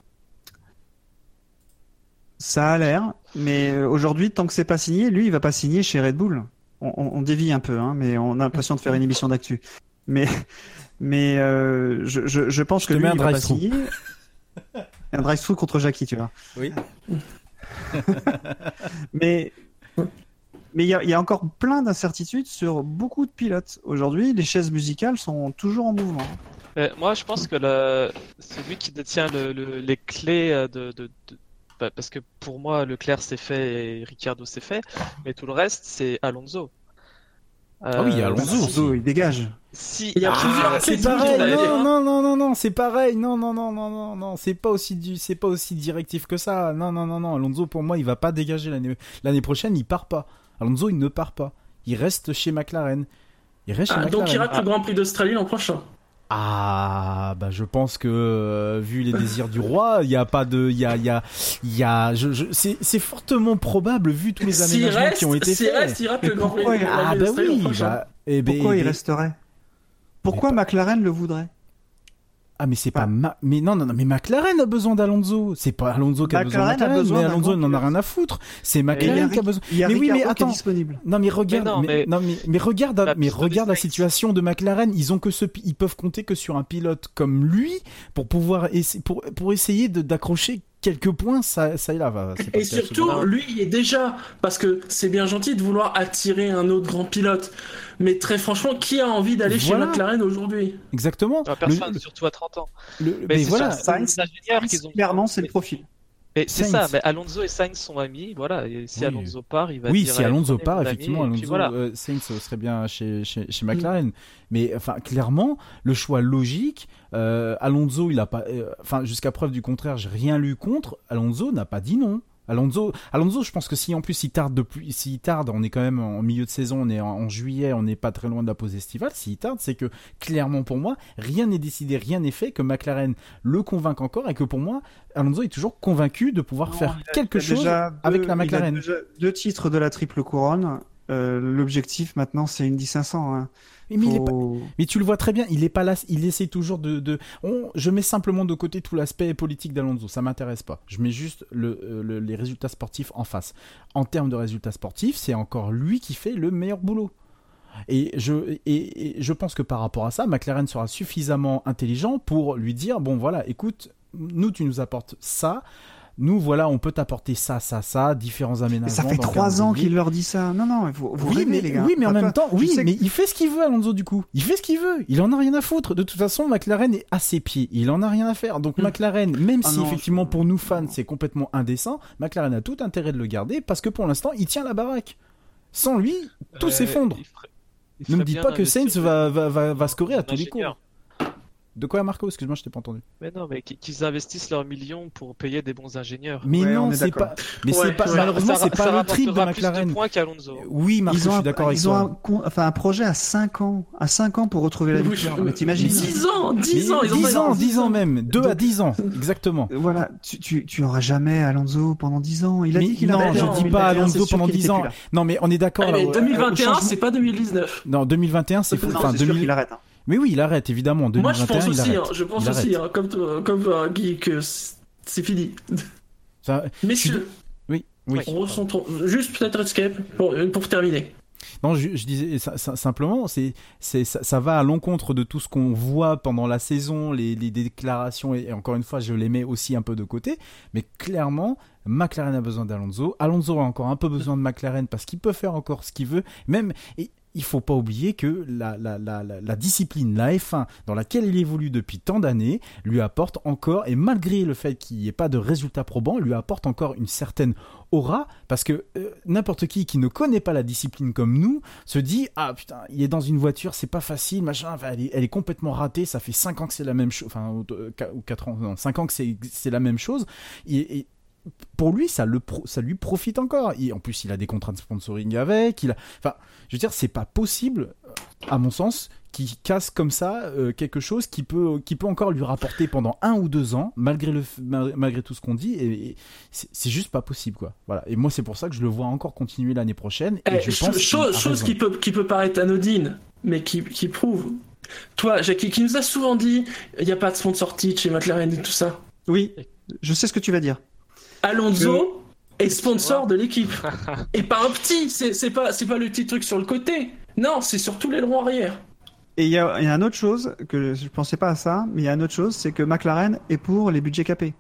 Ça a l'air, mais aujourd'hui, tant que c'est pas signé, lui, il va pas signer chez Red Bull. On dévie un peu, hein, mais on a l'impression de faire une émission d'actu. Mais je pense que lui, il va pas signer. Un drive-thru contre Jackie, tu vois. Oui. Mais il y a encore plein d'incertitudes sur beaucoup de pilotes. Aujourd'hui, les chaises musicales sont toujours en mouvement. Moi, je pense que celui qui détient les clés parce que pour moi, Leclerc c'est fait et Ricciardo c'est fait, mais tout le reste, c'est Alonso. Oui, Alonso, il dégage. Il y a plusieurs c'est pareil. Non, c'est pareil. Non, c'est pas aussi directif que ça. Non. Alonso, pour moi, il va pas dégager l'année prochaine. Il part pas. Alonso, il ne part pas. Il reste chez McLaren. Donc il rate le Grand Prix d'Australie l'an prochain. Je pense que vu les désirs du roi, il y a pas de, c'est fortement probable vu tous les aménagements qui ont été faits. Il rate le Grand Prix d'Australie l'an prochain. Pourquoi il resterait? Pourquoi McLaren le voudrait? Ah mais c'est pas mais non mais McLaren a besoin d'Alonso, c'est pas Alonso qui a besoin de McLaren, mais Alonso n'en a rien à foutre, c'est McLaren qui a besoin. Mais oui mais attends, disponible. Non mais regarde regarde la situation de McLaren, ils peuvent compter que sur un pilote comme lui pour pouvoir pour essayer d'accrocher quelques points, ça et là. C'est pas Et le cas surtout, lui, il est déjà... Parce que c'est bien gentil de vouloir attirer un autre grand pilote. Mais très franchement, qui a envie d'aller chez McLaren aujourd'hui ? Exactement. Personne, surtout à 30 ans. Mais voilà. Sainz, clairement, c'est le profil. Mais c'est Sainz. ça, mais Alonso et Sainz sont amis, voilà. Et si Alonso part, il va Oui, dire. si Alonso part, prenez mon effectivement, ami, et puis Alonso, Sainz serait bien chez McLaren. Mais enfin, clairement, le choix logique, Alonso, il a pas, jusqu'à preuve du contraire, j'ai rien lu contre. Alonso n'a pas dit non. Alonso, je pense que si en plus s'il tarde, on est quand même en milieu de saison, on est en juillet, on n'est pas très loin de la pause estivale. S'il tarde, c'est que clairement pour moi, rien n'est décidé, rien n'est fait, que McLaren le convainque encore et que pour moi, Alonso est toujours convaincu de pouvoir faire quelque chose avec la McLaren. Il a déjà 2 titres de la triple couronne. L'objectif maintenant, c'est Indy 500. Hein. Mais tu le vois très bien, il est pas là, il essaie toujours je mets simplement de côté tout l'aspect politique d'Alonso, ça m'intéresse pas. Je mets juste les résultats sportifs en face. En termes de résultats sportifs, c'est encore lui qui fait le meilleur boulot. Et je pense que par rapport à ça, McLaren sera suffisamment intelligent pour lui dire, bon voilà, écoute, nous tu nous apportes ça. Nous, voilà, on peut t'apporter ça, différents aménagements. Mais ça fait 3 ans qu'il leur dit ça. Non, vous rêvez, les gars. Oui, mais en même temps, mais il fait ce qu'il veut, Alonso, du coup. Il fait ce qu'il veut. Il en a rien à foutre. De toute façon, McLaren est à ses pieds. Il en a rien à faire. Donc, McLaren, même si effectivement, pour nous fans, c'est complètement indécent, McLaren a tout intérêt de le garder parce que pour l'instant, il tient la baraque. Sans lui, tout s'effondre. Ne me dites pas que Sainz va scorer à tous les coups. De quoi, Marco ? Excuse-moi, je t'ai pas entendu. Mais non, mais qu'ils investissent leurs millions pour payer des bons ingénieurs. Mais non, c'est pas. Mais c'est pas. Malheureusement, c'est pas le trip de McLaren. Plus de points qu'Alonso. Oui, Marco, je suis d'accord avec toi. Ils ont un projet à 5 ans. À 5 ans pour retrouver la victoire. Mais t'imagines ? 10 ans. 10 ans même. 2 à 10 ans. Exactement. Voilà. Tu auras jamais Alonso pendant 10 ans. Il a dit qu'il avait. Non, je dis pas Alonso pendant 10 ans. Non, mais on est d'accord. Mais 2021, c'est pas 2019. Non, 2021, c'est. Enfin, 2000. Il arrête. Mais oui, il arrête, évidemment. 2021, moi, je pense aussi, je pense aussi, comme Guy, que c'est fini. Messieurs, oui. On ressent juste peut-être Escape pour terminer. Non, je disais simplement, ça va à l'encontre de tout ce qu'on voit pendant la saison, les déclarations, et encore une fois, je les mets aussi un peu de côté, mais clairement, McLaren a besoin d'Alonso. Alonso a encore un peu besoin de McLaren parce qu'il peut faire encore ce qu'il veut, même... Il faut pas oublier que la discipline, la F1, dans laquelle il évolue depuis tant d'années, lui apporte encore, et malgré le fait qu'il n'y ait pas de résultats probants, lui apporte encore une certaine aura, parce que n'importe qui ne connaît pas la discipline comme nous, se dit, ah putain, il est dans une voiture, c'est pas facile, machin, elle est complètement ratée, ça fait 5 ans que c'est la même chose, enfin, ou 4 ans, non, 5 ans que c'est la même chose, et pour lui, ça lui profite encore. En plus, il a des contrats de sponsoring avec. Enfin, je veux dire, c'est pas possible, à mon sens, qu'il casse comme ça quelque chose qui peut encore lui rapporter pendant 1 ou 2 ans, malgré tout ce qu'on dit. Et c'est juste pas possible, quoi. Voilà. Et moi, c'est pour ça que je le vois encore continuer l'année prochaine. Et je pense chose qui peut paraître anodine, mais qui prouve. Toi, Jackie, qui nous a souvent dit, il n'y a pas de sponsor titre chez McLaren et tout ça. Oui, je sais ce que tu vas dire. Alonso est sponsor de l'équipe. Et pas un petit, c'est pas le petit truc sur le côté. Non, c'est sur tous les ailerons arrière. Et il y a une autre chose, que je pensais pas à ça, mais il y a une autre chose, c'est que McLaren est pour les budgets capés.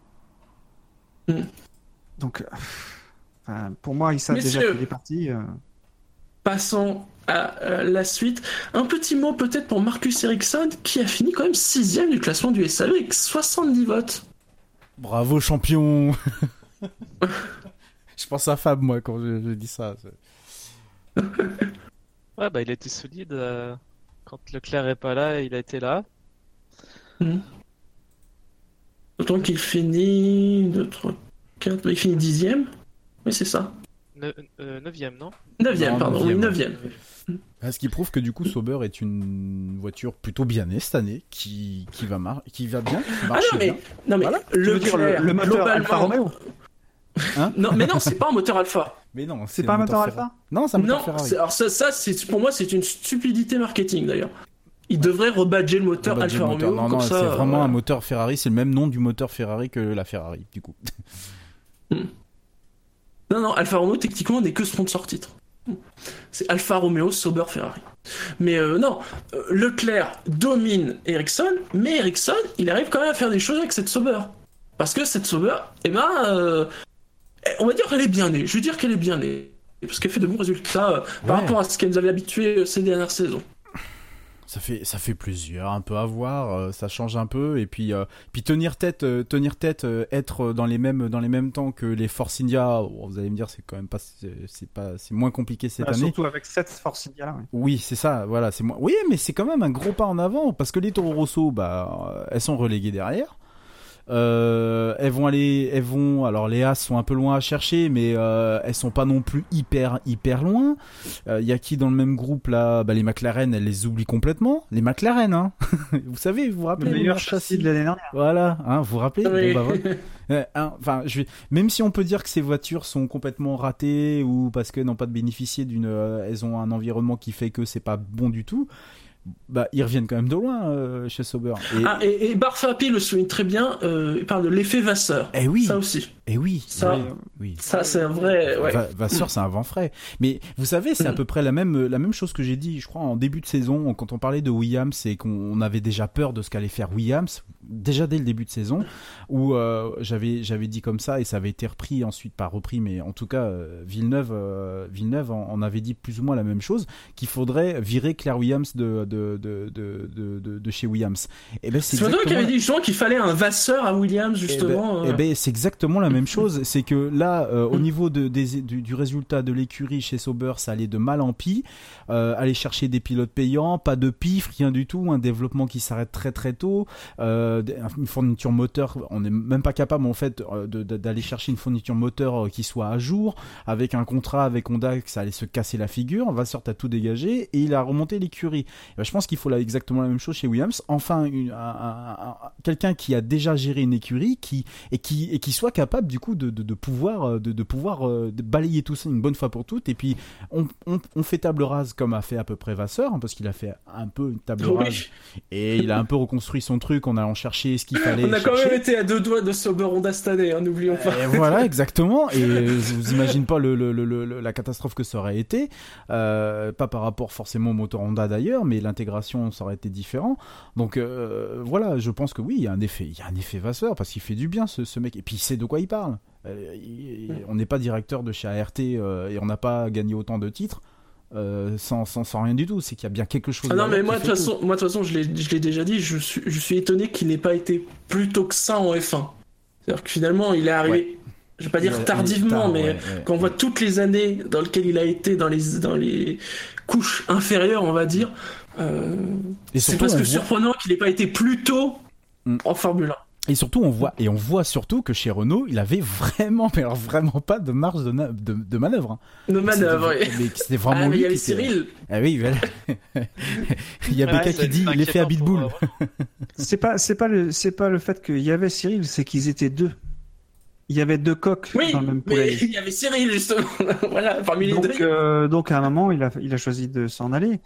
Donc, pour moi, ils savent déjà qu'il est parti. Passons à la suite. Un petit mot peut-être pour Marcus Ericsson, qui a fini quand même 6ème du classement du SAV avec 70 votes. Bravo, champion. Je pense à Fab, moi, quand je dis ça. Ouais, il a été solide. Quand Leclerc est pas là, il a été là. D'autant qu'il finit... 2, 3, 4... Il finit 10ème. Oui, c'est ça. 9ème, non ? 9ème, pardon. Oui, 9ème. Ce qui prouve que du coup Sauber est une voiture plutôt bien née cette année, qui va bien, qui marche bien. Voilà. Le moteur Alfa Romeo. Hein non, mais non, c'est pas un moteur Alfa. Mais non, c'est pas un moteur Alfa. Non, c'est un moteur Ferrari. Alors ça, pour moi, c'est une stupidité marketing d'ailleurs. Il devrait rebadger le moteur Alfa Romeo. Non, c'est vraiment un moteur Ferrari. C'est le même nom du moteur Ferrari que la Ferrari, du coup. Non, Alfa Romeo techniquement n'est que sponsor titre. C'est Alfa Romeo, Sauber, Ferrari. Mais non, Leclerc domine Ericsson, mais Ericsson, il arrive quand même à faire des choses avec cette Sauber. Parce que cette Sauber, on va dire qu'elle est bien née. Je veux dire qu'elle est bien née. Parce qu'elle fait de bons résultats par rapport à ce qu'elle nous avait habitués ces dernières saisons. Ça fait plaisir, un peu à voir, ça change un peu, et puis tenir tête, être dans les mêmes temps que les Force India, vous allez me dire, c'est quand même pas, c'est moins compliqué cette année. Surtout avec cette Force India là. Oui, c'est ça, voilà, c'est moins. Oui, mais c'est quand même un gros pas en avant, parce que les Toro Rosso, elles sont reléguées derrière. Elles vont, alors les As sont un peu loin à chercher, mais elles sont pas non plus hyper loin. Y a qui dans le même groupe là? Les McLaren, elles les oublient complètement. Les McLaren, hein. Vous savez, vous vous rappelez le meilleur châssis de l'année dernière. Voilà, hein, vous vous rappelez? Oui. Bon, voilà. Enfin, même si on peut dire que ces voitures sont complètement ratées ou parce qu'elles n'ont pas bénéficié elles ont un environnement qui fait que c'est pas bon du tout. Ils reviennent quand même de loin chez Sauber. Et Barfapi le souligne très bien, il parle de l'effet Vasseur. Eh oui. Ça aussi. Eh oui. Oui. Ça, c'est un vrai. Ouais. Vasseur, c'est un vent frais. Mais vous savez, c'est à peu près la même chose que j'ai dit, je crois, en début de saison, quand on parlait de Williams et qu'on avait déjà peur de ce qu'allait faire Williams, déjà dès le début de saison, où j'avais dit comme ça, et ça avait été repris ensuite, pas repris, mais en tout cas, Villeneuve en avait dit plus ou moins la même chose, qu'il faudrait virer Claire Williams de chez Williams. Et ben, c'est toi qui avait dit justement qu'il fallait un Vasseur à Williams, justement. C'est exactement la même chose. C'est que là, au niveau du résultat de l'écurie chez Sauber, ça allait de mal en pis. Aller chercher des pilotes payants, pas de pif, rien du tout, un développement qui s'arrête très très tôt, une fourniture moteur, on n'est même pas capable en fait d'aller chercher une fourniture moteur qui soit à jour, avec un contrat avec Honda que ça allait se casser la figure. Vasseur a tout dégagé et il a remonté l'écurie. Je pense qu'il faut là exactement la même chose chez Williams. Enfin, quelqu'un qui a déjà géré une écurie qui soit capable du coup de pouvoir balayer tout ça une bonne fois pour toutes. Et puis on fait table rase comme a fait à peu près Vasseur, hein, parce qu'il a fait un peu une table rase et il a un peu reconstruit son truc en allant chercher ce qu'il fallait. On a quand même été à 2 doigts de Sauber Honda cette année, hein, n'oublions pas. Et voilà, exactement. Et vous imaginez pas la catastrophe que ça aurait été, pas par rapport forcément au moteur Honda d'ailleurs, mais l'intégration ça aurait été différent. Donc voilà, je pense que oui, il y a un effet Vasseur, parce qu'il fait du bien ce mec, et puis il sait de quoi il parle. On n'est pas directeur de chez ART et on n'a pas gagné autant de titres sans rien du tout. C'est qu'il y a bien quelque chose. Non, mais moi de toute façon, je l'ai déjà dit, je suis étonné qu'il n'ait pas été plus tôt que ça en F1. C'est-à-dire que finalement, il est arrivé. Je vais pas dire tardivement, mais quand on voit toutes les années dans lesquelles il a été dans les couches inférieures, on va dire, c'est presque surprenant qu'il n'ait pas été plus tôt en Formule 1. Et surtout, on voit surtout que chez Renault, il avait vraiment pas de marge de manœuvre. Hein. De manœuvre, oui. Mais c'était vraiment lui. Il y avait Cyril. Ah oui, voilà. Il y a Becca qui dit l'effet Habitbull. C'est pas le fait qu'il y avait Cyril, c'est qu'ils étaient 2. Il y avait 2 coques dans le même poulailler. Oui, il y avait Cyril justement. Voilà, parmi les deux. Donc à un moment, il a choisi de s'en aller.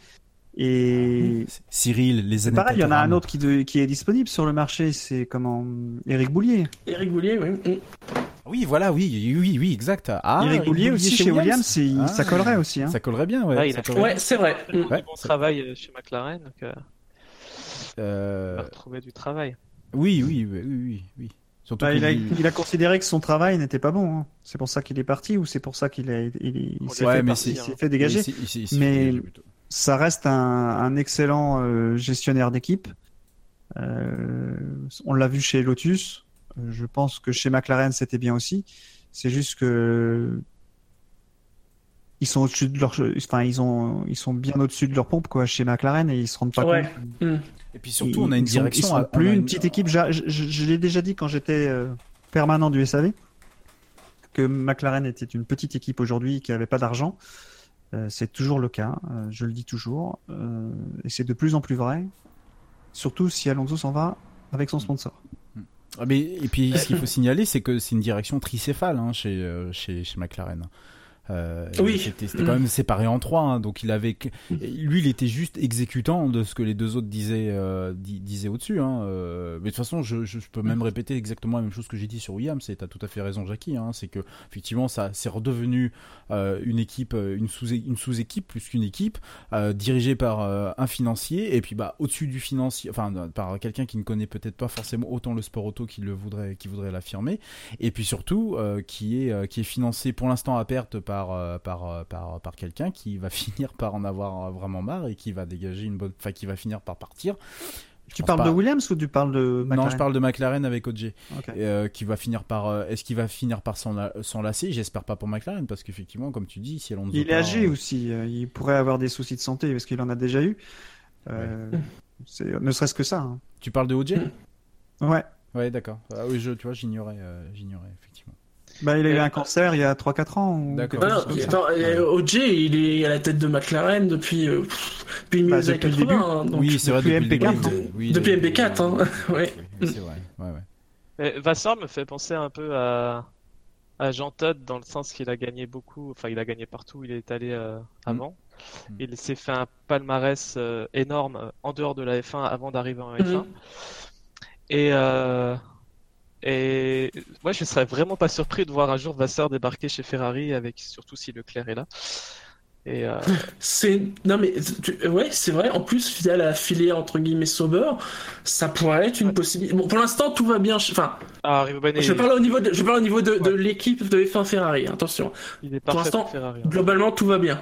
Et Cyril, les années. Pareil, il y en a un autre qui est disponible sur le marché, c'est Éric Boulier. Éric Boulier, oui. Oui, voilà, oui, exact. Éric Boulier aussi chez Williams, ça collerait aussi. Hein. Ça collerait bien, ouais. Ouais, c'est vrai. Bon travail chez McLaren, donc il va retrouver du travail. Oui. Surtout il a considéré que son travail n'était pas bon. Hein. C'est pour ça qu'il est parti, ou c'est pour ça qu'il s'est fait dégager. Mais ça reste un excellent gestionnaire d'équipe. On l'a vu chez Lotus. Je pense que chez McLaren c'était bien aussi. C'est juste que ils sont au-dessus de leur, ils sont bien au-dessus de leur pompe quoi chez McLaren et ils se rendent pas compte. Et puis surtout on a une direction. Ils sont plus une petite équipe. Je l'ai déjà dit quand j'étais permanent du SAV que McLaren était une petite équipe aujourd'hui qui avait pas d'argent. C'est toujours le cas. Je le dis toujours et c'est de plus en plus vrai. Surtout si Alonso s'en va avec son sponsor. Et puis ce qu'il faut signaler, c'est que c'est une direction tricéphale hein, chez McLaren. Oui. C'était quand même séparé en 3, hein, donc lui il était juste exécutant de ce que les deux autres disaient au-dessus, hein, mais de toute façon je peux même répéter exactement la même chose que j'ai dit sur Williams, et t'as tout à fait raison Jackie, hein, c'est que effectivement ça c'est redevenu une équipe, une sous-équipe plus qu'une équipe, dirigée par un financier, et puis au-dessus du financier, enfin par quelqu'un qui ne connaît peut-être pas forcément autant le sport auto qui voudrait l'affirmer, et puis surtout qui est financé pour l'instant à perte par quelqu'un qui va finir par en avoir vraiment marre et qui va dégager qui va finir par partir. Tu parles de Williams ou tu parles de McLaren ? Non, je parle de McLaren avec OJ, okay. Qui va finir par. Est-ce qu'il va finir par s'en lasser ? J'espère pas pour McLaren, parce qu'effectivement, comme tu dis, si Alonso. Il est âgé aussi. Il pourrait avoir des soucis de santé parce qu'il en a déjà eu. Ne serait-ce que ça. Hein. Tu parles de OJ ? Ouais. Ouais, d'accord. Ah oui, tu vois, j'ignorais effectivement. Il a eu un cancer il y a 3-4 ans. D'accord. OJ, il est à la tête de McLaren depuis le milieu des années 80. Hein, donc oui, c'est vrai, depuis MP4. Depuis MP4, hein. Ouais. Oui, c'est vrai. Ouais. Vassar me fait penser un peu à Jean Todt dans le sens qu'il a gagné beaucoup. Enfin, il a gagné partout où il est allé avant. Il s'est fait un palmarès énorme en dehors de la F1 avant d'arriver en F1. Et moi, je serais vraiment pas surpris de voir un jour Vassar débarquer chez Ferrari, surtout si Leclerc est là. Et ouais, c'est vrai. En plus, via la filière entre guillemets Sauber, ça pourrait être une possibilité. Bon, pour l'instant, tout va bien. Enfin, je parle au niveau de l'équipe de F1 Ferrari. Attention. Pour l'instant, globalement, tout va bien.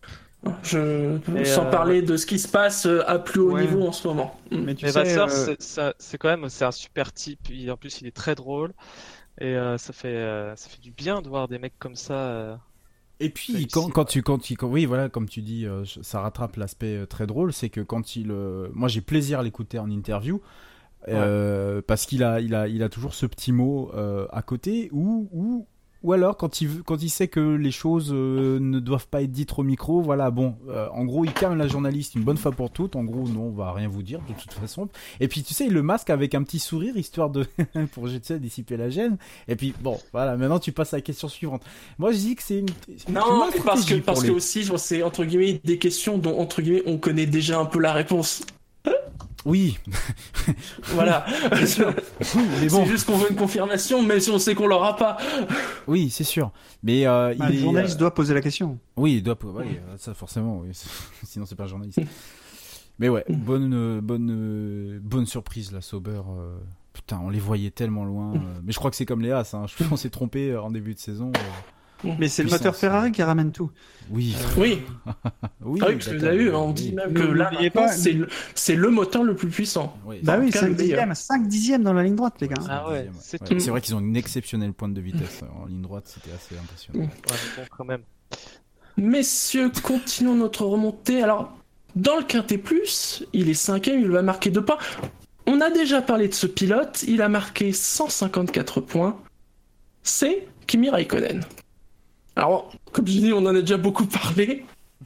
Sans parler de ce qui se passe à plus haut niveau en ce moment. Mais Vassar, c'est quand même un super type. En plus, il est très drôle et ça fait du bien de voir des mecs comme ça. Et puis oui, voilà, comme tu dis, ça rattrape l'aspect très drôle, c'est que moi j'ai plaisir à l'écouter en interview. Parce qu'il a toujours ce petit mot à côté ou alors quand il sait que les choses ne doivent pas être dites au micro, voilà, bon, en gros il calme la journaliste une bonne fois pour toutes, en gros non, on va rien vous dire de toute façon, et puis tu sais il le masque avec un petit sourire histoire de pour dissiper la gêne, et puis bon voilà, maintenant tu passes à la question suivante. Moi je dis que c'est une parce que aussi c'est entre guillemets des questions dont entre guillemets on connaît déjà un peu la réponse. Oui. Voilà. Mais bon. C'est juste qu'on veut une confirmation, mais on sait qu'on l'aura pas. Oui, c'est sûr. Mais le journaliste doit poser la question. Oui, il doit ça forcément. Oui. Sinon, c'est pas un journaliste. Mais ouais, bonne surprise la Sauber. Putain, on les voyait tellement loin. Mais je crois que c'est comme les As. Hein. Je pense qu'on s'est trompé en début de saison. Mais c'est le moteur Ferrari qui ramène tout. Oui. Oui, parce que vous avez vu, on dit même que là, c'est le moteur le plus puissant. Oui. Bah oui, 5 dixièmes dans la ligne droite, les gars. Ah ouais, c'est tout. C'est vrai qu'ils ont une exceptionnelle pointe de vitesse en ligne droite, c'était assez impressionnant. Bon, quand même. Messieurs, continuons notre remontée. Alors, dans le Quintet Plus, il est 5e, il va marquer 2 points. On a déjà parlé de ce pilote, il a marqué 154 points. C'est Kimi Räikkönen. Alors, comme je dis, on en a déjà beaucoup parlé.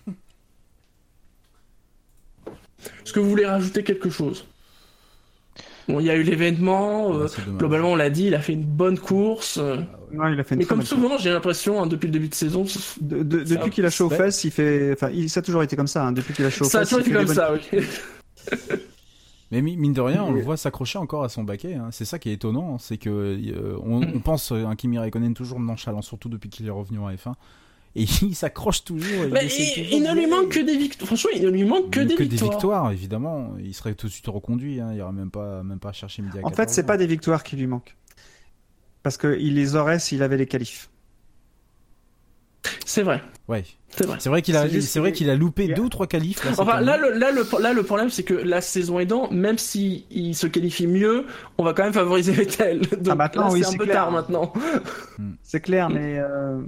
Est-ce que vous voulez rajouter quelque chose ? Bon, il y a eu l'événement. Globalement, on l'a dit, il a fait une bonne course. Non, il a fait une mais comme souvent, j'ai l'impression, depuis le début de saison... Depuis qu'il a chaud aux fesses, ça a toujours été comme ça. Hein. Depuis qu'il a chaud aux fesses, ça a toujours été comme ça, oui. Mais mine de rien, on le voit s'accrocher encore à son baquet. Hein. C'est ça qui est étonnant, c'est que on pense un Kimi Räikkönen toujours nonchalant, surtout depuis qu'il est revenu en F1. Et il s'accroche toujours. Il ne lui manque que des victoires. Franchement, il ne lui manque que des victoires, évidemment. Il serait tout de suite reconduit. Hein. Il n'y aurait même pas à chercher midi à 14 En fait, c'est pas des victoires qui lui manquent. Parce qu'il les aurait s'il avait les qualifs. C'est vrai. Ouais. C'est vrai qu'il a loupé 2 ou 3 qualifs. Là, le problème, c'est que la saison aidant, même s'il se qualifie mieux, on va quand même favoriser Vettel. Donc maintenant, là, c'est un peu tard maintenant. C'est clair, mais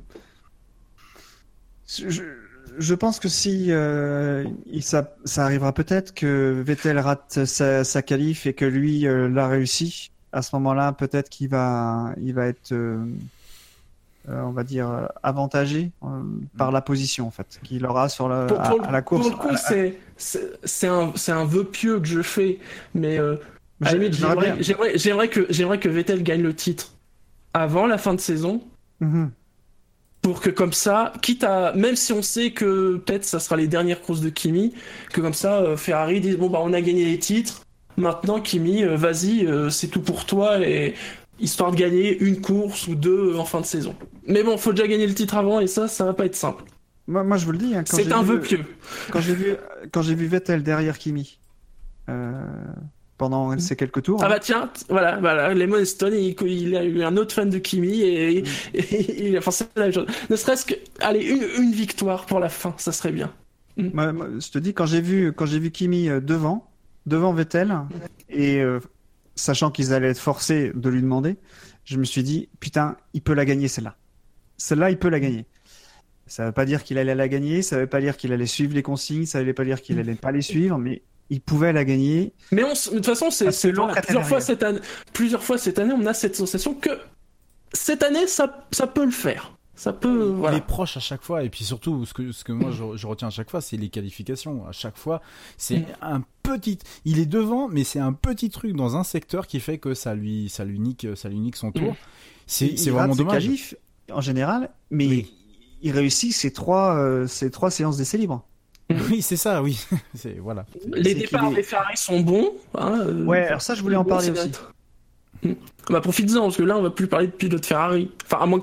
je pense que si ça arrivera peut-être que Vettel rate sa qualif et que lui l'a réussi, à ce moment-là, peut-être qu'il va être on va dire avantagé par la position en fait qu'il aura sur à la course. Pour le coup, c'est un vœu pieux que je fais, mais à la limite, j'aimerais que Vettel gagne le titre avant la fin de saison Pour que comme ça, même si on sait que peut-être ça sera les dernières courses de Kimi, que comme ça Ferrari dise bon bah on a gagné les titres, maintenant Kimi vas-y c'est tout pour toi et histoire de gagner une course ou deux en fin de saison. Mais bon, faut déjà gagner le titre avant et ça va pas être simple. Moi je vous le dis, hein, c'est un vœu pieux. Quand j'ai vu Vettel derrière Kimi pendant ces quelques tours. Ah bah tiens, voilà, Lemon Stone, il a eu un autre fan de Kimi et il a pensé la même chose. Ne serait-ce que, allez, une victoire pour la fin, ça serait bien. Moi, je te dis, quand j'ai vu Kimi devant Vettel et sachant qu'ils allaient être forcés de lui demander, je me suis dit putain, il peut la gagner celle-là. Celle-là, il peut la gagner. Ça veut pas dire qu'il allait la gagner, ça veut pas dire qu'il allait suivre les consignes, ça veut pas dire qu'il allait pas les suivre, mais il pouvait la gagner. Mais de toute façon, c'est long. Plusieurs fois cette année, on a cette sensation que cette année, ça peut le faire. Ça peut. Il est proche à chaque fois, et puis surtout, ce que moi je retiens à chaque fois, c'est les qualifications. À chaque fois, c'est un petit. Il est devant, mais c'est un petit truc dans un secteur qui fait que ça lui nique son tour. C'est vraiment dommage. Qualifs, en général, mais il réussit ces trois séances d'essai libre. Oui, c'est ça, oui. Voilà. Les départs des Ferrari sont bons. Ouais, alors ça, je voulais en parler aussi. Bah, profites-en, parce que là, on va plus parler de pilote Ferrari. Enfin, à moins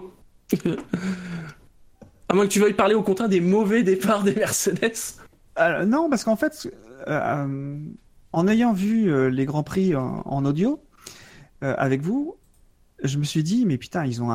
que tu veuilles parler au contraire des mauvais départs des Mercedes. Non, parce qu'en fait, en ayant vu les Grands Prix en audio avec vous, je me suis dit, mais putain, ils ont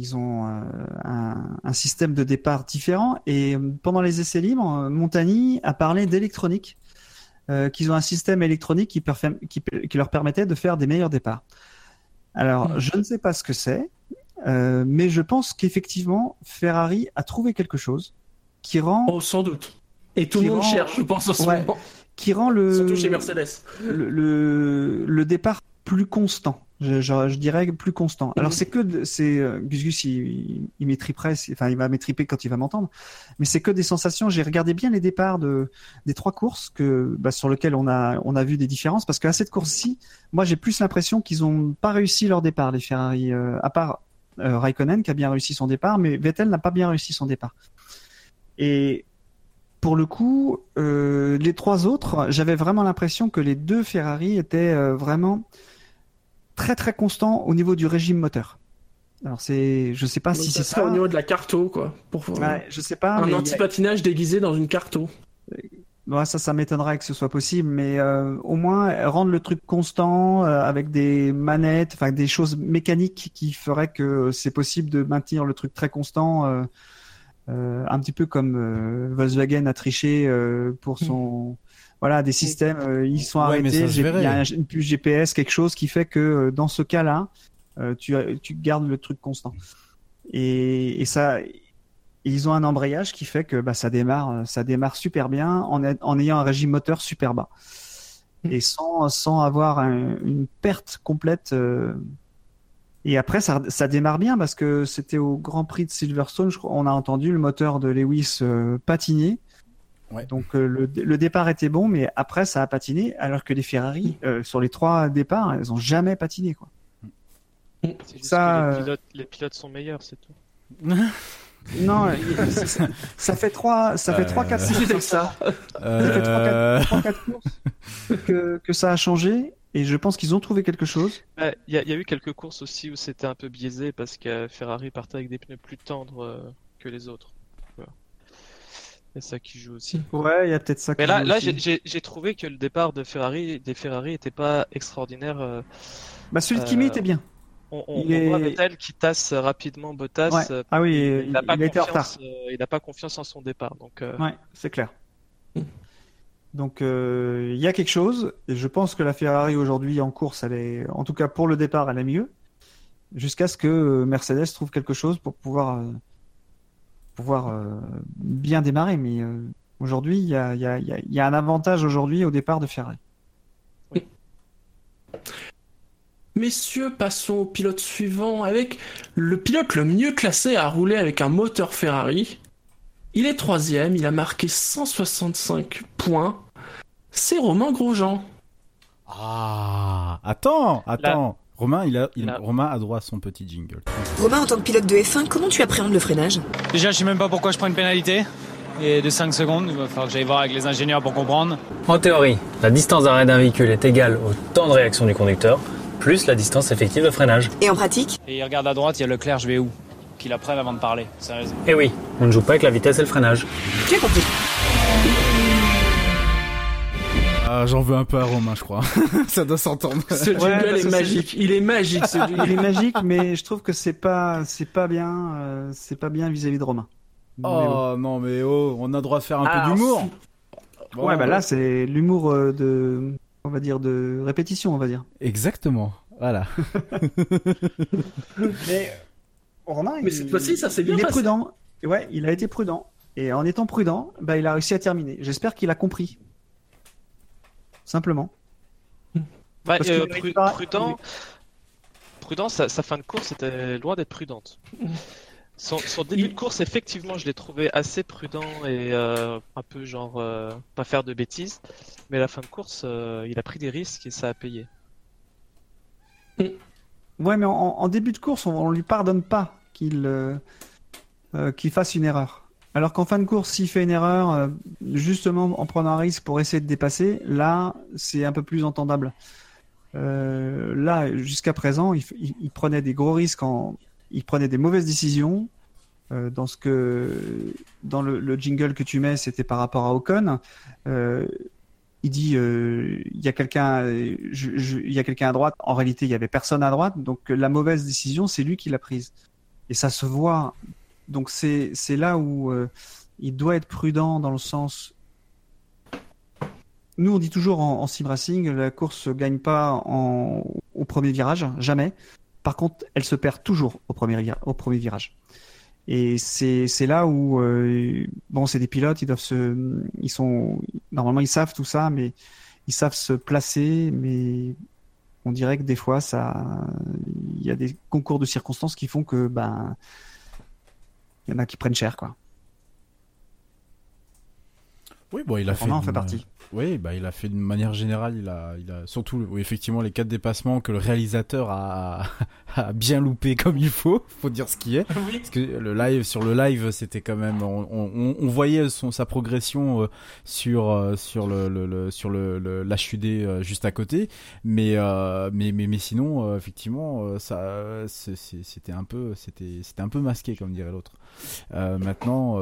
un système de départ différent. Et pendant les essais libres, Montagny a parlé d'électronique, qu'ils ont un système électronique qui leur permettait de faire des meilleurs départs. Alors, je ne sais pas ce que c'est, mais je pense qu'effectivement, Ferrari a trouvé quelque chose qui rend... Oh, sans doute. Et tout le monde cherche, je pense, en ce moment. Qui rend surtout chez Mercedes. Le départ plus constant. Je dirais plus constant. Alors Gus Gus il m'étriperait, enfin il va m'étriper quand il va m'entendre, mais c'est que des sensations. J'ai regardé bien les départs des trois courses sur lesquelles on a vu des différences, parce qu'à cette course-ci, moi j'ai plus l'impression qu'ils ont pas réussi leur départ, les Ferrari, à part Raikkonen qui a bien réussi son départ, mais Vettel n'a pas bien réussi son départ. Et pour le coup, les trois autres, j'avais vraiment l'impression que les deux Ferrari étaient vraiment très très constant au niveau du régime moteur. Alors je sais pas si c'est ça au niveau de la carto quoi. Je sais pas. Un anti-patinage déguisé dans une carto. Ouais, ça m'étonnerait que ce soit possible, mais au moins rendre le truc constant avec des manettes, enfin des choses mécaniques qui feraient que c'est possible de maintenir le truc très constant, un petit peu comme Volkswagen a triché pour son. Voilà, des systèmes, ils sont arrêtés. Il y a une puce GPS, quelque chose qui fait que dans ce cas-là, tu gardes le truc constant. Et ça, ils ont un embrayage qui fait que ça démarre super bien en ayant un régime moteur super bas et sans avoir une perte complète. Et après, ça démarre bien parce que c'était au Grand Prix de Silverstone, on a entendu le moteur de Lewis patiner. Ouais. Donc le départ était bon, mais après ça a patiné, alors que les Ferrari sur les trois départs, elles ont jamais patiné quoi. C'est juste que les pilotes sont meilleurs, c'est tout. Non, ça fait 3-4 c'est ça. Ça fait 3-4 courses que ça a changé, et je pense qu'ils ont trouvé quelque chose. Il y a eu quelques courses aussi où c'était un peu biaisé parce que Ferrari partait avec des pneus plus tendres que les autres. C'est ça qui joue aussi. Ouais, il y a peut-être ça. Mais là, j'ai trouvé que le départ des Ferrari était pas extraordinaire. Celui de Kimi était bien. On voit Vettel qui tasse rapidement Bottas. Ouais. Ah oui, il a été en retard. Il n'a pas confiance en son départ. Donc, ouais, c'est clair. Donc il y a quelque chose, et je pense que la Ferrari aujourd'hui en course, en tout cas pour le départ, elle est mieux, jusqu'à ce que Mercedes trouve quelque chose pour pouvoir bien démarrer. Mais aujourd'hui, il y a un avantage aujourd'hui au départ de Ferrari. Oui. Messieurs, passons au pilote suivant avec le pilote le mieux classé à rouler avec un moteur Ferrari. Il est 3e, il a marqué 165 points. C'est Romain Grosjean. Ah, attends. Romain, Romain a droit à son petit jingle. Romain, en tant que pilote de F1, comment tu appréhendes le freinage ? Déjà, je sais même pas pourquoi je prends une pénalité. Et de 5 secondes, il va falloir que j'aille voir avec les ingénieurs pour comprendre. En théorie, la distance d'arrêt d'un véhicule est égale au temps de réaction du conducteur, plus la distance effective de freinage. Et en pratique ? Et il regarde à droite, il y a Leclerc, je vais où ? Qu'il apprenne avant de parler, sérieusement. Eh oui, on ne joue pas avec la vitesse et le freinage. Tu as compris. Ah, j'en veux un peu à Romain, je crois. Ça doit s'entendre. Ce jingle est magique. Il est magique, ce jingle. Il est magique, mais je trouve que c'est pas bien vis-à-vis de Romain. Oh non, mais on a droit de faire un peu d'humour. Bon, ouais, bah là, c'est l'humour de répétition, on va dire. Exactement. Voilà. Mais Romain, cette fois-ci, ça s'est bien passé. passé. Il est prudent. Ouais, il a été prudent. Et en étant prudent, bah, il a réussi à terminer. J'espère qu'il a compris. Simplement. Ouais, prudent, sa fin de course était loin d'être prudente. Son début de course, effectivement, je l'ai trouvé assez prudent et un peu genre pas faire de bêtises. Mais la fin de course, il a pris des risques et ça a payé. Ouais, mais en début de course, on lui pardonne pas qu'il fasse une erreur. Alors qu'en fin de course, s'il fait une erreur, justement en prenant un risque pour essayer de dépasser, là, c'est un peu plus entendable. Là, jusqu'à présent, il prenait des gros risques, il prenait des mauvaises décisions. Dans le jingle que tu mets, c'était par rapport à Ocon. Il dit il y a quelqu'un à droite. En réalité, il y avait personne à droite. Donc la mauvaise décision, c'est lui qui l'a prise. Et ça se voit. Donc c'est là où il doit être prudent dans le sens. Nous, on dit toujours en sim racing, la course ne gagne pas au premier virage, jamais. Par contre, elle se perd toujours au premier virage. Et c'est là où bon, c'est des pilotes, normalement ils savent tout ça, mais ils savent se placer, mais on dirait que des fois il y a des concours de circonstances qui font que il y en a qui prennent cher, quoi. Oui, bon, il a fait. En fait partie. Oui, bah, il a fait d'une manière générale, il a surtout, oui, effectivement, les 4 dépassements que le réalisateur a bien loupé comme il faut dire ce qui est. Oui. Parce que sur le live, c'était quand même, on voyait sa progression sur l'HUD juste à côté, mais sinon, effectivement, ça, c'était un peu masqué, comme dirait l'autre. Maintenant.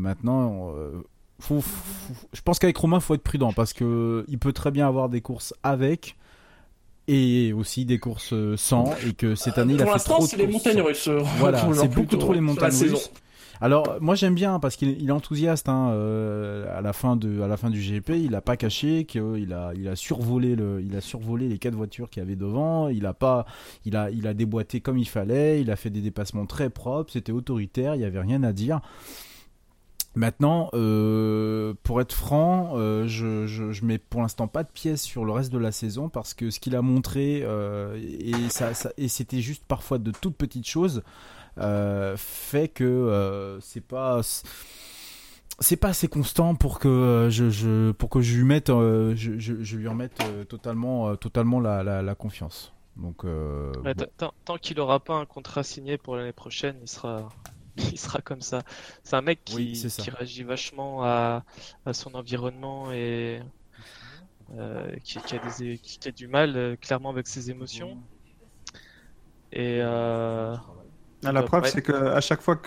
Je pense qu'avec Romain, faut être prudent parce que il peut très bien avoir des courses avec et aussi des courses sans, et que cette année il a fait trop de courses. Pour l'instant, c'est les montagnes russes. Voilà, c'est beaucoup trop les montagnes russes. Alors moi j'aime bien parce qu'il est enthousiaste. À la fin du GP, il a pas caché qu'il a survolé les 4 voitures qu'il y avait devant. Il a déboîté comme il fallait. Il a fait des dépassements très propres. C'était autoritaire. Il y avait rien à dire. Maintenant, pour être franc, je mets pour l'instant pas de pièces sur le reste de la saison parce que ce qu'il a montré et c'était juste parfois de toutes petites choses fait que c'est pas assez constant pour que je lui mette je lui remette totalement la confiance. Donc tant qu'il aura pas un contrat signé pour l'année prochaine, il sera comme ça. C'est un mec qui réagit vachement à son environnement et qui a du mal clairement avec ses émotions. Et la preuve, c'est que à chaque fois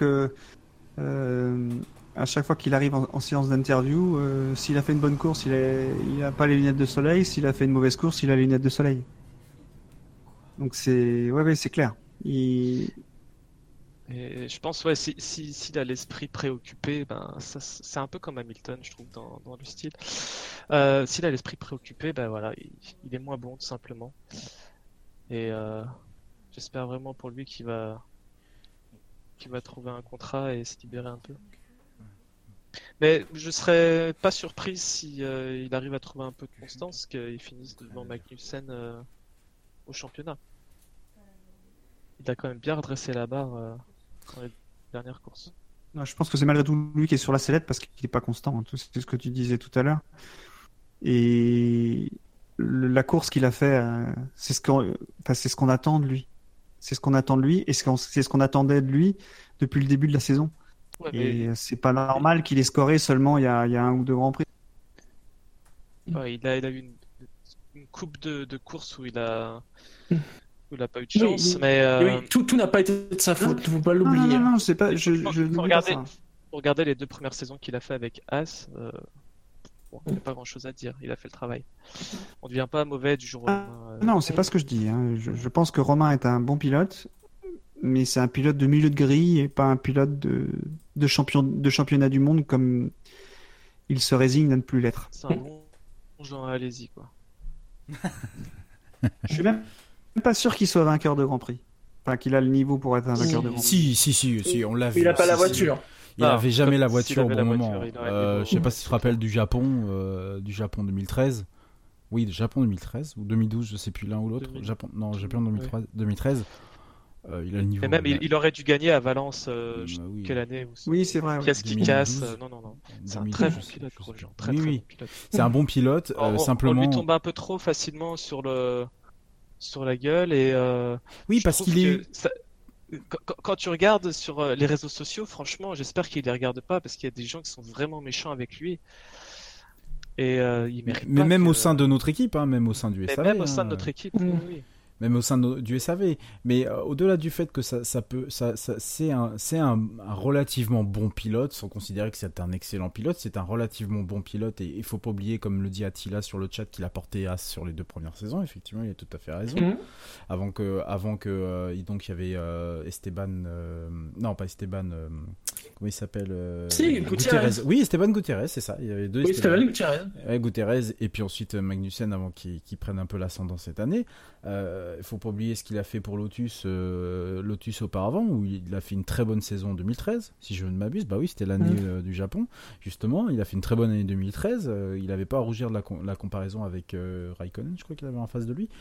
qu'il arrive en séance d'interview, s'il a fait une bonne course, il a pas les lunettes de soleil. S'il a fait une mauvaise course, il a les lunettes de soleil. Donc c'est clair. Et je pense, s'il a l'esprit préoccupé, c'est un peu comme Hamilton, je trouve, dans le style. S'il a l'esprit préoccupé, voilà, il est moins bon, tout simplement. Et j'espère vraiment pour lui qu'il va trouver un contrat et se libérer un peu. Mais je serais pas surpris si il arrive à trouver un peu de constance, qu'il finisse devant Magnussen au championnat. Il a quand même bien redressé la barre dans les dernières courses. Non, je pense que c'est malgré tout lui qui est sur la sellette parce qu'il n'est pas constant. C'est ce que tu disais tout à l'heure. Et la course qu'il a fait, c'est ce qu'on attend de lui. C'est ce qu'on attend de lui et c'est ce qu'on attendait de lui depuis le début de la saison. Ouais, et c'est pas normal qu'il ait scoré seulement il y a un ou deux grands prix. Ouais, il a eu une coupe de course où il a pas eu de chance, mais tout n'a pas été de sa faute, faut pas l'oublier. Non, c'est pas. Pour regarder les 2 premières saisons qu'il a fait avec As, il n'y a pas grand chose à dire. Il a fait le travail. On ne devient pas mauvais du jour au lendemain. Non, c'est pas ce que je dis. Hein. Je pense que Romain est un bon pilote, mais c'est un pilote de milieu de grille et pas un pilote de championnat du monde comme il se résigne à ne plus l'être. C'est un bon genre, allez-y quoi. Je suis même pas sûr qu'il soit vainqueur de Grand Prix. Enfin, qu'il a le niveau pour être un vainqueur de Grand Prix. Si, on l'a vu. Il a pas la voiture. Il avait jamais la voiture au bon moment. Je sais pas si tu te rappelles du Japon 2013. Oui, Japon 2013 ou 2012, je sais plus l'un ou l'autre. Japon 2013. Il a le niveau. Et même il aurait dû gagner à Valence. Quelle année Oui, c'est vrai. Qu'est-ce qui casse Non. C'est un très bon pilote, Grosjean. Très bon pilote. C'est un bon pilote. Simplement. On lui tombe un peu trop facilement sur la gueule et. Oui, parce qu'il est. Quand tu regardes sur les réseaux sociaux, franchement, j'espère qu'il les regarde pas parce qu'il y a des gens qui sont vraiment méchants avec lui. Et il mérite mais pas même au sein de notre équipe, même au sein du SAV. Même au sein de notre équipe, oui. Même au sein du SAV. Mais au-delà du fait que c'est un relativement bon pilote, sans considérer que c'est un excellent pilote, c'est un relativement bon pilote et il faut pas oublier, comme le dit Attila sur le chat, qu'il a porté As sur les 2 premières saisons. Effectivement, il a tout à fait raison. Avant que donc il y avait Esteban, non pas Esteban, comment il s'appelle Gutiérrez. Oui, Esteban Gutiérrez, c'est ça. Il y avait 2 Esteban Gutiérrez. Gutiérrez et puis ensuite Magnussen avant qu'il prenne un peu l'ascendant cette année. Il faut pas oublier ce qu'il a fait pour Lotus auparavant, où il a fait une très bonne saison en 2013, si je ne m'abuse. Bah oui, c'était l'année du Japon, justement. Il a fait une très bonne année 2013. Il n'avait pas à rougir de la comparaison avec Raikkonen, je crois qu'il avait en face de lui.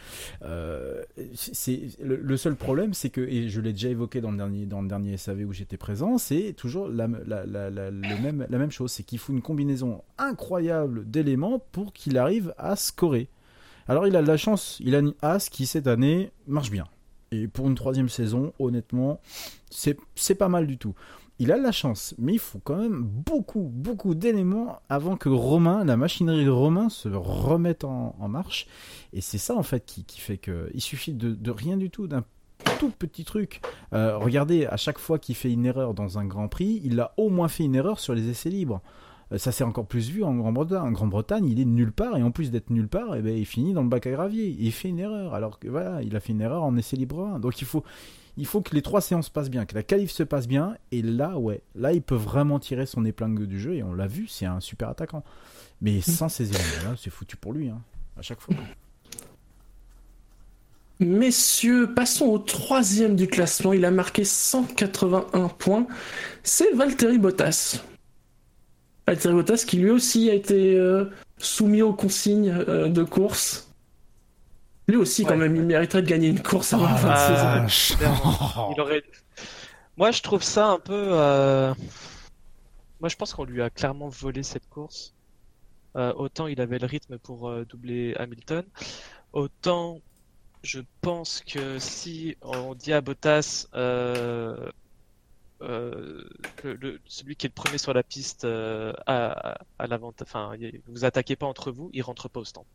Le seul problème, c'est que, et je l'ai déjà évoqué dans le dernier SAV où j'étais présent, c'est toujours la même chose, c'est qu'il faut une combinaison incroyable d'éléments pour qu'il arrive à scorer. Alors il a de la chance, il a une As qui cette année marche bien. Et pour une 3e saison, honnêtement, c'est pas mal du tout. Il a de la chance, mais il faut quand même beaucoup d'éléments avant que la machinerie de Romain se remette en marche. Et c'est ça en fait qui fait que il suffit de rien du tout, d'un tout petit truc. Regardez, à chaque fois qu'il fait une erreur dans un Grand Prix, il a au moins fait une erreur sur les essais libres. Ça s'est encore plus vu en Grande-Bretagne. En Grande-Bretagne, il est nulle part, et en plus d'être nulle part, il finit dans le bac à gravier. Et il fait une erreur, alors que voilà, il a fait une erreur en essai libre 1. Donc il faut que les 3 séances passent bien, que la qualif se passe bien, et là, il peut vraiment tirer son épingle du jeu, et on l'a vu, c'est un super attaquant. Mais sans ces éléments-là, c'est foutu pour lui, à chaque fois. Messieurs, passons au 3e du classement. Il a marqué 181 points. C'est Valtteri Bottas. Valtteri Bottas qui lui aussi a été soumis aux consignes de course. Lui aussi, quand même, il mériterait de gagner une course avant la fin de saison. Il aurait... Moi, je trouve ça un peu... Moi, je pense qu'on lui a clairement volé cette course. Autant il avait le rythme pour doubler Hamilton, autant je pense que si on dit à Bottas... celui qui est le premier sur la piste à l'avantage, enfin, vous attaquez pas entre vous, il rentre pas au stand.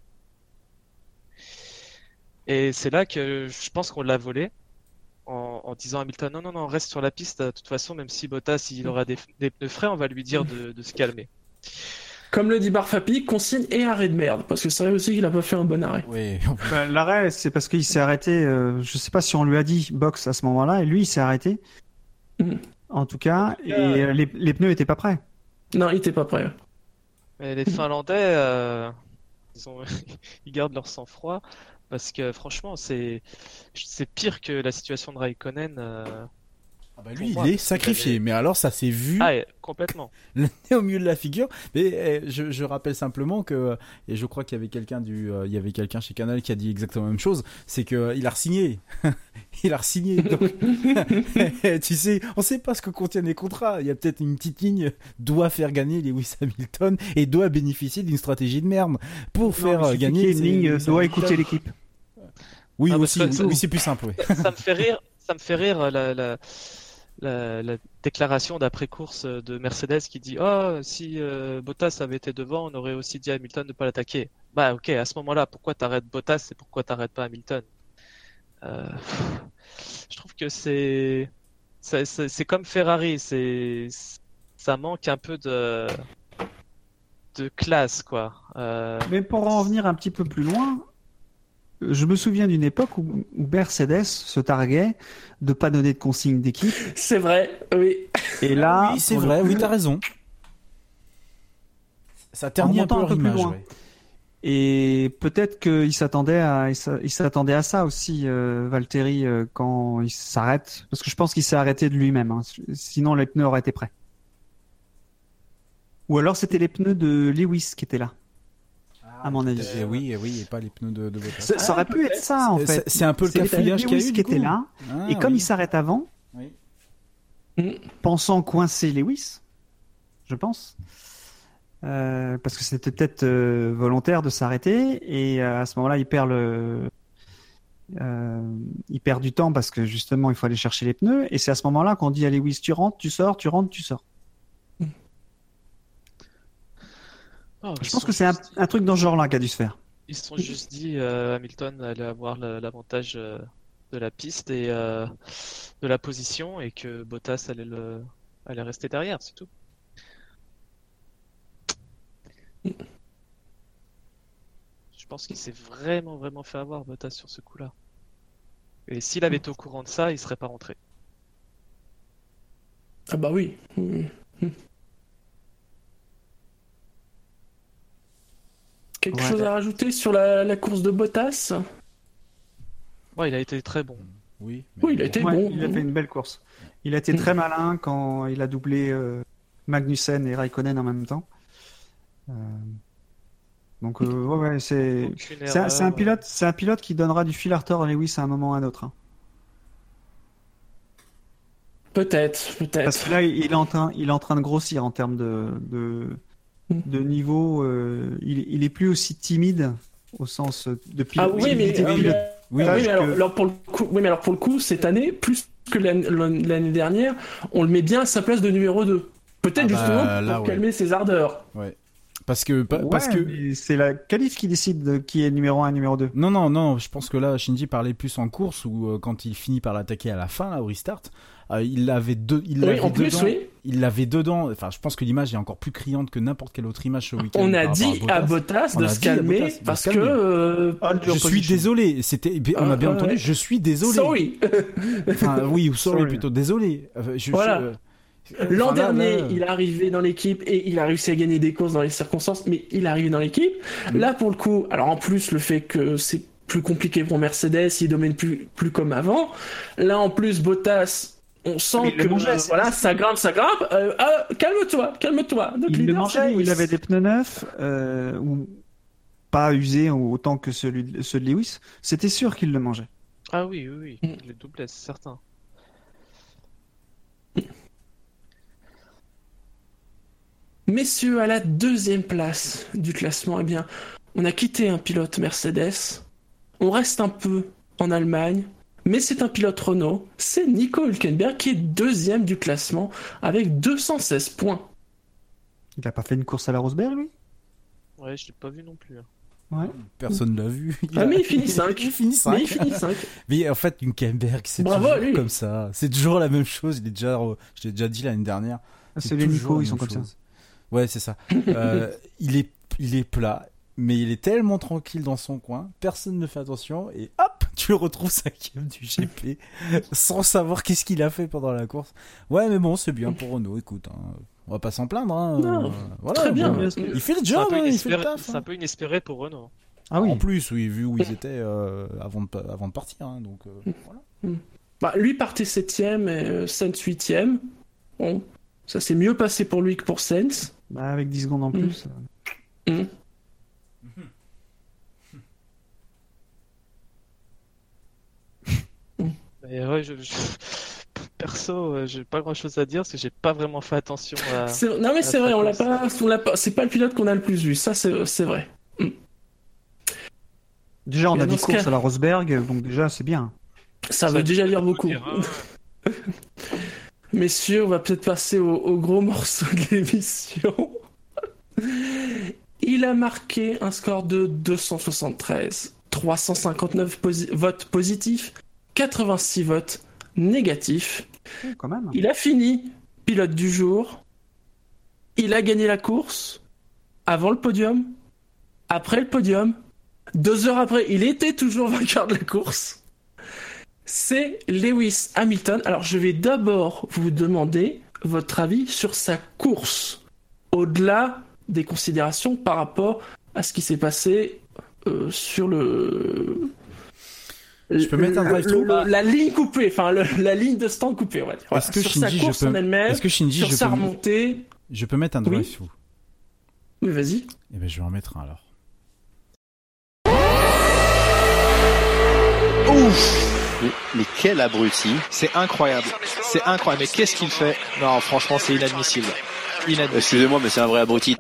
Et c'est là que je pense qu'on l'a volé en disant à Hamilton non, reste sur la piste. De toute façon, même si Bottas il aura des pneus frais, on va lui dire de se calmer. Comme le dit Barfapi, consigne et arrêt de merde, parce que c'est vrai aussi qu'il a pas fait un bon arrêt. Oui. L'arrêt, c'est parce qu'il s'est arrêté. Je sais pas si on lui a dit box à ce moment-là, et lui il s'est arrêté. En tout cas, et les pneus étaient pas prêts. Non, ils étaient pas prêts. Mais les Finlandais, ils gardent leur sang-froid parce que franchement, c'est pire que la situation de Raikkonen Lui, il est sacrifié, mais alors ça s'est vu complètement. Le nez au milieu de la figure. Mais je rappelle simplement que, et je crois qu'il y avait quelqu'un chez Canal qui a dit exactement la même chose, c'est que il a re-signé. Il a re-signé. Donc, tu sais, on sait pas ce que contiennent les contrats. Il y a peut-être une petite ligne doit faire gagner Lewis Hamilton et doit bénéficier d'une stratégie de merde pour faire gagner. Une ligne doit écouter l'équipe. Oui, aussi. Oui, c'est plus simple. Ouais. Ça me fait rire la déclaration d'après-course de Mercedes qui dit si Bottas avait été devant, on aurait aussi dit à Hamilton de ne pas l'attaquer. Bah ok, à ce moment-là, pourquoi t'arrêtes Bottas et pourquoi t'arrêtes pas Hamilton? Je trouve que c'est comme Ferrari, ça manque un peu de classe, quoi. Mais pour en revenir un petit peu plus loin, je me souviens d'une époque où Mercedes se targuait de pas donner de consignes d'équipe. C'est vrai, oui. Et là, oui, c'est vrai, oui, t'as raison. Ça ternit un peu leur image. Ouais. Et peut-être qu'il s'attendait à ça aussi, Valtteri, quand il s'arrête, parce que je pense qu'il s'est arrêté de lui-même. Hein. Sinon, les pneus auraient été prêts. Ou alors c'était les pneus de Lewis qui étaient là. À mon avis. Oui, et pas les pneus de Bottas. Ça aurait pu être ça, en fait. C'est un peu le cafouillage qu'il y a eu, qui était là. Et comme il s'arrête avant, pensant coincer Lewis, je pense, parce que c'était peut-être volontaire de s'arrêter, et à ce moment-là, il perd du temps parce que justement, il faut aller chercher les pneus, et c'est à ce moment-là qu'on dit à Lewis, tu rentres, tu sors, tu rentres, tu sors. Je pense que c'est un truc dans ce genre-là qui a dû se faire. Ils se sont juste dit Hamilton allait avoir l'avantage de la piste et de la position et que Bottas allait rester derrière, c'est tout. Je pense qu'il s'est vraiment fait avoir, Bottas, sur ce coup-là. Et s'il avait été au courant de ça, il serait pas rentré. Ah bah oui. Quelque chose à rajouter sur la course de Bottas? Ouais, il a été très bon. Oui, il a été bon. Il a fait une belle course. Il a été très malin quand il a doublé Magnussen et Raikkonen en même temps. Donc c'est un pilote qui donnera du fil à retordre à Lewis à un moment ou à un autre. Hein. Peut-être. Parce que là, il est en train de grossir en termes de niveau. Il est plus aussi timide au sens de pilote. Ah oui, mais alors pour le coup, cette année, plus que l'année dernière, on le met bien à sa place de numéro 2. Peut-être justement pour calmer ses ardeurs. Ouais. Parce que c'est la qualif qui décide de qui est numéro 1 et numéro 2. Non, je pense que là Shinji parlait plus en course ou quand il finit par l'attaquer à la fin là, au restart, il l'avait dedans. Enfin, je pense que l'image est encore plus criante que n'importe quelle autre image ce week-end. On a dit à Bottas de se calmer parce que je suis désolé, on a bien entendu, je suis désolé. Sorry. Enfin oui, ou sorry plutôt, désolé. Voilà. L'an dernier, il est arrivé dans l'équipe et il a réussi à gagner des courses dans les circonstances, mais il est arrivé dans l'équipe. Là, pour le coup, alors en plus, le fait que c'est plus compliqué pour Mercedes, il domine plus comme avant. Là, en plus, Bottas, on sent que ça grimpe. Calme-toi. Donc, il le mangeait, il avait des pneus neufs, ou pas usés autant que ceux de Lewis. C'était sûr qu'il le mangeait. Ah oui, il le doublait, c'est certain. Messieurs, à la 2e place du classement, eh bien, on a quitté un pilote Mercedes. On reste un peu en Allemagne, mais c'est un pilote Renault. C'est Nico Hülkenberg qui est 2e du classement avec 216 points. Il n'a pas fait une course à la Rosberg, lui ? Ouais, je l'ai pas vu non plus. Ouais. Personne l'a vu. Mais il finit 5. Mais en fait, Hülkenberg, c'est toujours comme ça. C'est toujours la même chose. Je l'ai déjà dit l'année dernière. C'est les Nico, ils sont comme ça. Ouais, c'est ça. Il est plat, mais il est tellement tranquille dans son coin, personne ne fait attention, et hop, tu le retrouves 5e du GP, sans savoir qu'est-ce qu'il a fait pendant la course. Ouais, mais bon, c'est bien pour Renault, écoute, on va pas s'en plaindre. Non, voilà, très bien. Il fait le job, il fait le taf. C'est un peu inespéré pour Renault. Ah oui. En plus, oui, vu où ils étaient avant de partir, donc voilà. Bah, lui partait 7ème et Sainz 8ème. Bon, ça s'est mieux passé pour lui que pour Sainz. Bah, avec 10 secondes en plus. Et ouais, perso, j'ai pas grand chose à dire parce que j'ai pas vraiment fait attention à. Non mais c'est vrai, on l'a pas, c'est pas le pilote qu'on a le plus vu, ça c'est vrai. Déjà, on a dans 10 ce courses cas- à la Rosberg, donc déjà, c'est bien. Ça veut déjà dire beaucoup. Messieurs, on va peut-être passer au gros morceau de l'émission. Il a marqué un score de 273, 359 votes positifs, 86 votes négatifs. Quand même. Il a fini pilote du jour. Il a gagné la course avant le podium, après le podium. 2 heures après, il était toujours vainqueur de la course. C'est Lewis Hamilton. Alors, je vais d'abord vous demander votre avis sur sa course, au-delà des considérations par rapport à ce qui s'est passé sur le... Je peux mettre un drive-through la ligne coupée, enfin la ligne de stand coupée, on va dire. Voilà. Est-ce que sur Shinji, sa course en elle-même, sur sa remontée... Je peux mettre un drive-through. Oui, vas-y. Eh ben, je vais en mettre un alors. Ouf! Mais quel abruti! C'est incroyable. C'est incroyable. Mais qu'est-ce qu'il fait? Non, franchement, c'est inadmissible. Excusez-moi, mais c'est un vrai abruti.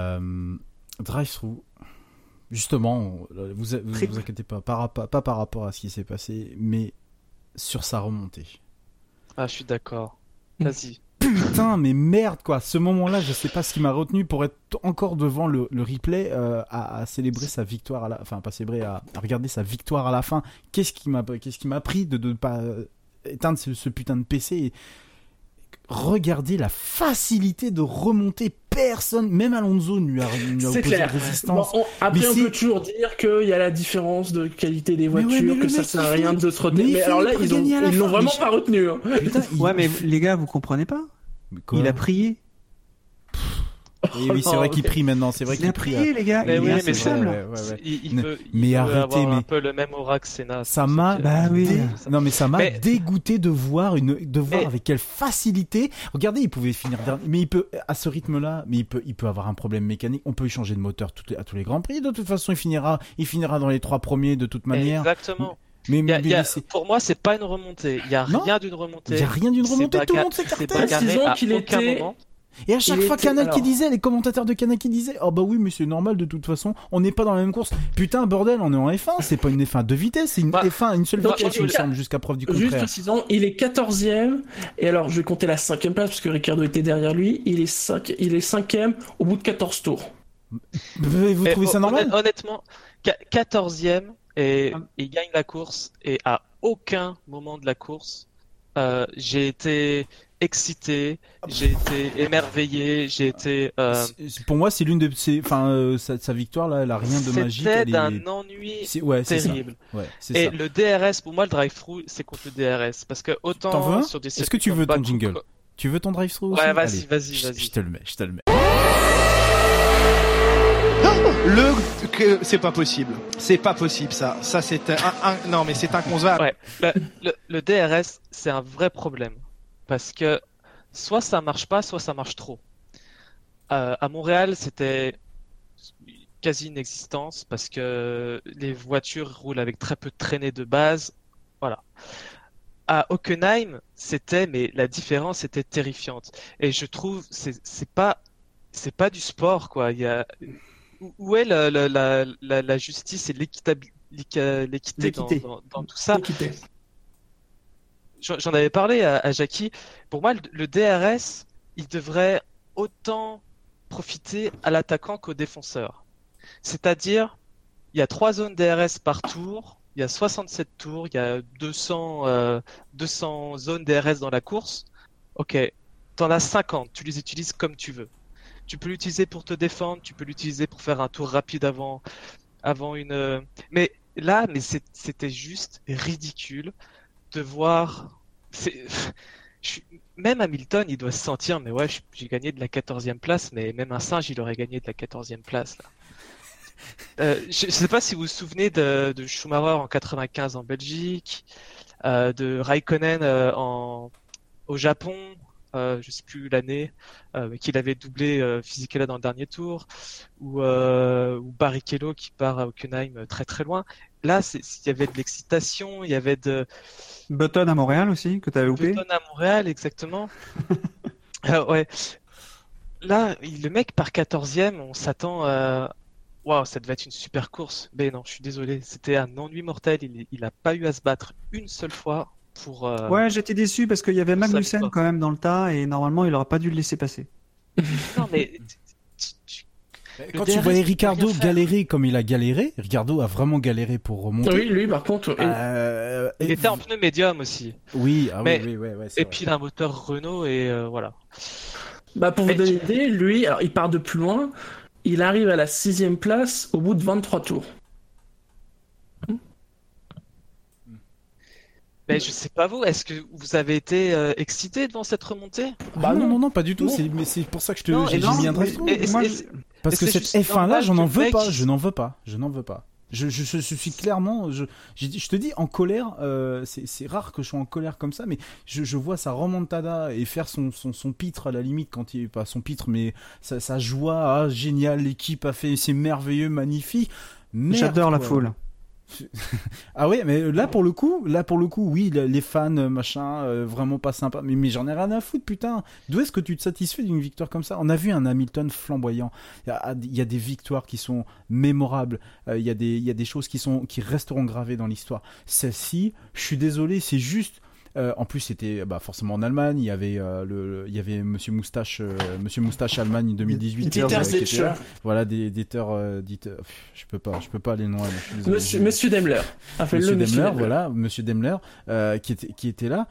Drive-through. Justement, vous inquiétez pas, pas par rapport à ce qui s'est passé, mais sur sa remontée. Ah, je suis d'accord. Vas-y. Putain, mais merde quoi. Ce moment-là, je sais pas ce qui m'a retenu pour être encore devant le replay à célébrer sa victoire à la, enfin pas célébrer, à regarder sa victoire à la fin. Qu'est-ce qui m'a pris de ne pas éteindre ce putain de PC et regarder la facilité de remonter. Personne, même Alonso lui a opposé clair. résistance. Bon, après, on peut toujours dire qu'il y a la différence de qualité des voitures, que ça sert à rien de se retenir. Mais alors là, ils l'ont vraiment pas retenu. Hein. Putain, ouais, mais les gars, vous comprenez pas? Il a prié. Oui, c'est vrai qu'il prie maintenant. C'est vrai qu'il a prié, les gars. Mais il oui, est mais insaisissable. il arrêtez, avoir mais un peu le même aura que Senna. Ça m'a, non mais ça m'a dégoûté de voir avec quelle facilité. Regardez, il pouvait finir dernier, mais il peut à ce rythme-là, mais il peut avoir un problème mécanique. On peut lui changer de moteur à tous les grands prix. De toute façon, il finira dans les 3 premiers de toute manière. Exactement. Mais pour moi, c'est pas une remontée. Il y a rien d'une remontée. Il y a rien d'une remontée. Tout le monde s'écartait. Précisons qu'il était. Et à chaque fois, les commentateurs de Canal qui disaient, oh bah oui, mais c'est normal, de toute façon, on n'est pas dans la même course. Putain, bordel, on est en F1, c'est pas une F1 de vitesse, c'est une F1, une seule vitesse, il me semble, jusqu'à preuve du contraire. Juste précisant, il est 14e, et alors je vais compter la 5e place, parce que Ricciardo était derrière lui, il est 5e au bout de 14 tours. Vous trouvez ça normal? Honnêtement, 14e, et il gagne la course, et à aucun moment de la course, j'ai été excité, j'ai été émerveillé, j'ai été. Pour moi, c'est l'une de ses, sa victoire là, elle a rien de magique. C'était d'un ennui terrible. Et le DRS, pour moi, le drive-through, c'est contre le DRS, parce que autant t'en veux un? sur des. Est-ce que tu veux ton jingle? Tu veux ton drive-through aussi? Ouais, vas-y. Je te le mets. C'est pas possible. C'est pas possible ça. Ça c'est non mais c'est inconcevable. Ouais. Le DRS, c'est un vrai problème. Parce que soit ça marche pas, soit ça marche trop. À Montréal, c'était quasi inexistence parce que les voitures roulent avec très peu de traînées de base. Voilà. À Hockenheim, mais la différence était terrifiante. Et je trouve c'est pas du sport quoi. Où est la justice et l'équité dans tout ça? L'équité. J'en avais parlé à Jackie. Pour moi, le DRS, il devrait autant profiter à l'attaquant qu'au défenseur. C'est-à-dire, il y a 3 zones DRS par tour, il y a 67 tours, il y a 200 zones DRS dans la course. Ok, t'en as 50, tu les utilises comme tu veux. Tu peux l'utiliser pour te défendre, tu peux l'utiliser pour faire un tour rapide avant une... Mais là, c'était juste ridicule de voir... Même Hamilton, il doit se sentir, mais ouais, j'ai gagné de la 14e place, mais même un singe, il aurait gagné de la 14e place. Là. Je sais pas si vous vous souvenez de Schumacher en 95 en Belgique. de Raikkonen au Japon, je sais plus l'année, qu'il avait doublé Fisichella dans le dernier tour, ou Barrichello qui part à Hockenheim très très loin. Là, il y avait de l'excitation, il y avait de... Button à Montréal aussi, que tu avais loupé. Button à Montréal, exactement. Ouais. Là, le mec part 14e, on s'attend à... Waouh, ça devait être une super course. Mais non, je suis désolé, c'était un ennui mortel. Il a pas eu à se battre une seule fois pour... Ouais, j'étais déçu parce qu'il y avait Magnussen quand même dans le tas et normalement, il aurait pas dû le laisser passer. Non, mais... Quand tu voyais Ricardo galérer comme il a galéré, Ricardo a vraiment galéré pour remonter. Oui, lui, par contre... Il était en pneu médium aussi. Oui, mais... oui, et puis il a un moteur Renault et voilà. Bah pour vous donner une idée, lui, alors, il part de plus loin, il arrive à la 6e place au bout de 23 tours. Mais je sais pas vous, est-ce que vous avez été excité devant cette remontée? Bah non, pas du tout. Mais c'est pour ça que j'ai mis un drive. Parce que cette F1 là, j'en veux pas. Je n'en veux pas. Je suis clairement, je te dis en colère. C'est rare que je sois en colère comme ça, mais je vois sa remontada et faire son pitre à la limite quand il pas son pitre, mais sa joie, génial, l'équipe a fait, c'est merveilleux, magnifique. J'adore la foule. Ah ouais, mais là pour le coup, oui, les fans, machin, vraiment pas sympa. Mais j'en ai rien à foutre, putain. D'où est-ce que tu te satisfais d'une victoire comme ça? On a vu un Hamilton flamboyant. Il y a des victoires qui sont mémorables. Il y a des choses qui resteront gravées dans l'histoire. Celle-ci, je suis désolé, c'est juste. En plus, c'était forcément en Allemagne. Il y avait Monsieur Moustache Allemagne 2018. Dieter. Voilà, Dieter. Je peux pas les noms. Monsieur Daimler. Monsieur Daimler, voilà, Monsieur Daimler, qui était là.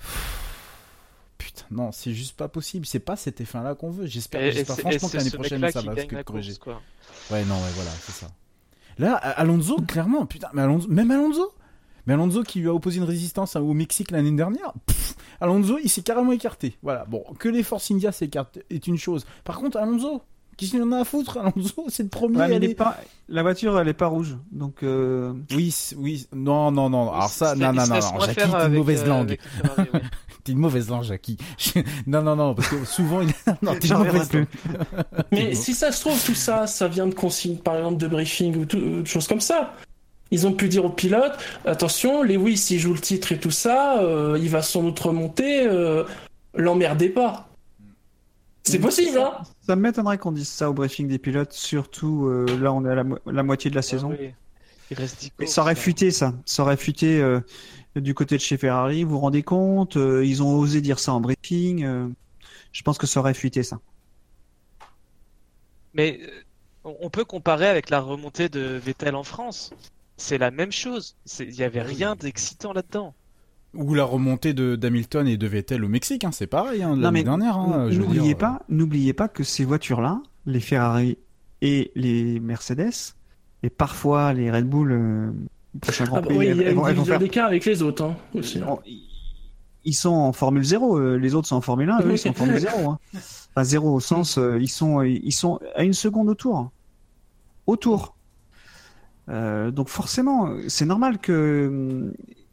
Putain, non, c'est juste pas possible. C'est pas cette F1 là qu'on veut. J'espère franchement que l'année prochaine ça va se corriger. Ouais, voilà, c'est ça. Là, Alonso, clairement, putain, même Alonso. Mais Alonso qui lui a opposé une résistance au Mexique l'année dernière, Alonso il s'est carrément écarté. Voilà, bon, que les Force India s'écartent est une chose. Par contre, Alonso, qu'est-ce qu'il en a à foutre? Alonso, c'est le premier. Ouais, mais la voiture, elle est pas rouge, donc. Oui, non. Alors ça, non. Jackie, t'es une mauvaise langue. T'es une mauvaise langue, Jackie. Non, parce que souvent, t'es une mauvaise langue. Mais si ça se trouve, tout ça vient de consignes, par exemple, de briefing ou de choses comme ça. Ils ont pu dire aux pilotes, attention, Lewis, s'il joue le titre et tout ça, il va sans doute remonter, l'emmerdez pas. C'est possible, hein? Ça m'étonnerait qu'on dise ça au briefing des pilotes, surtout là, on est à la moitié de la saison. Oui. Il reste 10 courses, et ça aurait fuité, ça. Ça aurait fuité du côté de chez Ferrari, vous vous rendez compte? Ils ont osé dire ça en briefing. Je pense que ça aurait fuité, ça. Mais on peut comparer avec la remontée de Vettel en France. C'est la même chose. Il y avait rien d'excitant là-dedans. Ou la remontée d'Hamilton et de Vettel au Mexique, hein, c'est pareil, l'année dernière. N'oubliez pas que ces voitures-là, les Ferrari et les Mercedes, et parfois les Red Bull, prochain Grand Prix, il y a une division d'écart avec les autres. Hein, aussi. Ils sont en Formule 0, les autres sont en Formule 1, eux ils sont en Formule 0. Hein. Enfin 0 au sens, ils sont à une seconde au tour. Donc forcément, c'est normal que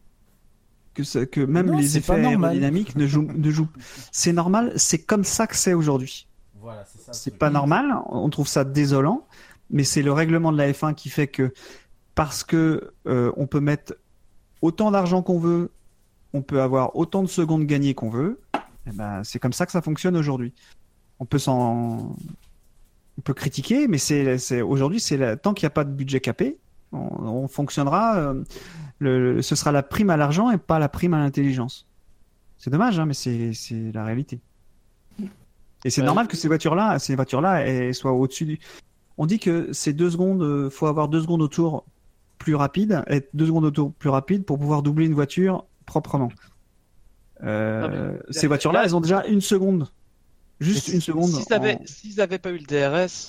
même les effets aérodynamiques ne jouent. C'est normal, c'est comme ça que c'est aujourd'hui. Voilà, c'est ça. C'est pas normal, on trouve ça désolant, mais c'est le règlement de la F1 qui fait que parce que on peut mettre autant d'argent qu'on veut, on peut avoir autant de secondes gagnées qu'on veut. Et ben, c'est comme ça que ça fonctionne aujourd'hui. On peut critiquer, mais aujourd'hui, tant qu'il n'y a pas de budget capé, on fonctionnera. Ce sera la prime à l'argent et pas la prime à l'intelligence. C'est dommage, hein, mais c'est la réalité. Et c'est normal que ces voitures-là, elles soient au-dessus On dit que c'est 2 secondes, faut avoir 2 secondes au tour plus rapide, être 2 secondes au tour plus rapide pour pouvoir doubler une voiture proprement. Ces voitures-là, elles ont déjà 1 seconde. Juste 1 seconde. S'ils n'avaient pas eu le DRS,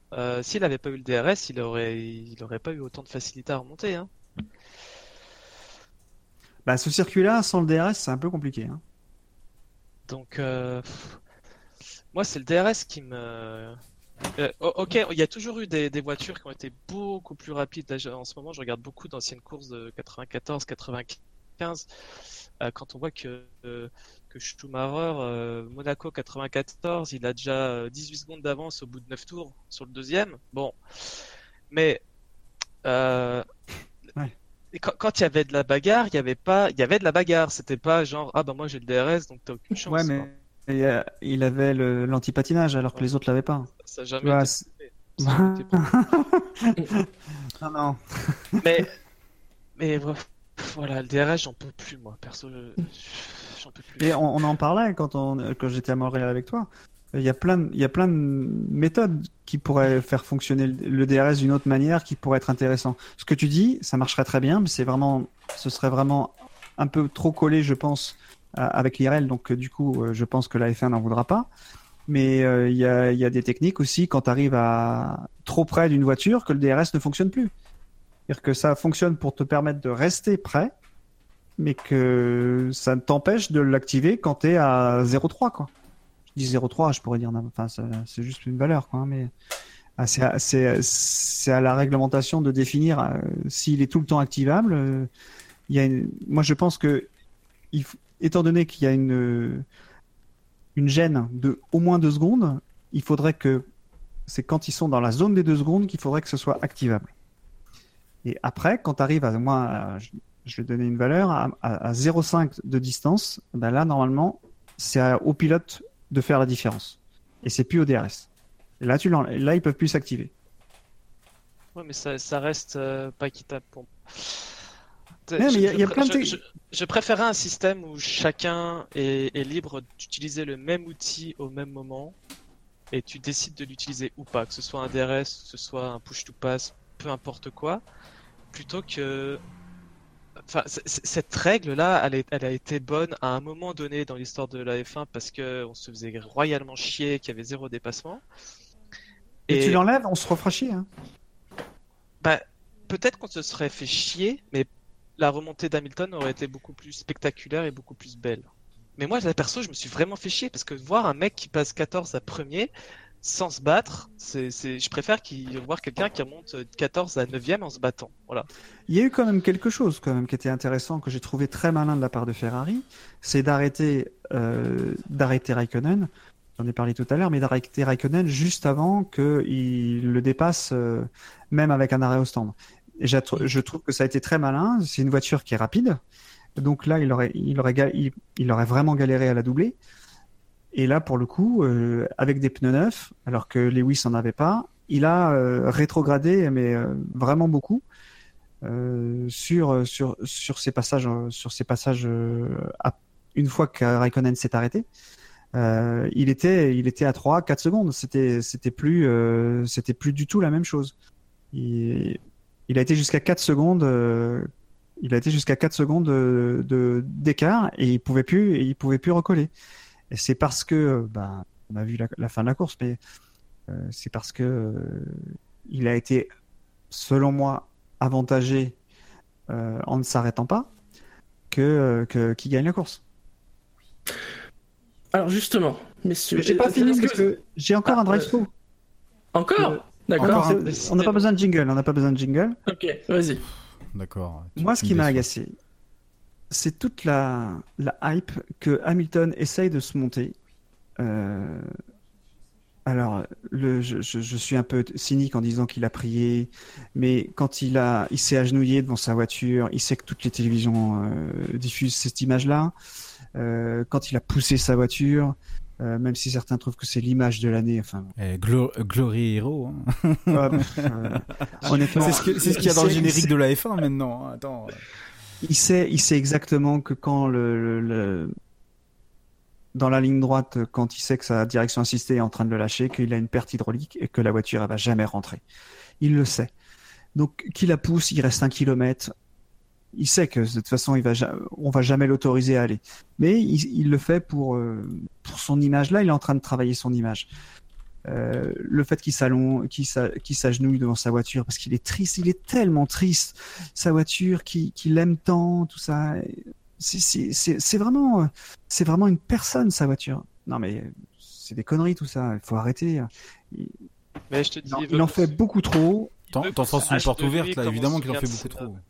il aurait pas eu autant de facilité à remonter. Hein. Bah, ce circuit-là, sans le DRS, c'est un peu compliqué. Hein. Donc, moi, c'est le DRS qui me... ok, il y a toujours eu des voitures qui ont été beaucoup plus rapides. Là, en ce moment, je regarde beaucoup d'anciennes courses de 94, 95. 2015, quand on voit que Schumacher, Monaco 94, il a déjà 18 secondes d'avance au bout de 9 tours sur le deuxième. Bon, mais quand il y avait de la bagarre, il y avait de la bagarre. C'était pas genre moi j'ai le DRS donc t'as aucune chance. Ouais, mais il avait l'anti-patinage alors que les autres l'avaient pas. Ça a jamais été Non. Mais voilà, le DRS, j'en peux plus, moi, perso, j'en peux plus. Et on en parlait quand j'étais à Montréal avec toi. Il y a plein de méthodes qui pourraient faire fonctionner le DRS d'une autre manière, qui pourrait être intéressant. Ce que tu dis, ça marcherait très bien, mais ce serait vraiment un peu trop collé, je pense, avec l'IRL. Donc, du coup, je pense que la F1 n'en voudra pas. Mais il y a des techniques aussi quand tu arrives à trop près d'une voiture que le DRS ne fonctionne plus. C'est-à-dire que ça fonctionne pour te permettre de rester près, mais que ça t'empêche de l'activer quand tu es à 0,3, quoi. Je dis 0,3, je pourrais dire, enfin, c'est juste une valeur, quoi. Mais c'est à la réglementation de définir s'il est tout le temps activable. Moi, je pense que, étant donné qu'il y a une gêne de au moins 2 secondes, il faudrait que c'est quand ils sont dans la zone des 2 secondes qu'il faudrait que ce soit activable. Et après, quand tu arrives à moins, je vais donner une valeur, à 0,5 de distance, ben là, normalement, c'est au pilote de faire la différence. Et c'est plus au DRS. Et là, ils peuvent plus s'activer. Ouais, mais ça reste pas équitable pour moi. Mais il y a plein de... Je préférais un système où chacun est libre d'utiliser le même outil au même moment et tu décides de l'utiliser ou pas, que ce soit un DRS, que ce soit un push-to-pass, peu importe quoi, plutôt que... Enfin, cette règle-là, elle a été bonne à un moment donné dans l'histoire de la F1 parce qu'on se faisait royalement chier, qu'il y avait 0 dépassement. Et tu l'enlèves, on se refera chier. Hein. Bah, peut-être qu'on se serait fait chier, mais la remontée d'Hamilton aurait été beaucoup plus spectaculaire et beaucoup plus belle. Mais moi, la perso, je me suis vraiment fait chier parce que voir un mec qui passe 14 à premier sans se battre, je préfère voir quelqu'un qui remonte 14 à 9e en se battant. Voilà. Il y a eu quand même quelque chose qui était intéressant, que j'ai trouvé très malin de la part de Ferrari, c'est d'arrêter Raikkonen. J'en ai parlé tout à l'heure, mais d'arrêter Raikkonen juste avant qu'il le dépasse, même avec un arrêt au stand. Et je trouve que ça a été très malin. C'est une voiture qui est rapide. Donc là, il aurait vraiment galéré à la doubler. Et là, pour le coup, avec des pneus neufs, alors que Lewis n'en avait pas, il a rétrogradé, mais vraiment beaucoup, sur ces passages, une fois que Raikkonen s'est arrêté. Il était à 3-4 secondes. C'était plus du tout la même chose. Il a été jusqu'à 4 secondes. Il a été jusqu'à 4 secondes d'écart et il pouvait plus recoller. Et c'est parce que, on a vu la fin de la course, mais c'est parce que il a été, selon moi, avantagé en ne s'arrêtant pas qu'il gagne la course. Alors justement, messieurs, j'ai pas fini parce que j'ai encore un drive-through. Encore D'accord. On n'a pas besoin de jingle. Ok, vas-y. D'accord. Moi, ce qui m'a agacé, c'est toute la hype que Hamilton essaye de se monter. Alors, je suis un peu cynique en disant qu'il a prié, mais quand il s'est agenouillé devant sa voiture, il sait que toutes les télévisions diffusent cette image-là. Quand il a poussé sa voiture, même si certains trouvent que c'est l'image de l'année. Enfin, Glory Hero. Hein. Honnêtement, c'est ce qu'il y a dans le générique de la F1 maintenant. Attends. Il sait exactement que quand dans la ligne droite, quand il sait que sa direction assistée est en train de le lâcher, qu'il a une perte hydraulique et que la voiture elle va jamais rentrer. Il le sait. Donc qu'il la pousse, il reste 1 kilomètre. Il sait que de toute façon, on va jamais l'autoriser à aller. Mais il le fait pour son image. Là, il est en train de travailler son image. Le fait qu'il s'agenouille devant sa voiture parce qu'il est triste, il est tellement triste. Sa voiture, qu'il aime tant, tout ça. C'est vraiment une personne, sa voiture. Non mais c'est des conneries tout ça. Il faut arrêter. Mais je te dis, il en fait beaucoup trop. T'enfonces une porte ouverte là. Évidemment qu'il en fait beaucoup trop.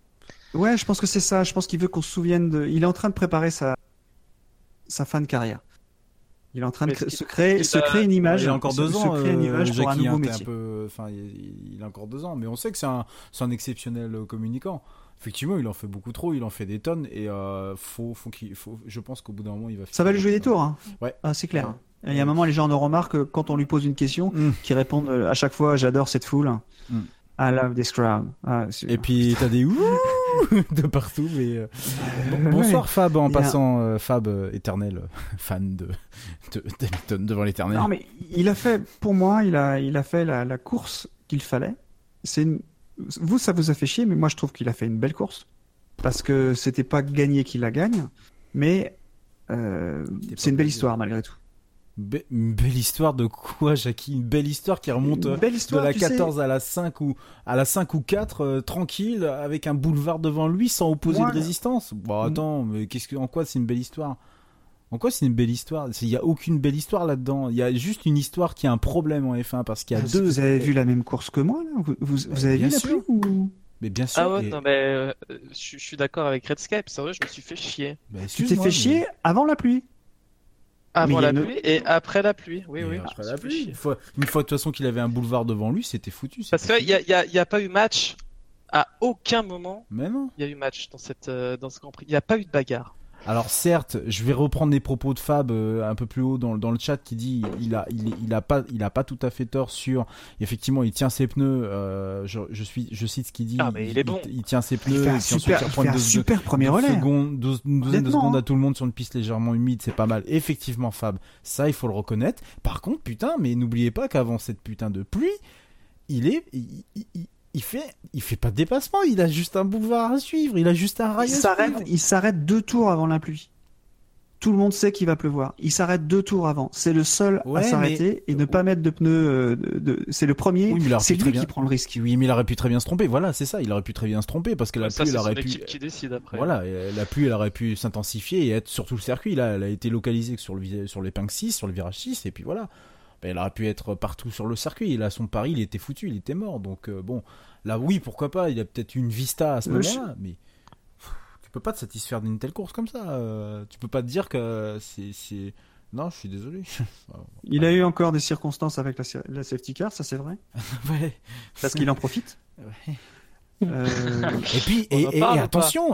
Ouais, je pense que c'est ça. Je pense qu'il veut qu'on se souvienne de. Il est en train de préparer sa fin de carrière. Il est en train de se créer une image. Il a encore 2 ans. Se créer une image pour un Jackie, nouveau métier. Il a encore 2 ans, mais on sait que c'est un exceptionnel communicant. Effectivement, il en fait beaucoup trop, il en fait des tonnes, et je pense qu'au bout d'un moment, il va. Ça va lui jouer des tours, hein. Ouais. Ah, c'est clair. Il y a un moment, les gens en remarquent quand on lui pose une question, qui répondent à chaque fois, j'adore cette foule. I love this crowd. Et puis t'as des ouh de partout, mais bonsoir Fab en passant, Fab éternel fan de Hamilton devant l'éternel. Non mais il a fait, pour moi, il a fait la course qu'il fallait. Vous, ça vous a fait chier, mais moi je trouve qu'il a fait une belle course parce que c'était pas gagné qu'il la gagne, mais c'est une belle histoire malgré tout. Une belle histoire de quoi, Jackie? Une belle histoire qui remonte de la 14 à la 5 ou 4 tranquille, avec un boulevard devant lui sans opposer de résistance. Bon, attends, mais en quoi c'est une belle histoire? En quoi c'est une belle histoire? Il y a aucune belle histoire là-dedans. Il y a juste une histoire qui a un problème en F1 parce qu'il y a deux. Vous avez vu la même course que moi là? Vous avez vu la pluie ou... Mais bien sûr. Ah ouais, non mais je suis d'accord avec Redscape. C'est vrai, je me suis fait chier. Tu t'es fait chier avant la pluie? Avant la pluie et après la pluie. Oui. Après la pluie. Une fois de toute façon qu'il avait un boulevard devant lui, c'était foutu. Parce qu'il y a pas eu match à aucun moment. Mais non. Il y a eu match dans ce Grand Prix. Il n'y a pas eu de bagarre. Alors certes, je vais reprendre les propos de Fab un peu plus haut dans le chat qui dit il a pas tout à fait tort sur effectivement il tient ses pneus. Je cite ce qu'il dit. Ah mais il est bon. Il tient ses pneus. Il fait un super premier relais. Une douzaine de secondes à tout le monde sur une piste légèrement humide, c'est pas mal. Effectivement Fab, ça il faut le reconnaître. Par contre putain, mais n'oubliez pas qu'avant cette putain de pluie, il fait pas de dépassement, il a juste un boulevard à suivre, il a juste un rail à suivre. Il s'arrête 2 tours avant la pluie. Tout le monde sait qu'il va pleuvoir. Il s'arrête 2 tours avant. C'est le seul à s'arrêter et ne pas mettre de pneus. C'est le premier. Oui, c'est lui qui prend le risque. Oui, mais il aurait pu très bien se tromper. Voilà, c'est ça. Il aurait pu très bien se tromper parce que la pluie, elle aurait pu. C'est qui décide après. Voilà, la pluie, elle aurait pu s'intensifier et être sur tout le circuit. Là, elle a été localisée sur l'épingle 6, sur le virage 6, et puis voilà. Ben, elle aurait pu être partout sur le circuit. Et là, son pari, il était foutu, il était mort. Donc bon, là, oui, pourquoi pas. Il a peut-être une vista à ce moment-là, mais. Tu peux pas te satisfaire d'une telle course comme ça. Tu peux pas te dire que c'est... Non, je suis désolé. Il a eu encore des circonstances avec la safety car, ça c'est vrai. Ouais. Parce qu'il en profite. Ouais. Et puis attention,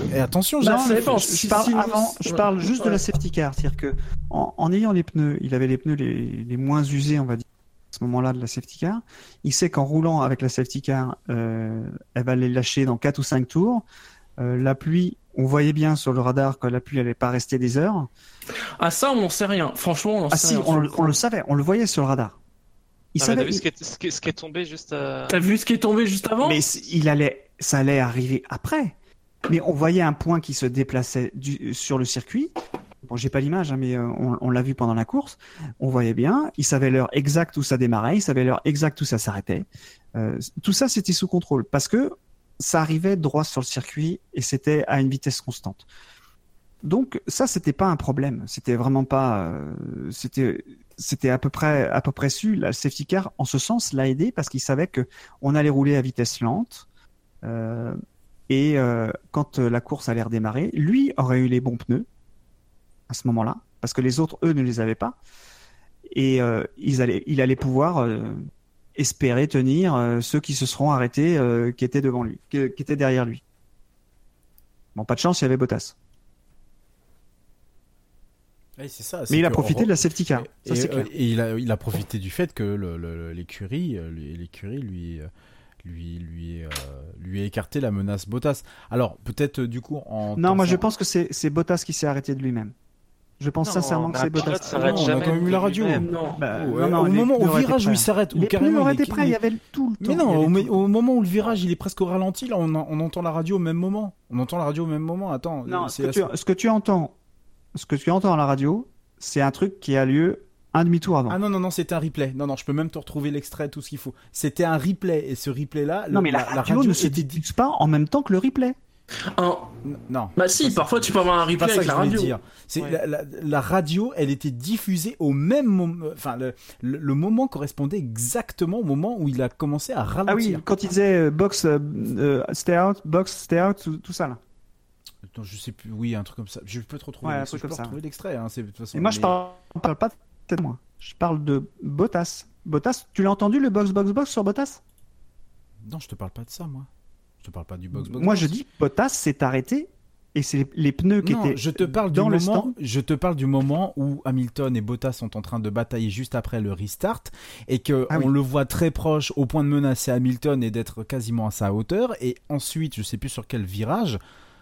je parle juste de la safety car, c'est-à-dire que en ayant les pneus, il avait les pneus les moins usés, on va dire, à ce moment-là de la safety car. Il sait qu'en roulant avec la safety car, elle va les lâcher dans 4 ou 5 tours. La pluie, on voyait bien sur le radar que la pluie n'allait pas rester des heures. Ah ça, on n'en sait rien. Franchement, on n'en sait rien. On le savait, on le voyait sur le radar. T'as vu ce qui est tombé juste. T'as vu ce qui est tombé juste avant? Mais ça allait arriver après. Mais on voyait un point qui se déplaçait sur le circuit. Bon, j'ai pas l'image, hein, mais on l'a vu pendant la course. On voyait bien. Il savait l'heure exacte où ça démarrait. Il savait l'heure exacte où ça s'arrêtait. Tout ça, c'était sous contrôle parce que ça arrivait droit sur le circuit et c'était à une vitesse constante. Donc ça, c'était pas un problème. C'était vraiment pas. C'était à peu près su. La safety car, en ce sens, l'a aidé parce qu'il savait que on allait rouler à vitesse lente et quand la course allait redémarrer, lui aurait eu les bons pneus à ce moment-là parce que les autres, eux, ne les avaient pas et il allait pouvoir espérer tenir ceux qui se seront arrêtés, qui étaient devant lui, qui étaient derrière lui. Bon, pas de chance, il y avait Bottas. Oui, c'est ça. Mais il a profité de la safety car. Ça, c'est clair. Et il a profité du fait que l'écurie lui a écarté la menace Bottas. Alors peut-être du coup moi je pense que c'est Bottas qui s'est arrêté de lui-même. Je pense sincèrement que c'est Bottas. On a quand même eu la radio. Au moment où le virage où il s'arrête, les pneus auraient été prêts, il y avait tout le temps. Mais non, au moment où le virage il est presque au ralenti, là on entend la radio au même moment. Attends. Non, ce que tu entends à la radio, c'est un truc qui a lieu un demi-tour avant. Ah non, c'était un replay. Non, je peux même te retrouver l'extrait, tout ce qu'il faut. C'était un replay, et ce replay-là... Non, mais la radio ne se diffuse pas en même temps que le replay. Non. Bah si, parfois tu peux avoir un replay avec la radio. C'est la radio, elle était diffusée au même moment. Enfin, le moment correspondait exactement au moment où il a commencé à ralentir. Ah oui, quand il disait box, stay out, tout ça là. Non, je sais plus. Oui, un truc comme ça. Je peux te retrouver. Ouais, un truc comme ça. Retrouver l'extrait. Hein, c'est de toute façon. Et moi, je parle pas de moi. Je parle de Bottas. Bottas, tu l'as entendu le box sur Bottas? Non, je te parle pas de ça, moi. Je te parle pas du box. Moi, je dis Bottas s'est arrêté et c'est les pneus qui étaient je te parle dans le moment, stand. Je te parle du moment où Hamilton et Bottas sont en train de batailler juste après le restart et que on le voit très proche au point de menacer Hamilton et d'être quasiment à sa hauteur. Et ensuite, je sais plus sur quel virage.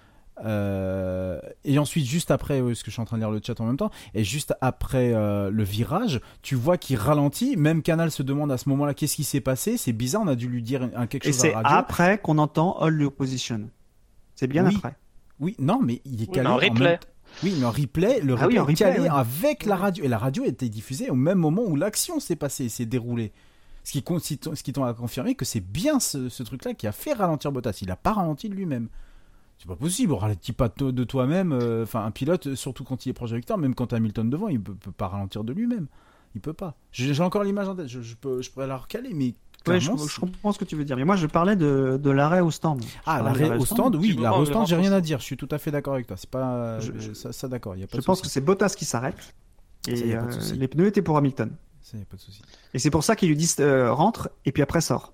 Et ensuite, juste après, parce que je suis en train de lire le chat en même temps, et juste après le virage, tu vois qu'il ralentit. Même Canal se demande à ce moment-là qu'est-ce qui s'est passé. C'est bizarre, on a dû lui dire quelque chose à la radio. Et c'est après qu'on entend Hold Your Position. C'est bien après. Oui, non, mais il est calé en replay. Oui, mais en replay, le replay est calé avec la radio. Et la radio était diffusée au même moment où l'action s'est passée, s'est déroulée. Ce qui t'ont à confirmer que c'est bien ce truc-là qui a fait ralentir Bottas. Il n'a pas ralenti de lui-même. C'est pas possible, on ralentit pas de toi-même. Enfin, un pilote, surtout quand il est proche de la victoire, même quand t'as Hamilton devant, il peut pas ralentir de lui-même. Il peut pas. J'ai encore l'image en tête, je pourrais la recaler, mais clairement... je comprends ce que tu veux dire. Mais moi, je parlais de l'arrêt au stand. Ah, l'arrêt au stand, oui, l'arrêt au stand, j'ai rien à dire. Je suis tout à fait d'accord avec toi. C'est pas... ça d'accord, y a pas de souci. Je pense que c'est Bottas qui s'arrête. Et les pneus étaient pour Hamilton. Ça, y a pas de souci. Et c'est pour ça qu'ils lui disent rentre, et puis après sort.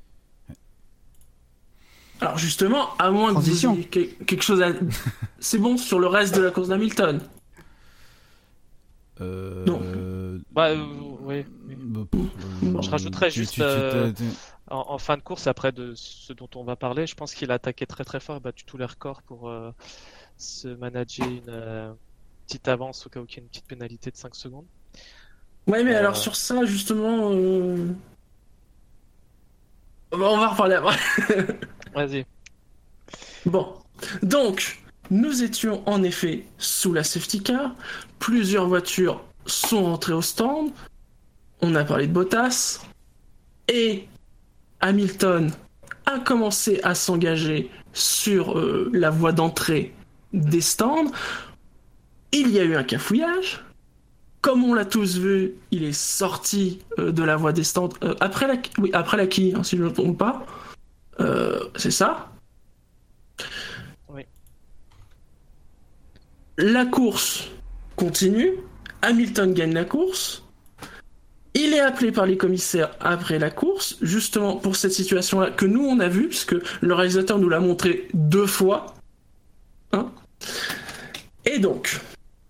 Alors justement, à moins que vous ayez quelque chose à... C'est bon sur le reste de la course d'Hamilton. Non. Oui. Je rajouterais juste en fin de course, après de ce dont on va parler, je pense qu'il a attaqué très très fort, battu tous les records pour se manager une petite avance au cas où il y a une petite pénalité de 5 secondes. Ouais, mais alors sur ça, justement... on va en reparler après. Vas-y. Bon, donc, nous étions en effet sous la safety car. Plusieurs voitures sont rentrées au stand. On a parlé de Bottas. Et Hamilton a commencé à s'engager sur la voie d'entrée des stands. Il y a eu un cafouillage. Comme on l'a tous vu, il est sorti de la voie des stands après la quille, hein, si je ne me trompe pas. C'est ça. Oui. La course continue. Hamilton gagne la course. Il est appelé par les commissaires après la course, justement pour cette situation-là que nous on a vue, puisque le réalisateur nous l'a montré 2 fois. Hein. Et donc,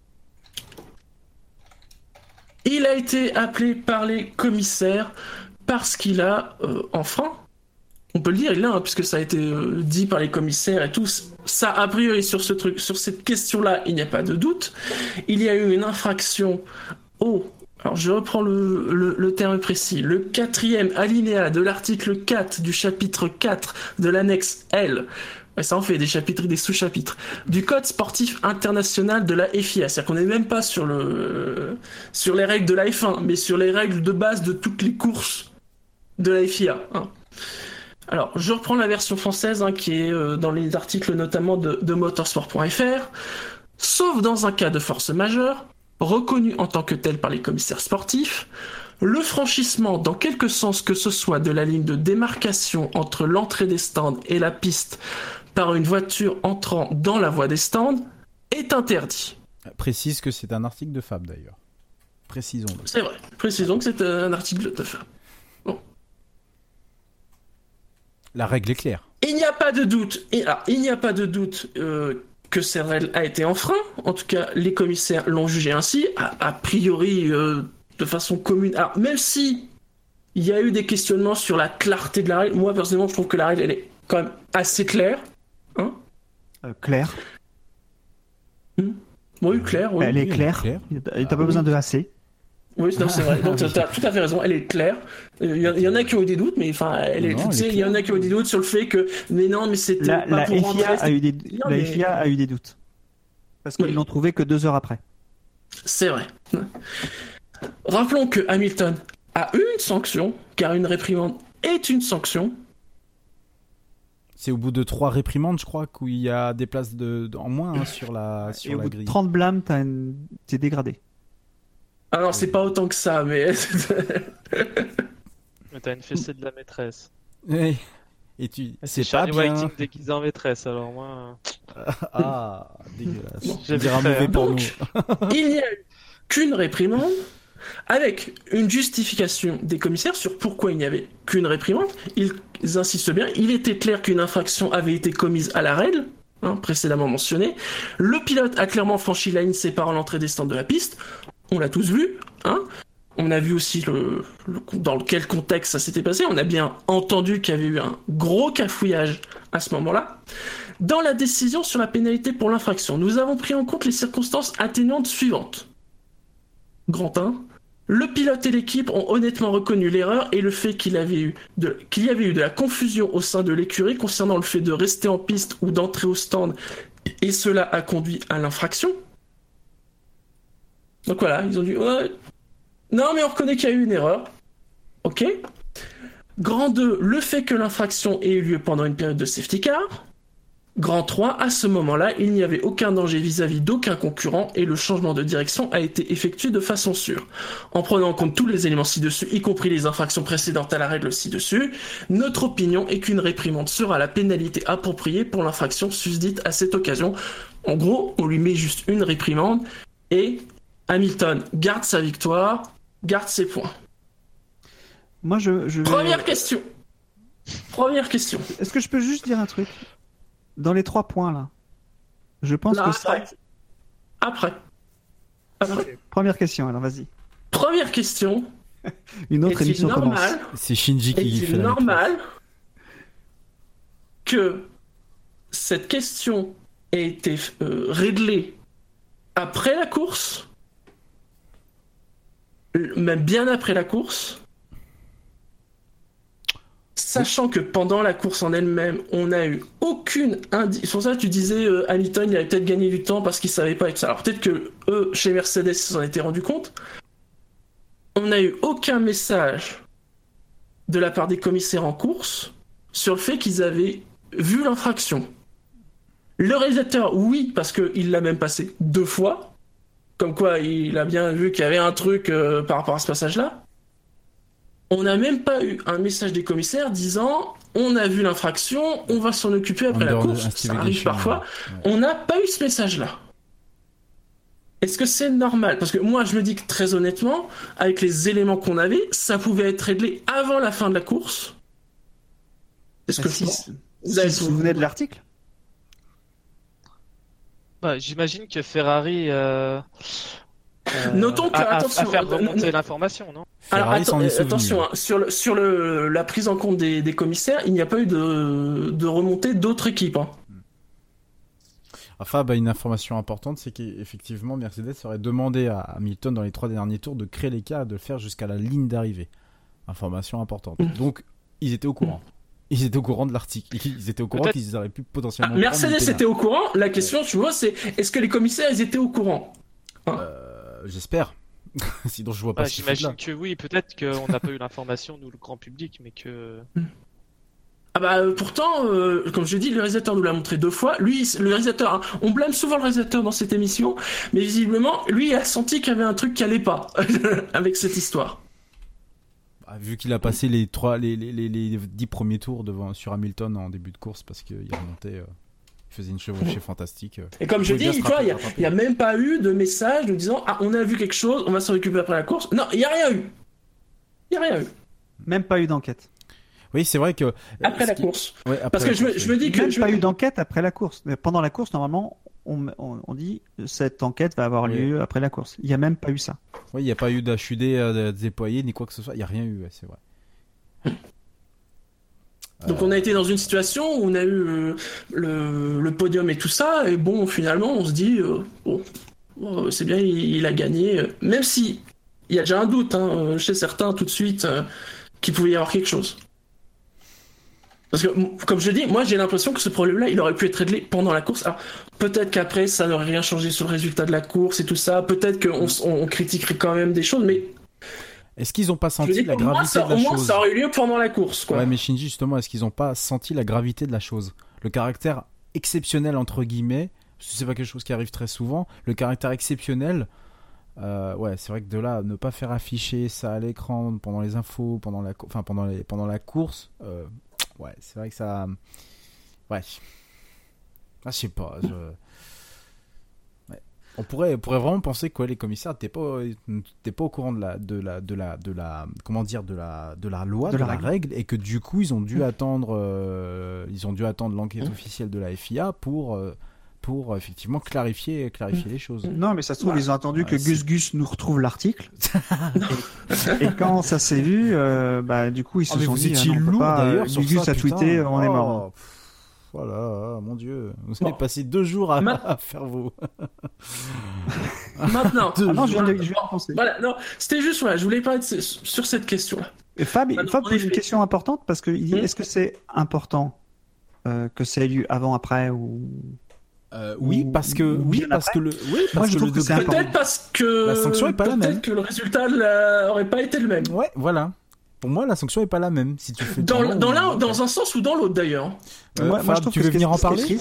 il a été appelé par les commissaires parce qu'il a enfreint. On peut le dire, il l'a, hein, puisque ça a été dit par les commissaires et tout. Ça, a priori, sur ce truc, sur cette question-là, il n'y a pas de doute. Il y a eu une infraction alors je reprends le terme précis, le 4e alinéa de l'article 4 du chapitre 4 de l'annexe L. Ouais, ça en fait des chapitres et des sous-chapitres. Du Code sportif international de la FIA. C'est-à-dire qu'on n'est même pas sur les règles de la F1, mais sur les règles de base de toutes les courses de la FIA. Hein. Alors, je reprends la version française, hein, qui est dans les articles notamment de motorsport.fr. Sauf dans un cas de force majeure, reconnu en tant que tel par les commissaires sportifs, le franchissement dans quelque sens que ce soit de la ligne de démarcation entre l'entrée des stands et la piste par une voiture entrant dans la voie des stands est interdit. Précise que c'est un article de Fab d'ailleurs. Précisons-le. C'est vrai, précisons que c'est un article de Fab. Bon. La règle est claire. Il n'y a pas de doute, que cette règle a été enfreinte. En tout cas, les commissaires l'ont jugé ainsi, a priori de façon commune. Alors, même si il y a eu des questionnements sur la clarté de la règle, moi personnellement, je trouve que la règle elle est quand même assez claire. Hein claire. Oui, claire. Oui. Elle est claire. T'as pas besoin de AC. Oui, non, c'est vrai. Donc, tu as tout à fait raison. Elle est claire. Il y en a qui ont eu des doutes, mais enfin, il y en a qui ont eu des doutes sur le fait que, mais non, mais c'était pas pour rentrer. La FIA a eu des doutes. Parce qu'ils l'ont trouvé que 2 heures après. C'est vrai. Rappelons que Hamilton a eu une sanction, car une réprimande est une sanction. C'est au bout de 3 réprimandes, je crois, qu'il y a des places en moins sur la Et au bout grille. de 30 blâmes, t'es dégradé. Alors, c'est pas autant que ça, mais... Mais t'as une fessée de la maîtresse. Oui. Et c'est pas Charlie bien. Whiting déguisé en maîtresse, alors moi... Ah, dégueulasse. Bon, Je dirais mauvais pour Donc, nous. il n'y a eu qu'une réprimande, avec une justification des commissaires sur pourquoi il n'y avait qu'une réprimande. Ils insistent bien, il était clair qu'une infraction avait été commise à la règle, précédemment mentionné. Le pilote a clairement franchi la ligne séparant l'entrée des stands de la piste. On l'a tous vu, On a vu aussi dans quel contexte ça s'était passé. On a bien entendu qu'il y avait eu un gros cafouillage à ce moment-là. Dans la décision sur la pénalité pour l'infraction, nous avons pris en compte les circonstances atténuantes suivantes. Grand 1. Le pilote et l'équipe ont honnêtement reconnu l'erreur et le fait qu'il y avait eu de la confusion au sein de l'écurie concernant le fait de rester en piste ou d'entrer au stand, et cela a conduit à l'infraction. Donc voilà, ils ont dit ouais, non mais on reconnaît qu'il y a eu une erreur. Ok. Grand 2, le fait que l'infraction ait eu lieu pendant une période de safety car. Grand 3, à ce moment-là, il n'y avait aucun danger vis-à-vis d'aucun concurrent et le changement de direction a été effectué de façon sûre. En prenant en compte tous les éléments ci-dessus, y compris les infractions précédentes à la règle ci-dessus, notre opinion est qu'une réprimande sera la pénalité appropriée pour l'infraction susdite à cette occasion. En gros, on lui met juste une réprimande et Hamilton garde sa victoire, garde ses points. Moi, je vais... Première question. Est-ce que je peux juste dire un truc ? Dans les 3 points, là, je pense là, que ça... Après. Première question, alors vas-y. Première question. Une autre émission commence. C'est Shinji qui fait la normal que cette question ait été réglée après la course, même bien après la course, sachant que pendant la course en elle-même, on n'a eu aucune indice. C'est pour ça que tu disais Hamilton, il avait peut-être gagné du temps parce qu'il savait pas et tout ça. Alors peut-être que eux, chez Mercedes, ils s'en étaient rendus compte. On n'a eu aucun message de la part des commissaires en course sur le fait qu'ils avaient vu l'infraction. Le réalisateur, oui, parce qu'il l'a même passé 2 fois. Comme quoi, il a bien vu qu'il y avait un truc par rapport à ce passage-là. On n'a même pas eu un message des commissaires disant on a vu l'infraction, on va s'en occuper après la course. Ça arrive parfois. Ouais. On n'a pas eu ce message-là. Est-ce que c'est normal ? Parce que moi, je me dis que très honnêtement, avec les éléments qu'on avait, ça pouvait être réglé avant la fin de la course. Est-ce que si vous venez de l'article ? J'imagine que Ferrari notons que, attention, à faire remonter l'information, non ? Alors attention, sur la prise en compte des commissaires, il n'y a pas eu de remontée d'autres équipes. Enfin, une information importante, c'est qu'effectivement, Mercedes aurait demandé à Hamilton dans les 3 derniers tours de créer l'écart et de le faire jusqu'à la ligne d'arrivée. Information importante. Donc, ils étaient au courant. Ils étaient au courant de l'article. Ils éient au courant qu'ils auraient pu potentiellement... Mercedes était au courant. La question, tu vois, c'est est-ce que les commissaires, ils étaient au courant ? J'espère. Sinon, je vois pas. J'imagine que oui. Peut-être qu'on n'a pas eu l'information, nous, le grand public, mais que... pourtant, comme je dis, le réalisateur nous l'a montré 2 fois. Lui, le réalisateur, on blâme souvent le réalisateur dans cette émission, mais visiblement, lui, il a senti qu'il y avait un truc qui allait pas avec cette histoire. Vu qu'il a passé les 10 premiers tours sur Hamilton en début de course, parce qu'il remontait, il faisait une chevauchée fantastique. Et comme je dis, tu vois, il n'y a même pas eu de message nous disant on a vu quelque chose, on va s'en occuper après la course. Non, il n'y a rien eu. Même pas eu d'enquête. Oui, c'est vrai que... Après la course. Ouais, après parce que je me dis que... Même pas eu d'enquête après la course. Mais pendant la course, normalement, on dit cette enquête va avoir lieu après la course. Il n'y a même pas eu ça. Oui, il n'y a pas eu d'HUD déployé ni quoi que ce soit. Il n'y a rien eu, c'est vrai. Donc on a été dans une situation où on a eu le podium et tout ça, et bon, finalement, on se dit, c'est bien, il a gagné. Même si il y a déjà un doute chez certains tout de suite qu'il pouvait y avoir quelque chose. Parce que, comme je dis, moi j'ai l'impression que ce problème-là, il aurait pu être réglé pendant la course. Alors, peut-être qu'après, ça n'aurait rien changé sur le résultat de la course et tout ça. Peut-être qu'on critiquerait quand même des choses, mais Est-ce qu'ils n'ont pas senti la au moins, gravité de la au moins, chose? ça aurait eu lieu pendant la course, quoi. Ouais, mais Shinji, justement, est-ce qu'ils n'ont pas senti la gravité de la chose? Le caractère exceptionnel, entre guillemets, parce que c'est pas quelque chose qui arrive très souvent, le caractère exceptionnel, ouais, c'est vrai que de là, ne pas faire afficher ça à l'écran pendant les infos, pendant la course, ouais, c'est vrai que ça... Ouais. Ah, je sais pas, Ouais. On pourrait vraiment penser que les commissaires n'étaient pas au courant de la loi, de la règle, et que du coup ils ont dû attendre l'enquête officielle de la FIA pour effectivement clarifier les choses. Non, mais ça se trouve, ils ont attendu que Gus nous retrouve l'article. et quand ça s'est vu, du coup, ils se sont dit, étiez lourd d'ailleurs. Gus a tweeté, on est mort. Voilà, mon Dieu, vous avez passé 2 jours à faire vos... Maintenant, non, je viens de penser. Voilà, non, c'était juste, je voulais parler sur cette question-là. Et Fab pose une question importante parce qu'il dit, est-ce que c'est important que ça ait lieu avant, après ou... Oui, parce que moi je trouve que c'est important. Peut-être parce que la sanction est pas la même. Peut-être que le résultat aurait pas été le même. Ouais, voilà. Pour moi, la sanction est pas la même. Si tu fais dans un sens ou dans l'autre d'ailleurs. Moi, je trouve tu veux venir en parler?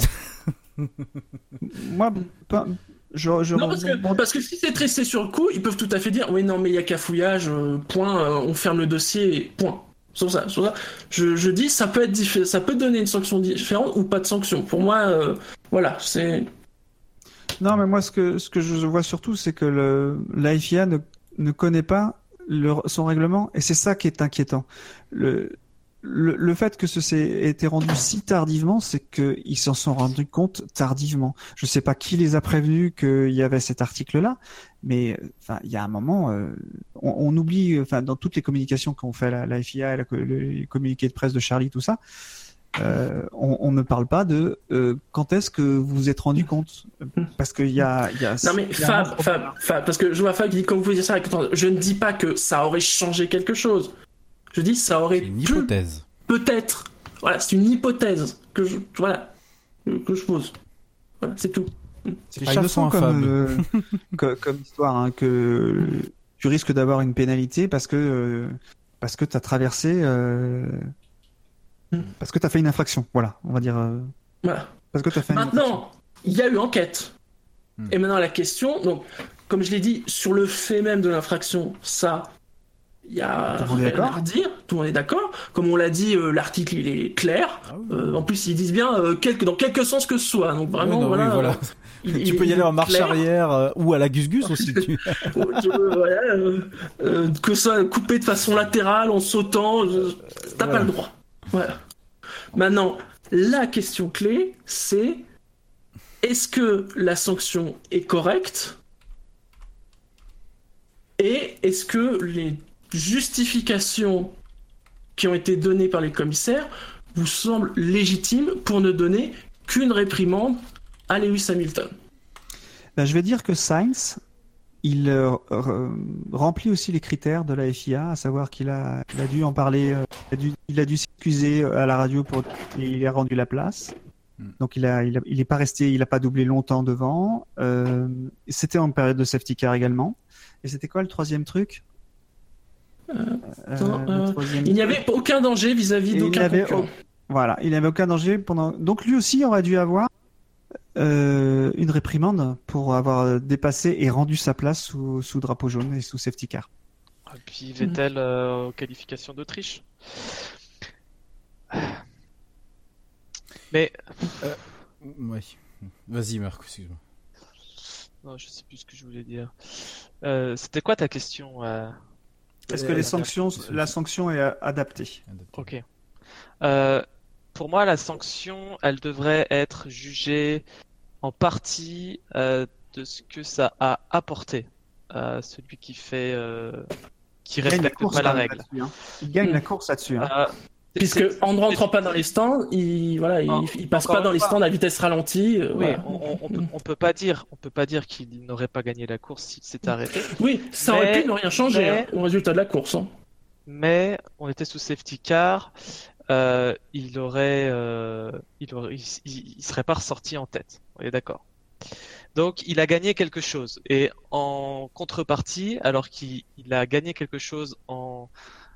Moi, parce que si c'est tressé sur le coup, ils peuvent tout à fait dire oui, non, mais il y a cafouillage, point, on ferme le dossier, point. Sur ça. Je dis, ça peut donner une sanction différente ou pas de sanction. Pour moi, voilà, c'est. Non, mais moi, ce que je vois surtout, c'est que la FIA ne connaît pas son règlement, et c'est ça qui est inquiétant. Le fait que ce ait été rendu si tardivement, c'est qu'ils s'en sont rendus compte tardivement. Je sais pas qui les a prévenus qu'il y avait cet article-là, mais il y a un moment, on oublie, dans toutes les communications qu'ont fait la FIA, les communiqués de presse de Charlie, tout ça, on ne parle pas de quand est-ce que vous vous êtes rendu compte, parce qu'il y a non mais Fab, parce que je vois Fab qui dit comme vous dites ça, je ne dis pas que ça aurait changé quelque chose. Je dis ça aurait une hypothèse. Peut-être. Voilà, c'est une hypothèse que je pose. Voilà, c'est tout. C'est pas innocent comme histoire, hein, que tu risques d'avoir une pénalité parce que t'as traversé, parce que t'as fait une infraction. Voilà, on va dire. Voilà. Parce que t'as fait. Maintenant, il y a eu enquête. Et maintenant la question, donc, comme je l'ai dit, sur le fait même de l'infraction, ça. Il y a rien à redire, tout le monde est d'accord. Comme on l'a dit, l'article il est clair. En plus, ils disent bien dans quelque sens que ce soit. Donc vraiment, voilà. Tu peux y aller en marche arrière ou à la Gus-Gus aussi. Que ce soit coupé de façon latérale, en sautant, t'as pas le droit. Voilà. Maintenant, la question clé, c'est est-ce que la sanction est correcte et est-ce que les justifications qui ont été données par les commissaires vous semblent légitimes pour ne donner qu'une réprimande à Lewis Hamilton? Je vais dire que Sainz, il remplit aussi les critères de la FIA, à savoir qu'il a dû en parler, il a dû s'excuser à la radio il a rendu la place. Donc il est pas resté, il a pas doublé longtemps devant. C'était en période de safety car également. Et c'était quoi le troisième truc? Il n'y avait aucun danger vis-à-vis d'aucun concurrent. Voilà, il n'avait aucun danger pendant. Donc lui aussi aurait dû avoir une réprimande pour avoir dépassé et rendu sa place sous drapeau jaune et sous safety car. Et puis Vettel aux qualifications d'Autriche. Mais ouais. Vas-y Marc, excuse-moi. Non, je sais plus ce que je voulais dire. C'était quoi ta question? Est-ce que la sanction est adaptée? Ok. Pour moi, la sanction, elle devrait être jugée en partie de ce que ça a apporté à celui qui respecte pas la règle. Il gagne la course là-dessus. Puisque en ne rentrant pas dans les stands, il passe pas dans les stands à vitesse ralentie. Oui, voilà. on peut pas dire qu'il n'aurait pas gagné la course s'il s'était arrêté. Oui, ça aurait pu ne rien changer au résultat de la course. Mais on était sous safety car, il serait pas ressorti en tête. On est d'accord. Donc, il a gagné quelque chose. Et en contrepartie, alors qu'il a gagné quelque chose en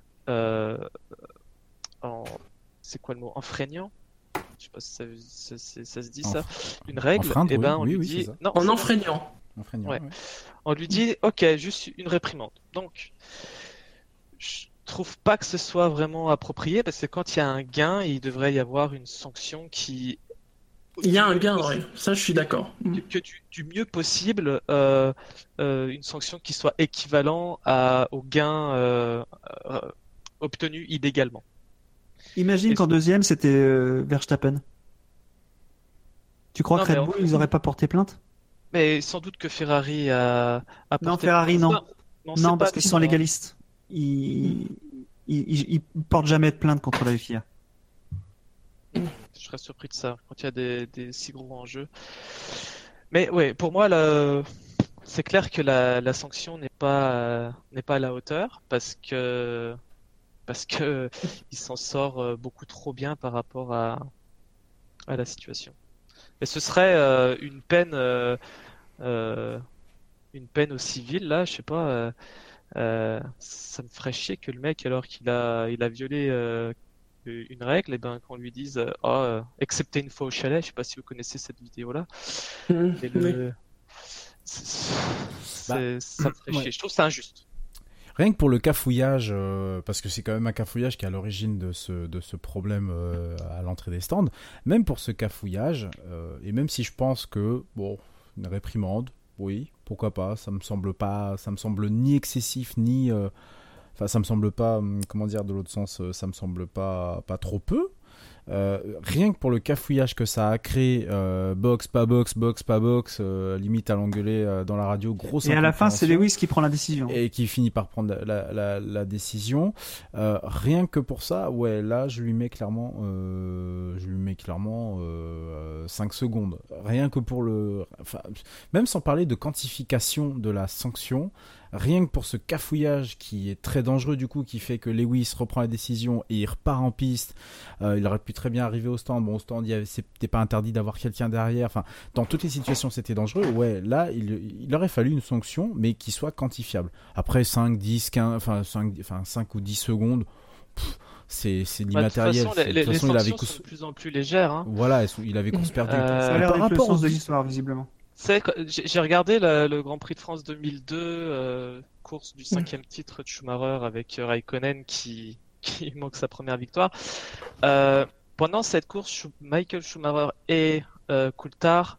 c'est quoi le mot? Enfreignant? Je sais pas si ça se dit ça. Une règle. Enfreindre, et ben, on oui, lui oui, dit. c'est ça. Non, En enfreignant. Ouais. On lui dit, ok, juste une réprimande. Donc, je trouve pas que ce soit vraiment approprié parce que quand il y a un gain, il devrait y avoir une sanction qui. Il y a un gain, ouais. Ça, je suis d'accord. Que du mieux possible, une sanction qui soit équivalent au gain obtenu illégalement. Imagine qu'en deuxième, c'était Verstappen. Tu crois que Red Bull, ils auraient pas porté plainte? Mais sans doute que Ferrari a porté Non, Ferrari, plainte. Non, parce qu'ils sont légalistes. Ils portent jamais de plainte contre la FIA. Je serais surpris de ça, quand il y a des si gros enjeux. Mais ouais, pour moi, c'est clair que la sanction n'est pas à la hauteur, parce que il s'en sort beaucoup trop bien par rapport à la situation. Et ce serait une peine au civil, là, je sais pas, ça me ferait chier que le mec, alors qu'il a violé une règle, et ben qu'on lui dise excepté une fois au chalet, je sais pas si vous connaissez cette vidéo là. Ça me ferait chier. Je trouve ça injuste. Rien que pour le cafouillage, parce que c'est quand même un cafouillage qui est à l'origine de ce problème à l'entrée des stands, même pour ce cafouillage, et même si je pense que, bon, une réprimande, oui, pourquoi pas, ça me semble ni excessif, ni... Enfin, ça me semble pas, comment dire, de l'autre sens, ça me semble pas trop peu. Rien que pour le cafouillage que ça a créé, box, pas box, limite à l'engueuler dans la radio, grosse. Et à la fin, c'est Lewis qui prend la décision. Et qui finit par prendre la décision. Rien que pour ça, ouais, là, je lui mets clairement 5 secondes. Rien que pour même sans parler de quantification de la sanction. Rien que pour ce cafouillage qui est très dangereux du coup, qui fait que Lewis reprend la décision et il repart en piste. Il aurait pu très bien arriver au stand. Bon, au stand, c'était pas interdit d'avoir quelqu'un derrière. Enfin, dans toutes les situations, c'était dangereux. Ouais, là, il aurait fallu une sanction, mais qui soit quantifiable. Après 5, 10, 15, 5 ou 10 secondes, c'est de l'immatériel. De toute façon, les sanctions sont de plus en plus légères. Hein. Voilà, il avait course perdue. Ça a l'air d'être le sens de l'histoire, visiblement. J'ai regardé le Grand Prix de France 2002, course du 5e titre de Schumacher avec Raikkonen qui manque sa première victoire. Pendant cette course, Michael Schumacher et Coulthard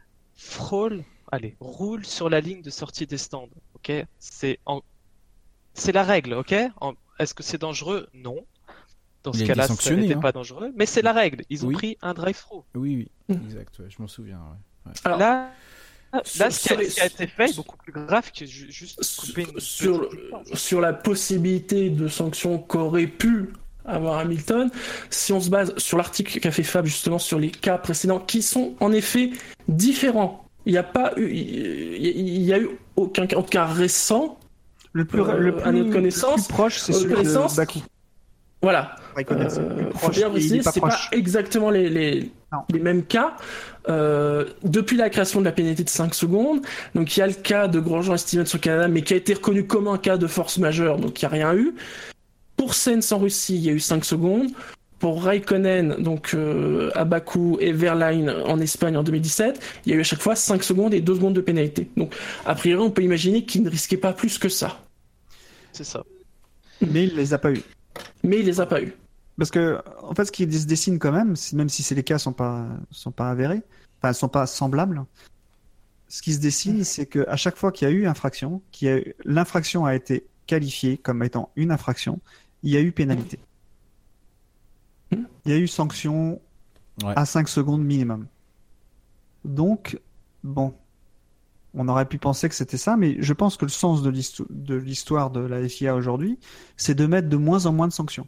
roulent sur la ligne de sortie des stands. Ok, c'est la règle. Ok, est-ce que c'est dangereux? Non. Dans ce cas-là, ça n'était pas dangereux, mais c'est la règle. Ils ont pris un drive-through. Oui, exact. Ouais, je m'en souvien. Ouais. Alors, là, ce qui a été fait est beaucoup plus grave que juste couper une sur la possibilité de sanctions qu'aurait pu avoir Hamilton. Si on se base sur l'article qu'a fait Fab justement sur les cas précédents qui sont en effet différents, il n'y a eu aucun cas récent. Le plus à notre connaissance, le plus proche, c'est celui de Bakou. Voilà. C'est pas exactement les mêmes cas. Depuis la création de la pénalité de 5 secondes, donc il y a le cas de Grosjean et Stevens au Canada, mais qui a été reconnu comme un cas de force majeure, donc il n'y a rien eu. Pour Sainz en Russie, il y a eu 5 secondes. Pour Raikkonen, donc à Bakou, et Verlaine en Espagne en 2017, il y a eu à chaque fois 5 secondes et 2 secondes de pénalité. Donc, a priori, on peut imaginer qu'il ne risquait pas plus que ça. C'est ça. Mais il les a pas eu. Parce que, en fait, ce qui se dessine quand même, même si les cas sont pas avérés, enfin, sont pas semblables, ce qui se dessine, c'est qu'à chaque fois qu'il y a eu infraction, l'infraction a été qualifiée comme étant une infraction, il y a eu pénalité. Il y a eu sanction à 5 secondes minimum. Donc, bon, on aurait pu penser que c'était ça, mais je pense que le sens de l'histoire de la FIA aujourd'hui, c'est de mettre de moins en moins de sanctions.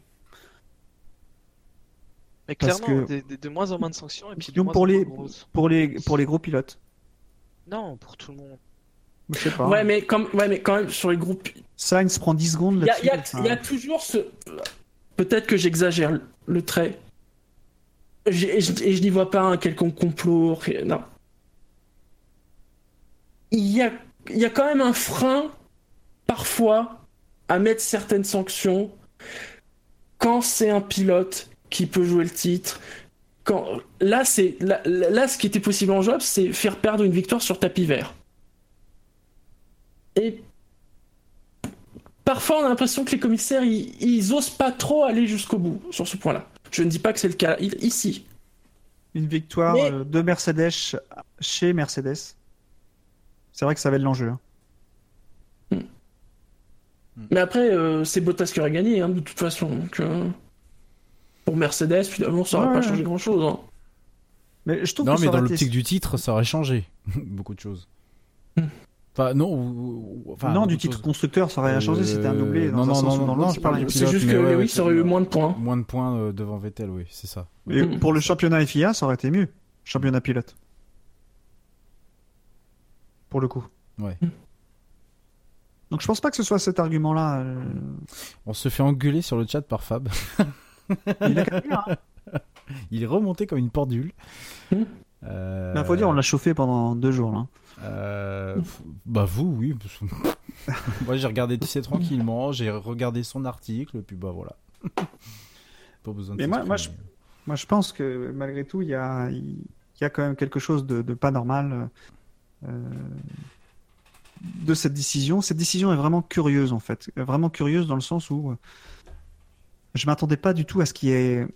Mais clairement, de moins en moins de sanctions et puis de moins pour en les moins grosses. pour les gros pilotes. Non, pour tout le monde. Je sais pas. Ouais, mais quand même sur les groupes. Sainz prend 10 secondes là-dessus. Il y a toujours ce. Peut-être que j'exagère le trait. Et je n'y vois pas un quelconque complot. Non. il y a quand même un frein, parfois, à mettre certaines sanctions quand c'est un pilote qui peut jouer le titre. Là, ce qui était possible en job, c'est faire perdre une victoire sur tapis vert. Et parfois, on a l'impression que les commissaires, ils osent pas trop aller jusqu'au bout sur ce point-là. Je ne dis pas que c'est le cas ici. Une victoire de Mercedes chez Mercedes. C'est vrai que ça va être l'enjeu. Hein. Mais après, c'est Bottas qui aurait gagné, de toute façon. Donc, pour Mercedes, finalement, ça n'aurait pas changé grand-chose. Hein. Mais je trouve non, que mais dans l'optique du titre, ça aurait changé beaucoup de choses. Enfin, non, du titre constructeur, ça aurait rien changé, c'était un doublé. Non, je parle du pilote. C'est juste que Lewis ça aurait eu moins de points. Moins de points devant Vettel, oui, c'est ça. Et pour le championnat FIA, ça aurait été mieux. Championnat pilote. Pour le coup. Ouais. Donc je pense pas que ce soit cet argument-là. On se fait engueuler sur le chat par Fab. Il a qu'à dire, hein. Il est remonté comme une pendule. Mais faut dire, on l'a chauffé pendant 2 jours là. Bah vous, oui. Moi j'ai regardé tranquillement, j'ai regardé son article, et puis bah voilà. Pas besoin de. Mais moi je pense que malgré tout, il y a quand même quelque chose de pas normal de cette décision. Cette décision est vraiment curieuse en fait, vraiment curieuse dans le sens où je m'attendais pas du tout à ce qu'il y ait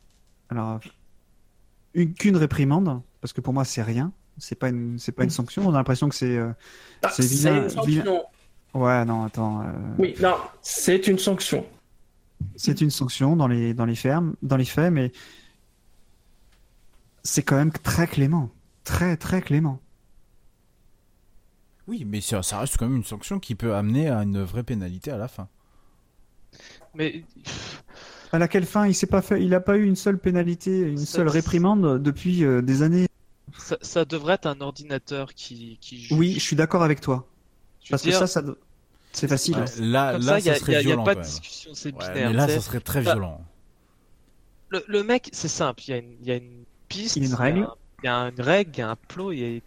qu'une réprimande, parce que pour moi c'est rien. C'est pas une sanction. On a l'impression que c'est vilain. Une sanction. Ouais, non, attends. Oui, non, c'est une sanction. C'est une sanction dans les faits, mais c'est quand même très clément, très très clément. Oui, mais ça reste quand même une sanction qui peut amener à une vraie pénalité à la fin. Mais à laquelle fin il a pas eu une seule pénalité, une seule réprimande depuis des années. Ça devrait être un ordinateur qui juge. Oui, je suis d'accord avec toi. Parce que ça c'est facile. Ouais, là, ça serait violent. Il n'y a pas de discussion, c'est binaire. Mais là, ça serait très violent. Le mec, c'est simple. Il y a une piste. Il y a une règle. Il y a une règle, il y a un plot, et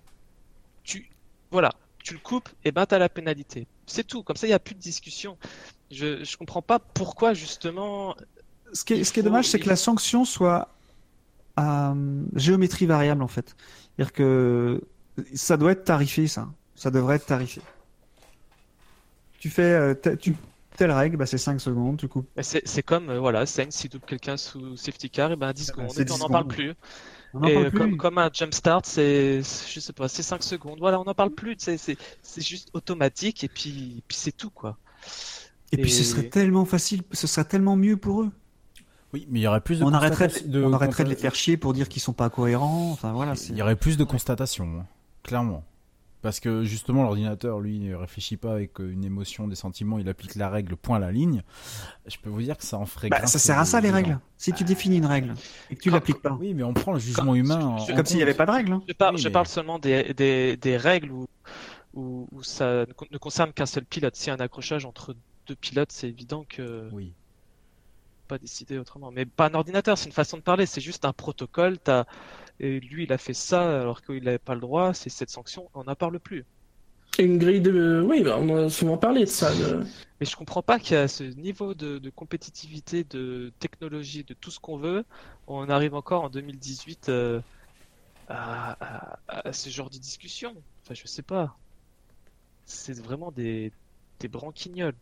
tu le coupes, et ben t'as la pénalité. C'est tout. Comme ça, il n'y a plus de discussion. Je comprends pas pourquoi justement. Ce qui est dommage, c'est que la sanction soit à géométrie variable en fait. C'est-à-dire que ça doit être tarifé, ça. Ça devrait être tarifé. Tu fais telle règle, bah c'est 5 secondes, tu coupes. C'est comme Sainz, s'il double quelqu'un sous safety car, et ben 10 secondes, et puis on n'en parle plus. Comme un jump start, c'est 5 secondes. Voilà, on n'en parle plus. C'est juste automatique, et puis c'est tout, quoi. Et puis ce serait tellement facile, ce serait tellement mieux pour eux. Oui, mais il y aurait plus de on arrêterait de les faire chier pour dire qu'ils sont pas cohérents. Enfin voilà. Il y aurait plus de constatations, clairement. Parce que justement, l'ordinateur, lui, ne réfléchit pas avec une émotion, des sentiments, il applique la règle point à la ligne. Je peux vous dire que ça en ferait ça sert à ça, les règles. Si tu définis une règle et que tu l'appliques pas. Oui, mais on prend le jugement humain. Comme s'il n'y avait pas de règle. Hein. Je parle seulement des règles où ça ne concerne qu'un seul pilote. S'il y a un accrochage entre 2 pilotes, c'est évident que. Oui. Pas décider autrement. Mais pas un ordinateur, c'est une façon de parler, c'est juste un protocole. Et lui, il a fait ça alors qu'il n'avait pas le droit, c'est cette sanction, on n'en parle plus. Une grille de. Oui, on a souvent parlé de ça. Mais je comprends pas qu'à ce niveau de compétitivité, de technologie, de tout ce qu'on veut, on arrive encore en 2018 à ce genre de discussion. Enfin, je sais pas. C'est vraiment des branquignoles.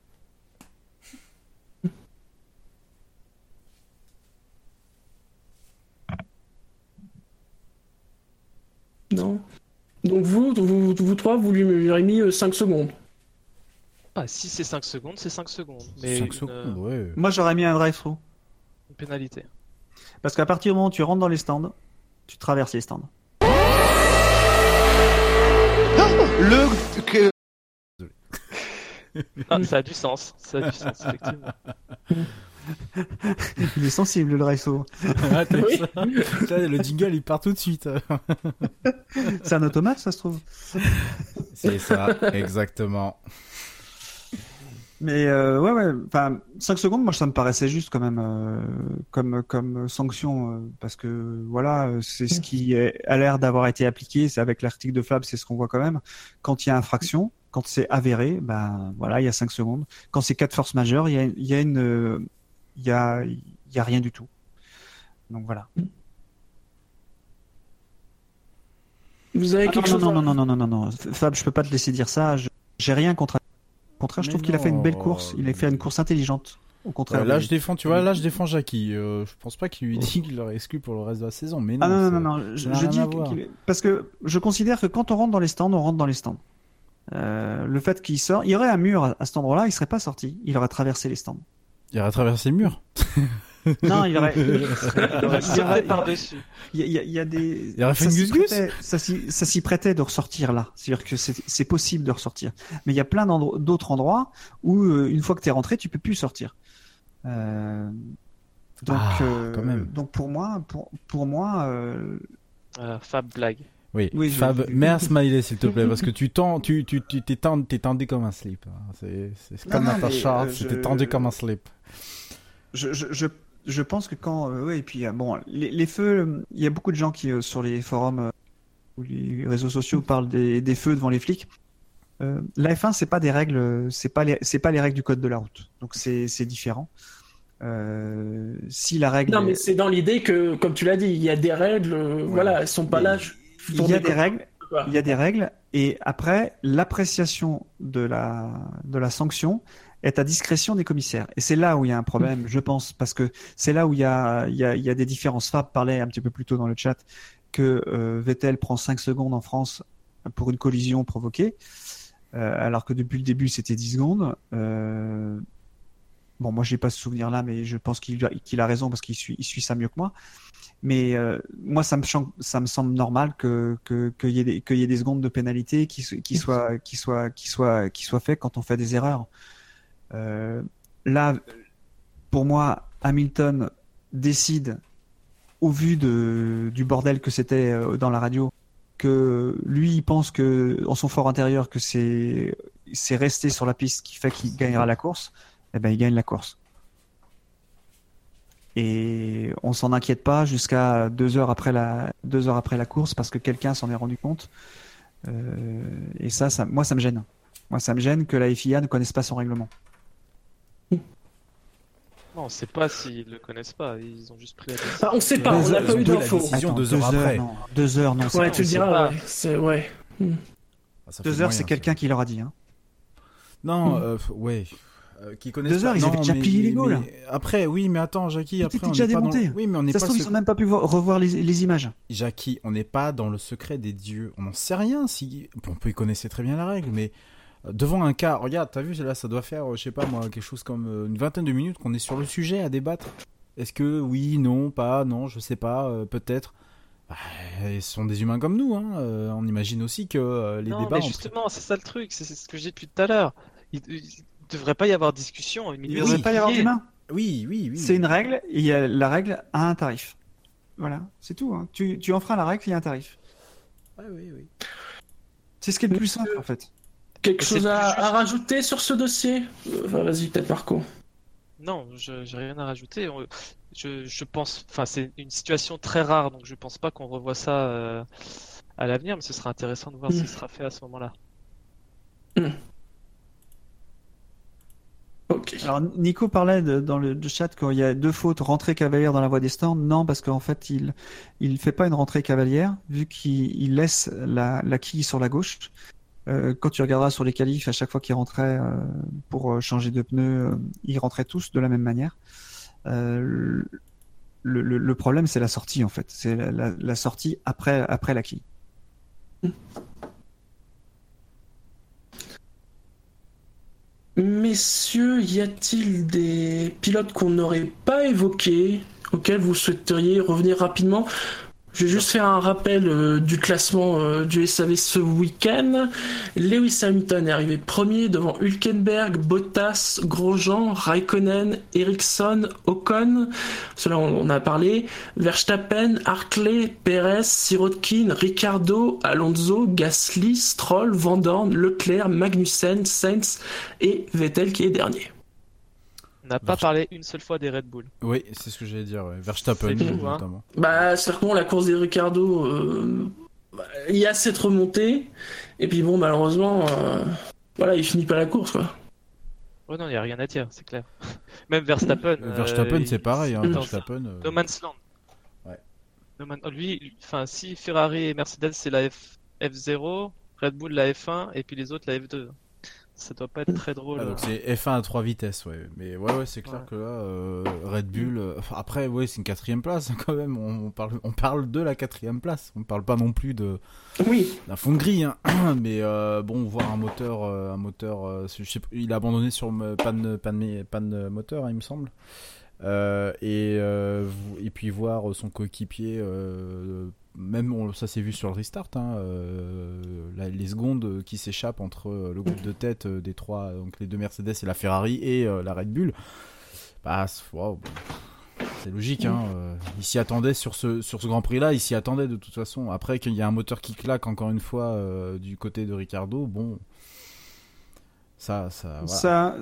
Non. Donc vous trois, vous lui aurez mis 5 secondes. Ah, si c'est 5 secondes, c'est 5 secondes. Mais 5 secondes, ouais. Moi, j'aurais mis un drive-through. Une pénalité. Parce qu'à partir du moment où tu rentres dans les stands, tu traverses les stands. Ça a du sens. Ça a du sens, effectivement. Il est sensible, le drive-through. Oui. Le jingle, il part tout de suite. C'est un automate, ça se trouve. C'est ça, exactement. Mais ouais, enfin 5 secondes, moi ça me paraissait juste quand même comme sanction parce que voilà, c'est ce qui a l'air d'avoir été appliqué. C'est avec l'article de Fab, c'est ce qu'on voit quand même. Quand il y a infraction, quand c'est avéré, ben voilà, il y a 5 secondes. Quand c'est cas de force majeure, il y a rien du tout. Donc voilà. Vous avez quelque chose non, Fab, je peux pas te laisser dire ça. J'ai rien contre. Au contraire, je trouve qu'il a fait une belle course. Il a fait une course intelligente. Au contraire. Là, je défends Jackie. Je pense pas qu'il lui dit qu'il l'aurait exclu pour le reste de la saison. Mais non. Non. Je dis parce que je considère que quand on rentre dans les stands, on rentre dans les stands. Le fait qu'il sort, il y aurait un mur à cet endroit-là, il serait pas sorti. Il aurait traversé les stands. Il aurait traversé le mur. Non, il aurait par-dessus. Il y a des. Il aurait fait une gus-gus. Ça s'y prêtait de ressortir là. C'est-à-dire que c'est possible de ressortir. Mais il y a plein d'autres endroits où une fois que t'es rentré, tu peux plus sortir. Donc pour moi. Fab blague. Oui, Fab, mets un smiley s'il te plaît, parce que t'es tendu comme un slip. C'est comme Natacha, c'était tendu comme un slip. Je pense que quand et puis bon les feux, il y a beaucoup de gens qui sur les forums ou les réseaux sociaux parlent des feux devant les flics. La F1 c'est pas des règles, c'est pas les règles du code de la route, donc c'est différent. Si la règle non mais c'est dans l'idée que comme tu l'as dit, il y a des règles, voilà, elles sont pas là. Il y a des règles et après l'appréciation de la sanction est à discrétion des commissaires. Et c'est là où il y a un problème, je pense, parce que c'est là où il y a des différences. Fab parlait un petit peu plus tôt dans le chat que Vettel prend 5 secondes en France pour une collision provoquée, alors que depuis le début c'était 10 secondes. Bon, moi j'ai pas ce souvenir-là, mais je pense qu'il a raison parce qu'il suit ça mieux que moi. Mais moi ça me semble normal qu'il y ait des secondes de pénalité qui soient faites quand on fait des erreurs. Là, pour moi, Hamilton décide, au vu du bordel que c'était dans la radio, que lui, il pense que, en son fort intérieur, que c'est resté sur la piste qui fait qu'il gagnera la course. Eh ben, il gagne la course. Et on s'en inquiète pas jusqu'à 2 heures après la course parce que quelqu'un s'en est rendu compte. Et ça, moi, ça me gêne. Moi, ça me gêne que la FIA ne connaisse pas son règlement. Non, on sait pas s'ils le connaissent pas. Ils ont juste pris la décision. On sait pas, on n'a pas eu d'infos. 2 heures après. 2 heures, non. Ouais, tu le diras. Ouais. 2 heures, c'est quelqu'un qui leur a dit. Hein. Non, ouais. Qui connaissent 2 heures, ils avaient déjà plié les là. Après, oui, mais attends, Jackie, après on déjà démonté. Oui, mais on n'est pas. Ça se trouve, ils ont même pas pu revoir les images. Jackie, on n'est pas dans le secret des dieux. On n'en sait rien. On peut y connaître très bien la règle, mais devant un cas, regarde, t'as vu, là, ça doit faire, je sais pas moi, quelque chose comme une vingtaine de minutes qu'on est sur le sujet à débattre. Est-ce que oui, non, pas, non, je sais pas, peut-être. Ils sont des humains comme nous, hein. On imagine aussi que les débats. Non, mais justement, c'est ça le truc. C'est ce que j'ai dit depuis tout à l'heure. Il devrait pas y avoir discussion. Il devrait pas y avoir d'humain. Oui. C'est une règle, et la règle a un tarif. Voilà, c'est tout. Hein. Tu enfreins la règle, il y a un tarif. Oui. C'est ce qui est le plus simple, en fait. Quelque chose à rajouter sur ce dossier vas-y, peut-être Marco. Non, j'ai rien à rajouter. Je pense, enfin, c'est une situation très rare, donc je pense pas qu'on revoie ça à l'avenir, mais ce sera intéressant de voir ce qui sera fait à ce moment-là. Okay. Alors Nico parlait dans le chat qu'il y a 2 fautes, rentrée cavalière dans la voie des stands. Non, parce qu'en fait il fait pas une rentrée cavalière vu qu'il laisse la quille sur la gauche. Quand tu regarderas sur les qualifs, à chaque fois qu'il rentrait pour changer de pneus, ils rentraient tous de la même manière. Le problème c'est la sortie en fait, c'est la sortie après la quille. Messieurs, y a-t-il des pilotes qu'on n'aurait pas évoqués, auxquels vous souhaiteriez revenir rapidement ? Je vais juste faire un rappel du classement du SAV ce week-end. Lewis Hamilton est arrivé premier devant Hülkenberg, Bottas, Grosjean, Raikkonen, Ericsson, Ocon. Cela on a parlé. Verstappen, Hartley, Perez, Sirotkin, Ricciardo, Alonso, Gasly, Stroll, Van Dorn, Leclerc, Magnussen, Sainz et Vettel qui est dernier. On n'a pas parlé une seule fois des Red Bull. Oui, c'est ce que j'allais dire. Ouais. Verstappen, notamment. Bah, c'est-à-dire que bon, la course des Ricciardo, il y a cette remontée, et puis bon, malheureusement, voilà, il finit pas la course, quoi. Oh non, il n'y a rien à dire, c'est clair. Même Verstappen. Verstappen, c'est pareil. Hein, Verstappen. No Man's Land. Ouais. Lui, si Ferrari et Mercedes c'est la F0, Red Bull la F1 et puis les autres la F2. Ça doit pas être très drôle. Ah, donc c'est F1 à 3 vitesses, ouais. Mais ouais, c'est clair que là, Red Bull. Après, ouais, c'est une 4ème place quand même. On parle de la 4ème place. On parle pas non plus d'un fond de grille. Hein. Mais bon, voir un moteur, je sais pas, il a abandonné sur panne moteur, hein, il me semble. Et puis voir son coéquipier. Même ça s'est vu sur le restart, hein, les secondes qui s'échappent entre le groupe de tête des trois, donc les deux Mercedes et la Ferrari et la Red Bull, bah, wow, c'est logique, hein, ils s'y attendaient sur ce Grand Prix là, ils s'y attendaient de toute façon. Après qu'il y a un moteur qui claque encore une fois du côté de Ricciardo, bon, voilà.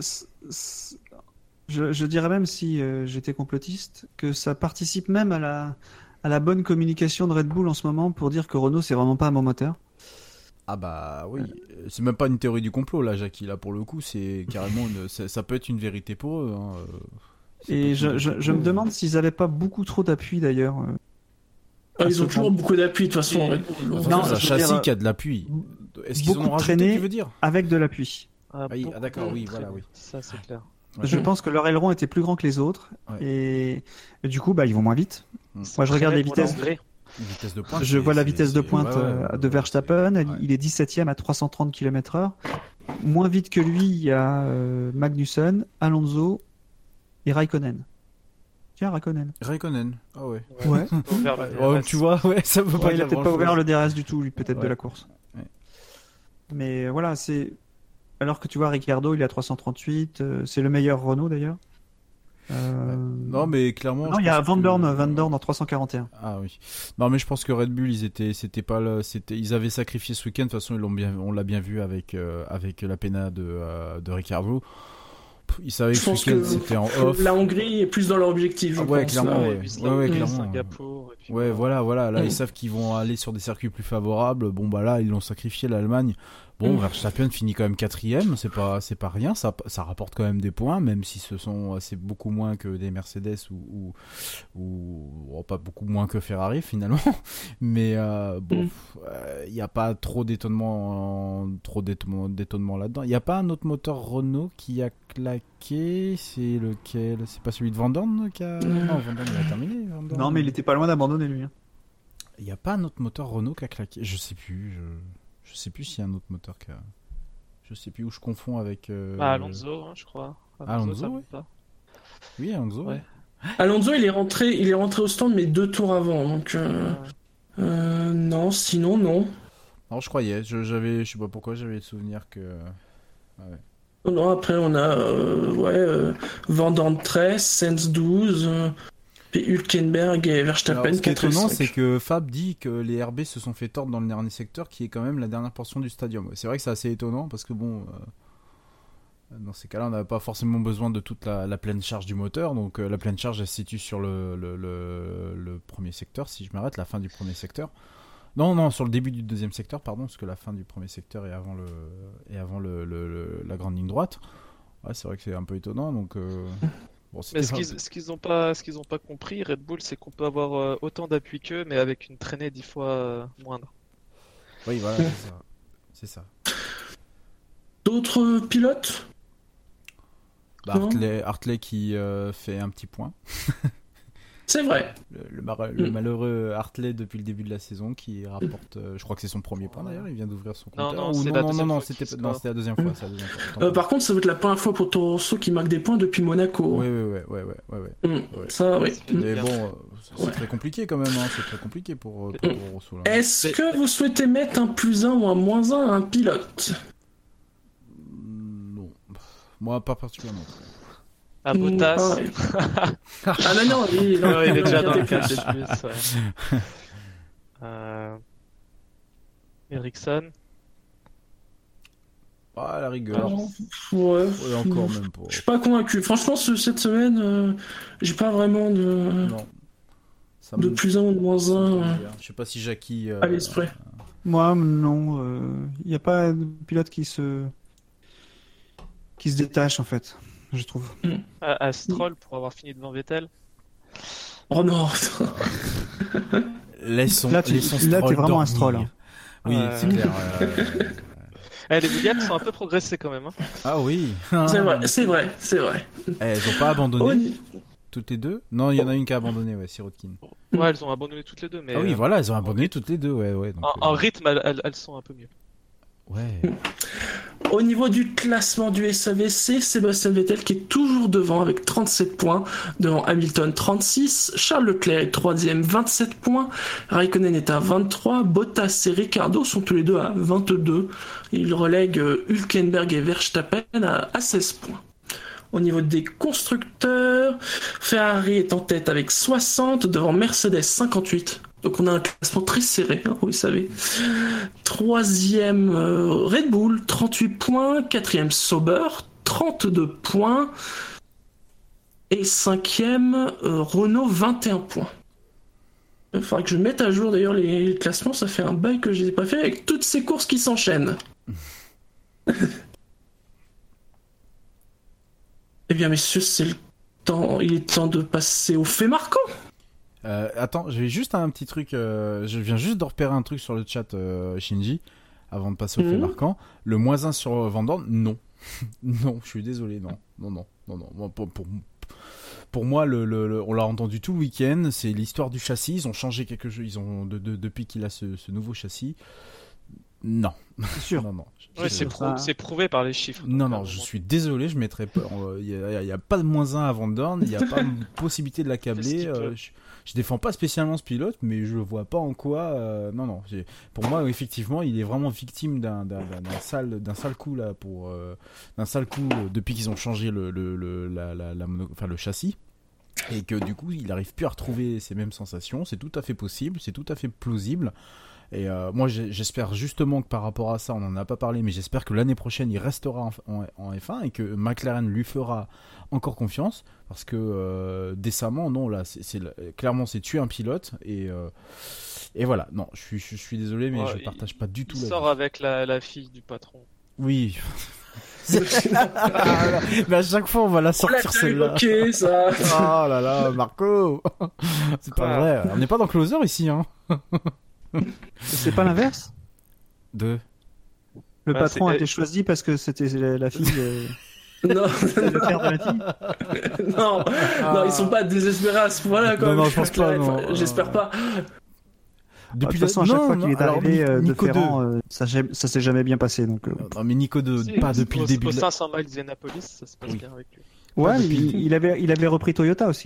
Je dirais même, si j'étais complotiste, que ça participe même à la bonne communication de Red Bull en ce moment pour dire que Renault c'est vraiment pas un bon moteur. Ah bah oui, c'est même pas une théorie du complot là, Jackie, là pour le coup c'est carrément ça peut être une vérité pour eux. Hein. Et je me demande s'ils avaient pas beaucoup trop d'appui d'ailleurs. Ils ont toujours beaucoup d'appui de toute façon. Non, c'est un châssis qui a de l'appui. Est-ce qu'ils en ont rajouté, tu veux dire ? Avec de l'appui. D'accord, oui, voilà, oui. Ça c'est clair. Ouais. Je pense que leur aileron était plus grand que les autres, et du coup ils vont moins vite. Moi je regarde les vitesses. De pointe, je vois la vitesse de pointe de Verstappen, il est 17ème à 330 km/h. Moins vite que lui, il y a Magnussen, Alonso et Raikkonen. Tiens, Raikkonen. Ah ouais. Ouais. Tu vois, ouais, ça veut pas il dire a peut-être pas ouvert le DRS du tout, lui, peut-être de la course. Ouais. Mais voilà, c'est. Alors que tu vois, Ricciardo, il est à 338, c'est le meilleur Renault d'ailleurs. Non, mais clairement. Non, il y a Van Dorn en 341. Ah oui. Non, mais je pense que Red Bull, c'était pas là, ils avaient sacrifié ce week-end. De toute façon, on l'a bien vu avec la pena de Ricciardo. Ils savaient que ce week-end c'était en off. La Hongrie est plus dans leur objectif. Je pense. Clairement. Ouais, clairement. Singapour. Et puis voilà. Là, ils savent qu'ils vont aller sur des circuits plus favorables. Bon, bah là, ils l'ont sacrifié, l'Allemagne. Bon, Verstappen finit quand même 4ème, c'est pas rien, ça rapporte quand même des points, même si c'est beaucoup moins que des Mercedes ou pas beaucoup moins que Ferrari finalement. Mais bon, il n'y a pas trop d'étonnement là-dedans. Il n'y a pas un autre moteur Renault qui a claqué, c'est lequel ? C'est pas celui de Van Dorn qui a... Non, Van Dorn il a terminé. Non, mais il était pas loin d'abandonner lui. Il n'y a pas un autre moteur Renault qui a claqué, je sais plus. Je sais plus s'il y a un autre moteur qui a... Je sais plus où je confonds avec... Alonso, hein, je crois. Alonso, oui. Oui, Alonso. Ouais. Alonso, il est rentré au stand, mais 2 tours avant. Donc, non, sinon, non. Non, je croyais. Je sais pas pourquoi, j'avais le souvenir que... Ouais. Non, après, on a Van Dorn 13, Sainz 12... Puis Hülkenberg et Verstappen. Alors, ce qui est étonnant, c'est que Fab dit que les RB se sont fait tordre dans le dernier secteur, qui est quand même la dernière portion du stadium. C'est vrai que c'est assez étonnant, parce que bon, dans ces cas-là, on n'a pas forcément besoin de toute la pleine charge du moteur. Donc la pleine charge, elle se situe sur le premier secteur, si je m'arrête, la fin du premier secteur. Non, sur le début du deuxième secteur, pardon, parce que la fin du premier secteur est avant la grande ligne droite. Ouais, c'est vrai que c'est un peu étonnant, donc... Bon, mais ce qu'ils ont pas compris, Red Bull, c'est qu'on peut avoir autant d'appui qu'eux, mais avec une traînée 10 fois moindre. Oui, voilà, c'est ça. D'autres pilotes ? Hartley qui fait un petit point. C'est vrai. Le malheureux Hartley depuis le début de la saison qui rapporte, je crois que c'est son premier point d'ailleurs, il vient d'ouvrir son compteur. Non, c'était la deuxième fois. Par contre, ça va être la première fois pour Toro Rosso qui marque des points depuis Monaco. Ouais. Ça, oui. Mais bon, c'est très compliqué quand même, hein. C'est très compliqué pour Toro Rosso. Là. Est-ce que vous souhaitez mettre un +1 ou un -1 à un pilote? Non. Moi, pas particulièrement. À Bottas. Non, il est déjà dans le 4 des plus. Ericsson. Ah, la rigueur. Ouais. Encore même pas. Je suis pas convaincu. Franchement, cette semaine, j'ai pas vraiment de +1 ou de -1. Je sais pas si Jackie. À l'esprit. Moi, non. Il n'y a pas de pilote qui se détache en fait, je trouve. À Stroll pour avoir fini devant Vettel. Oh non. Laissons là, t'es vraiment un Stroll. Hein. Oui, c'est clair. Les Williams sont un peu progressés quand même. Hein. Ah oui. C'est vrai. Elles ont pas abandonné toutes les deux. Non, il y en a une qui a abandonné, Sirotkin. Ouais, elles ont abandonné toutes les deux. Mais ah oui, voilà, elles ont abandonné toutes les deux, ouais. Donc, en rythme, elles sont un peu mieux. Ouais. Au niveau du classement du SAVC, Sébastien Vettel qui est toujours devant avec 37 points, devant Hamilton 36, Charles Leclerc est 3ème 27 points, Raikkonen est à 23, Bottas et Ricciardo sont tous les deux à 22, ils relèguent Hülkenberg et Verstappen à 16 points. Au niveau des constructeurs, Ferrari est en tête avec 60, devant Mercedes 58. Donc on a un classement très serré, vous le savez. 3ème Red Bull, 38 points. 4ème Sauber, 32 points. Et 5ème Renault, 21 points. Il faudra que je mette à jour d'ailleurs les classements, ça fait un bail que je les ai pas fait avec toutes ces courses qui s'enchaînent. Eh bien messieurs, il est temps de passer aux faits marquants. Attends, j'ai juste un petit truc. Je viens juste de repérer un truc sur le chat, Shinji, avant de passer au fait marquant. Le -1 sur Van Dorn, non. Non, je suis désolé, non. Pour moi, on l'a entendu tout le week-end. C'est l'histoire du châssis. Ils ont changé quelque chose. Ils ont depuis qu'il a ce nouveau châssis. Non. C'est sûr. Non. Ouais, c'est prouvé par les chiffres. Non, je suis désolé, je mettrai pas. Il y a pas de -1 à Van Dorn. Il y a pas de possibilité de l'accabler. Je défends pas spécialement ce pilote, mais je vois pas en quoi. Non. Pour moi, effectivement, il est vraiment victime d'un sale coup là d'un sale coup depuis qu'ils ont changé le châssis. Et que du coup, il n'arrive plus à retrouver ces mêmes sensations. C'est tout à fait possible, c'est tout à fait plausible. Et moi, j'espère justement que par rapport à ça, on n'en a pas parlé, mais j'espère que l'année prochaine, il restera en F1 et que McLaren lui fera encore confiance, parce que décemment, non, là, clairement, c'est tuer un pilote. Et voilà, non, je suis désolé, mais je partage pas du tout. Il sort avec la fille du patron. Oui. Mais à chaque fois on va la sortir celle-là. Ok, ça. Oh là là, Marco. C'est pas vrai. On n'est pas dans Closer ici, hein. C'est pas l'inverse. Le patron a été choisi parce que c'était la fille. Non. Le père de la fille. Non, ils sont pas désespérés à ce point-là, quand même. Non, je pense pas. J'espère pas. Depuis de toute façon, à chaque fois qu'il est arrivé de Ferrand, ça s'est jamais bien passé. Donc, Non, mais Nico pas depuis le début. Au 500 miles d'Indianapolis, ça se passe bien avec lui. Ouais, il avait repris Toyota aussi.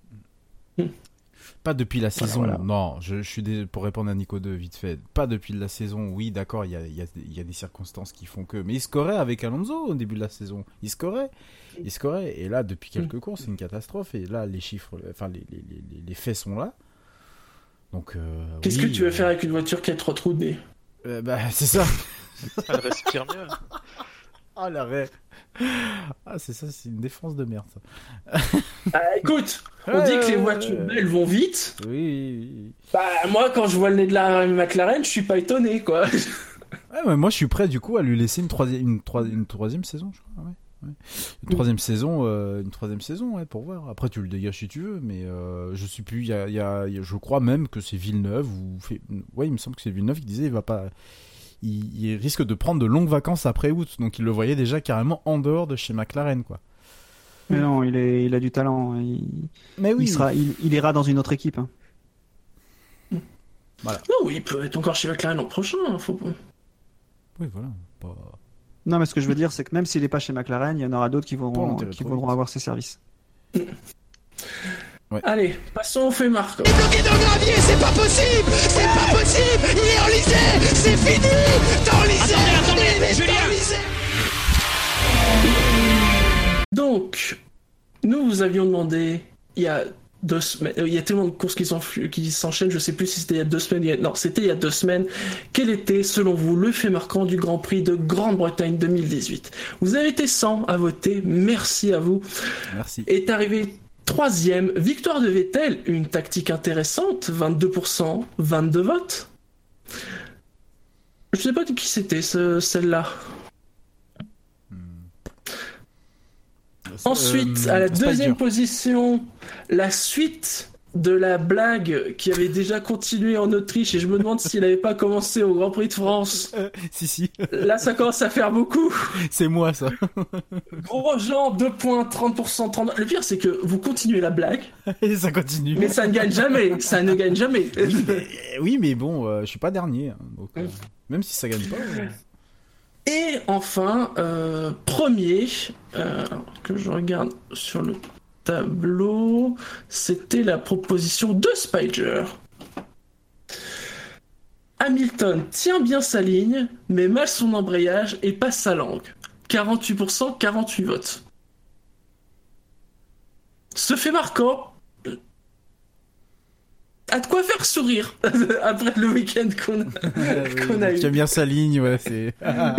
Pas depuis la saison, non, je suis pour répondre à Nico 2 vite fait, pas depuis la saison, oui d'accord, il y a des circonstances qui font que, mais il scorait avec Alonso au début de la saison, il scorait, et là depuis quelques courses c'est une catastrophe, et là les chiffres, enfin les faits sont là, donc qu'est-ce que tu veux faire avec une voiture qui a trop trous de nez? C'est ça. Elle respire mieux. Ah l'arrêt. Ah c'est ça, c'est une défense de merde ça. Écoute, on dit que les voitures belles vont vite. Oui. Moi quand je vois le nez de la McLaren, je suis pas étonné quoi. Ouais, mais moi je suis prêt du coup à lui laisser une troisième saison, je crois. Ouais. Une troisième saison, ouais, pour voir. Après tu le dégages si tu veux, mais je sais plus. Je crois même que c'est Villeneuve il me semble que c'est Villeneuve qui disait il risque de prendre de longues vacances après août, donc il le voyait déjà carrément en dehors de chez McLaren, quoi. Mais non, il a du talent. Mais oui. Il ira dans une autre équipe. Hein. Voilà. Non, il peut être encore chez McLaren l'an prochain. Faut... Oui, voilà. Pas... Non, mais ce que je veux dire, c'est que même s'il n'est pas chez McLaren, il y en aura d'autres qui voudront avoir ses services. Ouais. Allez, passons au fait marquant. Il est bloqué dans le gravier, c'est pas possible. C'est pas possible. Il est enlisé. C'est fini. T'es enlisé. Attendez, Julien. Donc, nous vous avions demandé il y a 2 semaines, il y a tellement de courses qui s'enchaînent, je sais plus si c'était il y a 2 semaines, non, c'était il y a 2 semaines. Quel était, selon vous, le fait marquant du Grand Prix de Grande-Bretagne 2018 ? Vous avez été 100 à voter, merci à vous. Merci. Est arrivé 3e, victoire de Vettel, une tactique intéressante, 22%, 22 votes. Je sais pas de qui c'était, celle-là. Ensuite, à la deuxième position, la suite de la blague qui avait déjà continué en Autriche, et je me demande s'il n'avait pas commencé au Grand Prix de France. Si. Là, ça commence à faire beaucoup. C'est moi, ça. Grosjean, 2 points, 30%, 30%. Le pire, c'est que vous continuez la blague. Et ça continue. Mais ça ne gagne jamais. Ça ne gagne jamais. Oui, mais bon, je suis pas dernier. Hein, donc, même si ça gagne pas... Et enfin, premier, que je regarde sur le tableau, c'était la proposition de Spider. Hamilton tient bien sa ligne, mais mal son embrayage et passe sa langue. 48%, 48 votes. Ce fait marquant a de quoi faire sourire après le week-end qu'on a eu. Tient bien sa ligne, ouais, c'est...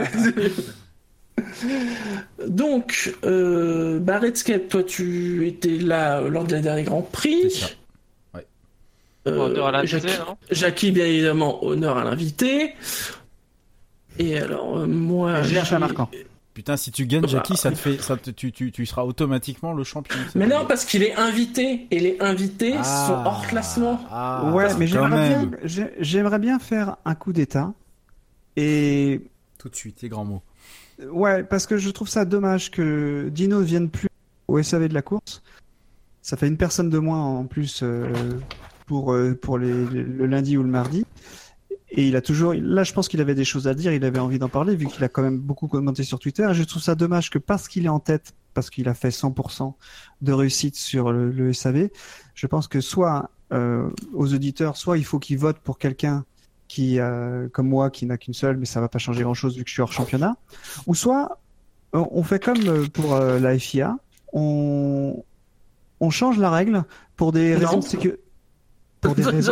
Donc, Redscape, toi tu étais là lors de la dernière Grand Prix. C'est ça. Ouais. Honneur à l'invité, non ? Jackie, bien évidemment, honneur à l'invité. Et alors, moi... J'ai un fait marquant. Putain, si tu gagnes, Jackie, tu seras automatiquement le champion. Mais non, parce qu'il est invité, et les invités sont hors classement. Ouais, mais j'aimerais bien faire un coup d'état. Et... Tout de suite, les grands mots. Ouais, parce que je trouve ça dommage que Dino ne vienne plus au SAV de la course. Ça fait une personne de moins en plus pour le lundi ou le mardi. Et il a toujours... Là, je pense qu'il avait des choses à dire, il avait envie d'en parler, vu qu'il a quand même beaucoup commenté sur Twitter. Et je trouve ça dommage que parce qu'il est en tête, parce qu'il a fait 100% de réussite sur le SAV, je pense que soit aux auditeurs, soit il faut qu'ils votent pour quelqu'un qui, comme moi, qui n'a qu'une seule, mais ça va pas changer grand-chose vu que je suis hors championnat. Ou soit, on fait comme pour la FIA, on change la règle pour des raisons de sécurité. Pour des raisons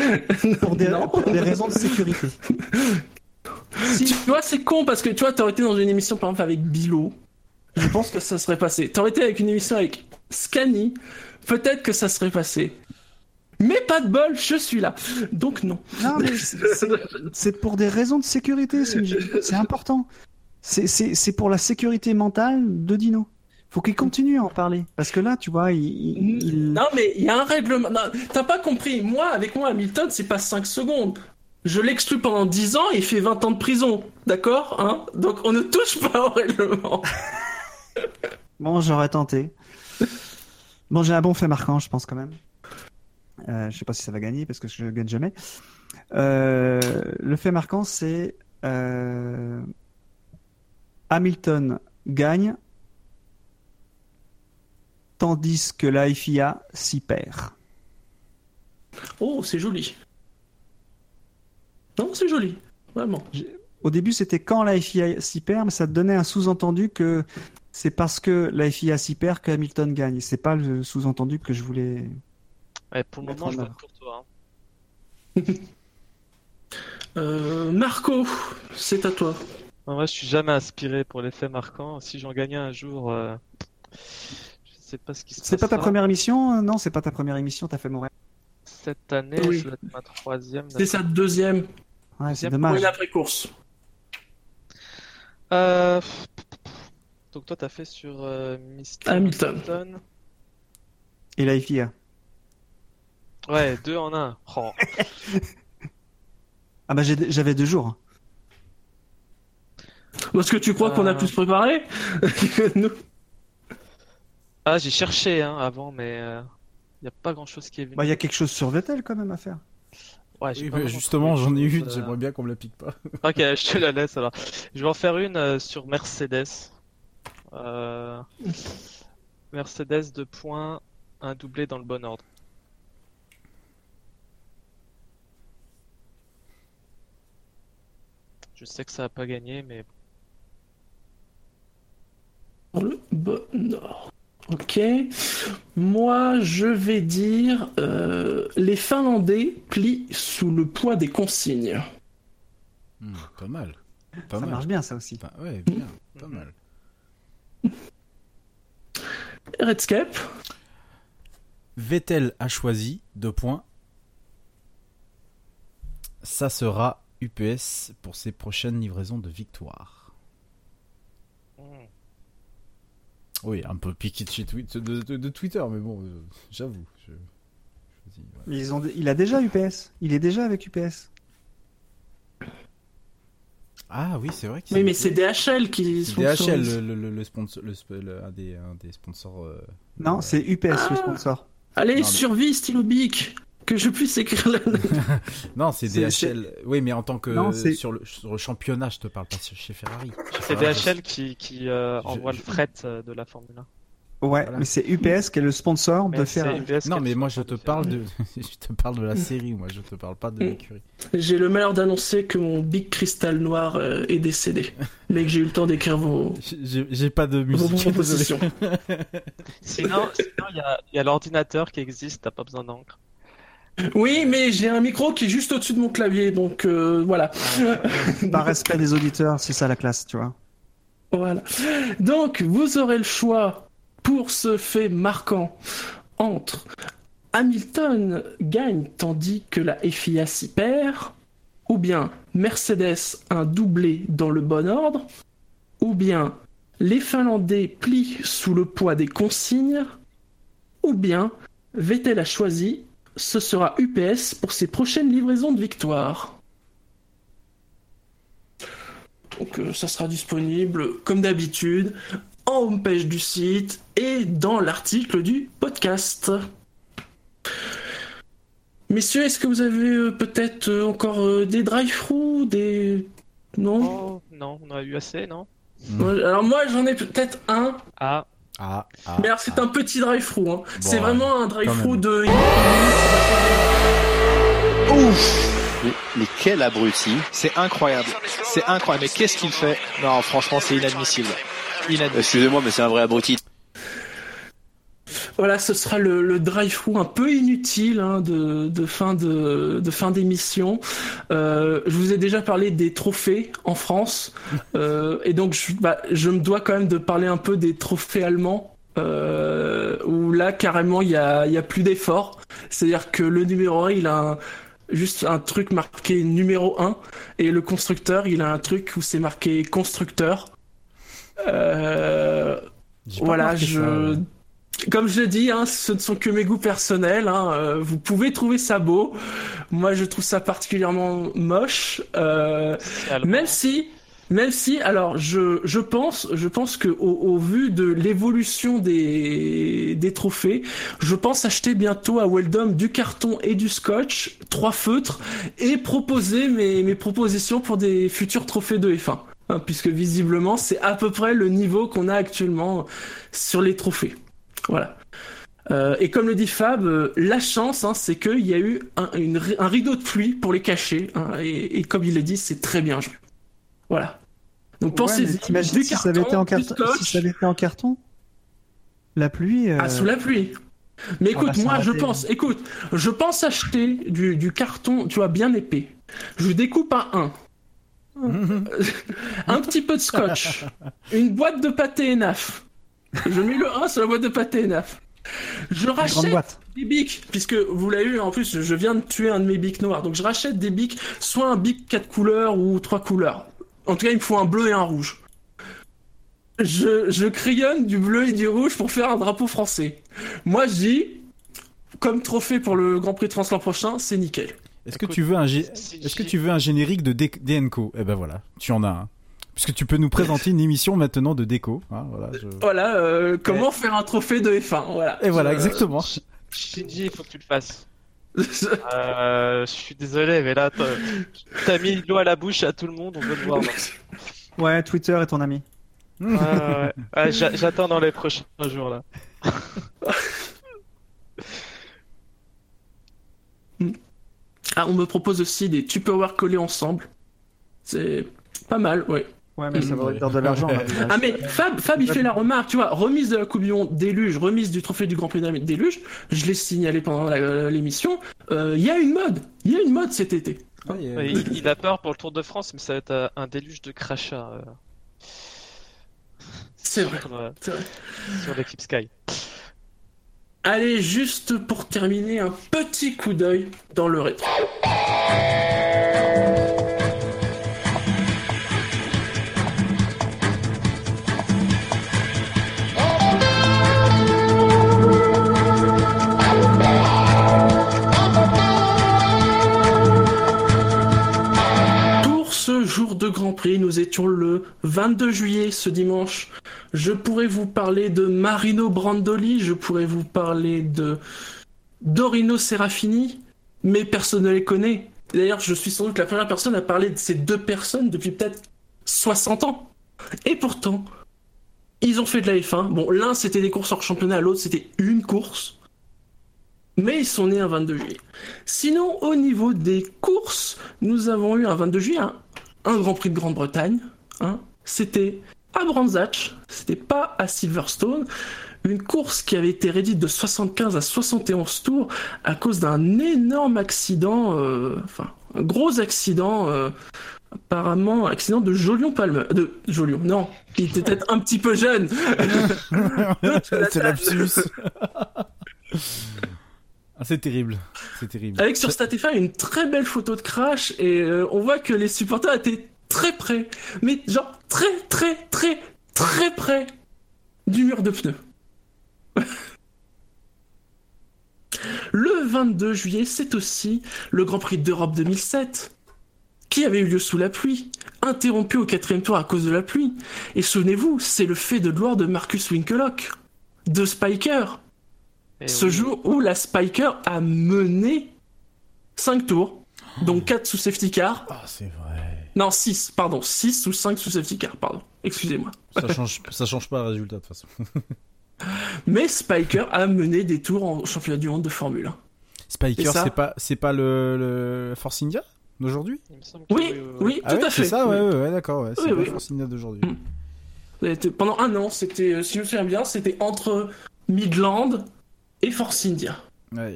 de sécurité. Tu vois, c'est con parce que tu vois, t'aurais été dans une émission par exemple avec Bilo. Je pense que ça serait passé. T'aurais été avec une émission avec Scani. Peut-être que ça serait passé. Mais pas de bol, je suis là. Donc non. Non, mais c'est pour des raisons de sécurité. C'est important. C'est pour la sécurité mentale de Dino. Faut qu'il continue à en parler. Parce que là, tu vois, Non, mais il y a un règlement. Non, t'as pas compris. Moi, avec moi, Hamilton, c'est pas 5 secondes. Je l'exclus pendant 10 ans et il fait 20 ans de prison. D'accord, hein ? Donc, on ne touche pas au règlement. Bon, j'aurais tenté. Bon, j'ai un bon fait marquant, je pense, quand même. Je sais pas si ça va gagner, parce que je gagne jamais. Le fait marquant, c'est... Hamilton gagne... tandis que la FIA s'y perd. Oh, c'est joli. Non, c'est joli, vraiment. Au début, c'était quand la FIA s'y perd, mais ça donnait un sous-entendu que c'est parce que la FIA s'y perd que Hamilton gagne. C'est pas le sous-entendu que je voulais... Ouais, pour le moment, je vote pour toi. Hein. Marco, c'est à toi. Moi, je suis jamais inspiré pour les faits marquants. Si j'en gagnais un jour... C'est pas ce qui se passe. C'est pas ta première émission ? Non, c'est pas ta première émission, t'as fait mon rêve. Cette année, Oui. je vais être ma 3e. C'est sa 2e. Ouais, c'est Pour dommage. une après-course. Donc toi, t'as fait sur Mr. Hamilton. Et la FIA. Ouais, 2 en 1. Oh. Ah bah j'avais 2 jours. Parce que tu crois qu'on a plus préparé que nous ? Ah, j'ai cherché avant, mais il n'y a pas grand-chose qui est venu. Bah, il y a quelque chose sur Vettel quand même à faire. Ouais, Oui, justement, j'en ai une, j'aimerais bien qu'on me la pique pas. Ok, je te la laisse alors. Je vais en faire une sur Mercedes. Mercedes 2 points, un doublé dans le bon ordre. Je sais que ça n'a pas gagné, mais... Dans le bon ordre. Ok. Moi, je vais dire les Finlandais plient sous le poids des consignes. Pas mal. Ça marche bien, ça aussi. Ouais, bien. Pas mal. Redscape. Vettel a choisi 2 points. Ça sera UPS pour ses prochaines livraisons de victoire. Oui, un peu piqué de Twitter, mais bon, j'avoue. Il a déjà UPS. Il est déjà avec UPS. Ah oui, c'est vrai. Oui, mais c'est DHL qui sponsorise. DHL, le sponsor, un des sponsors. Non, c'est UPS le sponsor. Allez, survie, stylo bic, que je puisse écrire la note. Non, c'est DHL. Oui, mais en tant que sur le championnat, je te parle pas chez Ferrari. C'est DHL qui envoie le fret de la Formule 1. Ouais, voilà. Mais c'est UPS qui est le sponsor de Ferrari. Non, mais moi je te parle de la série, moi je te parle pas de l'écurie. J'ai le malheur d'annoncer que mon Big Cristal Noir est décédé, mais que j'ai eu le temps d'écrire vos. J'ai pas de musique. Propositions. Sinon, il y a l'ordinateur qui existe, t'as pas besoin d'encre. Oui, mais j'ai un micro qui est juste au-dessus de mon clavier, donc voilà. Par respect des auditeurs, c'est ça la classe, tu vois. Voilà. Donc, vous aurez le choix pour ce fait marquant entre Hamilton gagne tandis que la FIA s'y perd, ou bien Mercedes un doublé dans le bon ordre, ou bien les Finlandais plient sous le poids des consignes, ou bien Vettel a choisi, ce sera UPS pour ses prochaines livraisons de victoire. Donc ça sera disponible comme d'habitude en homepage du site et dans l'article du podcast. Messieurs, est-ce que vous avez peut-être encore des drive-through, des... Non Oh, non, on a eu assez, non? Alors moi, j'en ai peut-être un. Mais alors, c'est un petit drive-through. Hein. Bon, c'est vraiment un drive-through de... Ouf! Mais quel abruti! C'est incroyable. C'est incroyable. Mais qu'est-ce qu'il fait? Non, franchement, c'est inadmissible. Excusez-moi, mais c'est un vrai abruti. Voilà, ce sera le drive-through un peu inutile de fin d'émission. Je vous ai déjà parlé des trophées en France, et donc je me dois quand même de parler un peu des trophées allemands, où là carrément il y a plus d'effort. C'est-à-dire que le numéro 1 il a juste un truc marqué numéro 1 et le constructeur il a un truc où c'est marqué constructeur. Voilà, comme je l'ai dit, ce ne sont que mes goûts personnels. Vous pouvez trouver ça beau. Moi, je trouve ça particulièrement moche. Même si, alors, je pense que au vu de l'évolution des trophées, je pense acheter bientôt à Weldom du carton et du scotch, 3 feutres, et proposer mes propositions pour des futurs trophées de F1. Puisque visiblement, c'est à peu près le niveau qu'on a actuellement sur les trophées. Voilà. Et comme le dit Fab, la chance, c'est qu'il y a eu un rideau de pluie pour les cacher. Et comme il l'a dit, c'est très bien joué. Voilà. Donc pensez-y. T'imagines si ça avait été en carton, la pluie. Sous la pluie. Mais écoute, je pense acheter du carton, tu vois, bien épais. Je découpe un petit peu de scotch, une boîte de pâté ENAF. Je mets le 1 sur la boîte de pâté ENAF. Je rachète des bics, puisque vous l'avez eu, en plus, je viens de tuer un de mes bics noirs. Donc je rachète des bics, soit un bic 4 couleurs ou 3 couleurs. En tout cas, il me faut un bleu et un rouge. Je crayonne du bleu et du rouge pour faire un drapeau français. Moi, je dis, comme trophée pour le Grand Prix de France l'an prochain, c'est nickel. Est-ce que tu veux un générique de DNCO? Eh ben voilà, tu en as un. puisque tu peux nous présenter une émission maintenant de déco. Hein, voilà, comment faire un trophée de F1. Voilà. Et voilà, exactement. Shinji, il faut que tu le fasses. Je suis désolé, mais là, t'as mis de l'eau à la bouche à tout le monde, on veut le voir. Ouais, Twitter est ton ami. Ouais. J'attends dans les prochains jours, là. On me propose aussi des Tupperware collés ensemble. C'est pas mal, ouais. Ouais, mais ça va être de l'argent. Là, mais Fab, il fait la remarque, tu vois, remise de la Coupe du Monde Déluge, remise du trophée du Grand Prix Déluge, je l'ai signalé pendant l'émission, il y a une mode cet été. Il a peur pour le Tour de France, mais ça va être un déluge de crachats. C'est vrai. Sur l'équipe Sky. Allez, juste pour terminer, un petit coup d'œil dans le rétro. Jour de Grand Prix, nous étions le 22 juillet ce dimanche. Je pourrais vous parler de Marino Brandoli, je pourrais vous parler de Dorino Serafini, mais personne ne les connaît. D'ailleurs, je suis sans doute la première personne à parler de ces deux personnes depuis peut-être 60 ans. Et pourtant, ils ont fait de la F1. Bon, l'un c'était des courses hors championnat, l'autre c'était une course. Mais ils sont nés un 22 juillet. Sinon, au niveau des courses, nous avons eu un 22 juillet, un Grand Prix de Grande-Bretagne. C'était à Brands Hatch, c'était pas à Silverstone. Une course qui avait été réduite de 75 à 71 tours à cause d'un énorme accident, un gros accident, apparemment accident de Jolion Palmer. De Jolion, non, il était peut-être un petit peu jeune. C'est lapsus. C'est terrible, Avec sur StatF1 une très belle photo de crash et on voit que les supporters étaient très près, mais genre très près du mur de pneus. Le 22 juillet, c'est aussi le Grand Prix d'Europe 2007 qui avait eu lieu sous la pluie, interrompu au 4e tour à cause de la pluie. Et souvenez-vous, c'est le fait de gloire de Marcus Winkelhock, de Spiker. Jour où la Spiker a mené 5 tours, donc 4 sous safety car. Ah, c'est vrai. Non, 6 ou 5 sous safety car, pardon. Excusez-moi. Ça change pas le résultat, de toute façon. Mais Spiker a mené des tours en championnat du monde de Formule 1. Spiker, c'est pas le Force India d'aujourd'hui ? Oui, tout à fait. C'est ça, ouais, d'accord, ouais. C'est le Force India d'aujourd'hui. Pendant un an, c'était, si je me souviens bien, c'était entre Midland et Force India. Ouais.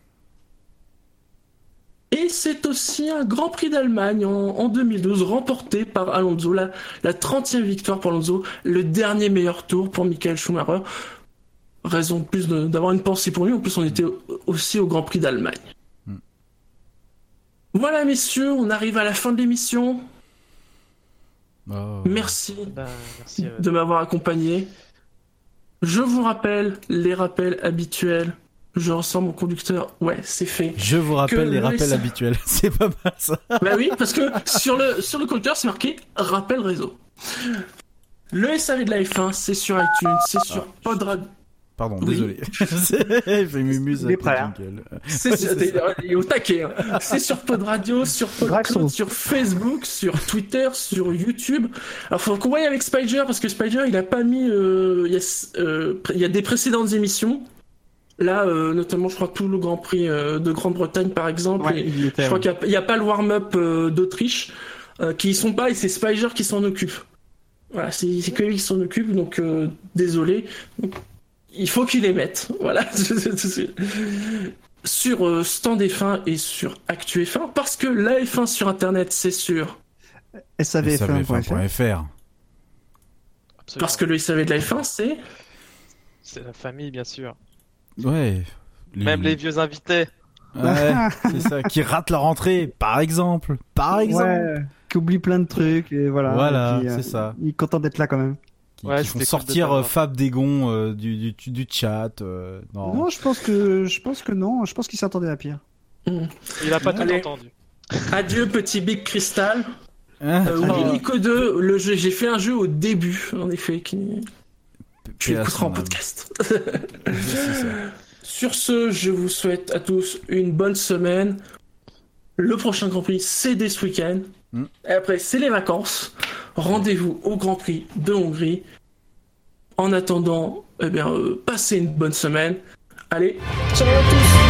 Et c'est aussi un Grand Prix d'Allemagne en 2012, remporté par Alonso, la 30e victoire pour Alonso, le dernier meilleur tour pour Michael Schumacher. Raison de plus d'avoir une pensée pour lui, en plus on était aussi au Grand Prix d'Allemagne. Voilà messieurs, on arrive à la fin de l'émission. Merci de m'avoir accompagné. Je vous rappelle les rappels habituels. Je ressens mon conducteur. Ouais, c'est fait. Je vous rappelle les rappels habituels. C'est pas mal ça. Bah oui, parce que sur le conducteur, c'est marqué rappel réseau. Le SAV de la F1, c'est sur iTunes, c'est sur Podradio. Pardon, désolé. Je m'amuse avec le jingle. Il est au taquet. C'est sur Podradio, sur Podcloud, sur Facebook, sur Twitter, sur YouTube. Alors, faut qu'on voie avec Spider, parce que Spider, il a pas mis... il y a des précédentes émissions. Là, notamment, je crois tout le Grand Prix de Grande-Bretagne, par exemple. Ouais, je crois qu'il n'y a pas le warm-up d'Autriche qui y sont pas, et c'est Spider qui s'en occupe. Voilà, c'est que lui qui s'en occupe, donc désolé. Donc, il faut qu'il les mette. Voilà. Sur Stand F1 et sur Actu F1, parce que la F1 sur Internet, c'est sur savf1.fr. Parce que le SAV de la F1, c'est la famille, bien sûr. Ouais. Même les vieux invités. Ouais, c'est ça. Qui ratent leur entrée, par exemple. Ouais, qui oublient plein de trucs, et voilà. Voilà, et puis, c'est ça. Il est content d'être là quand même. Qui font sortir Fab Desgon du chat. Non, je pense que non. Je pense qu'il s'attendait à pire. Il a pas tout entendu. Adieu, petit Big Crystal. Oui, Nico 2, le jeu, j'ai fait un jeu au début, en effet, qui... Tu écouteras en podcast. Sur ce, je vous souhaite à tous une bonne semaine. Le prochain Grand Prix, c'est dès ce week-end. Et après, c'est les vacances. Rendez-vous au Grand Prix de Hongrie. En attendant, passez une bonne semaine. Allez, ciao à tous!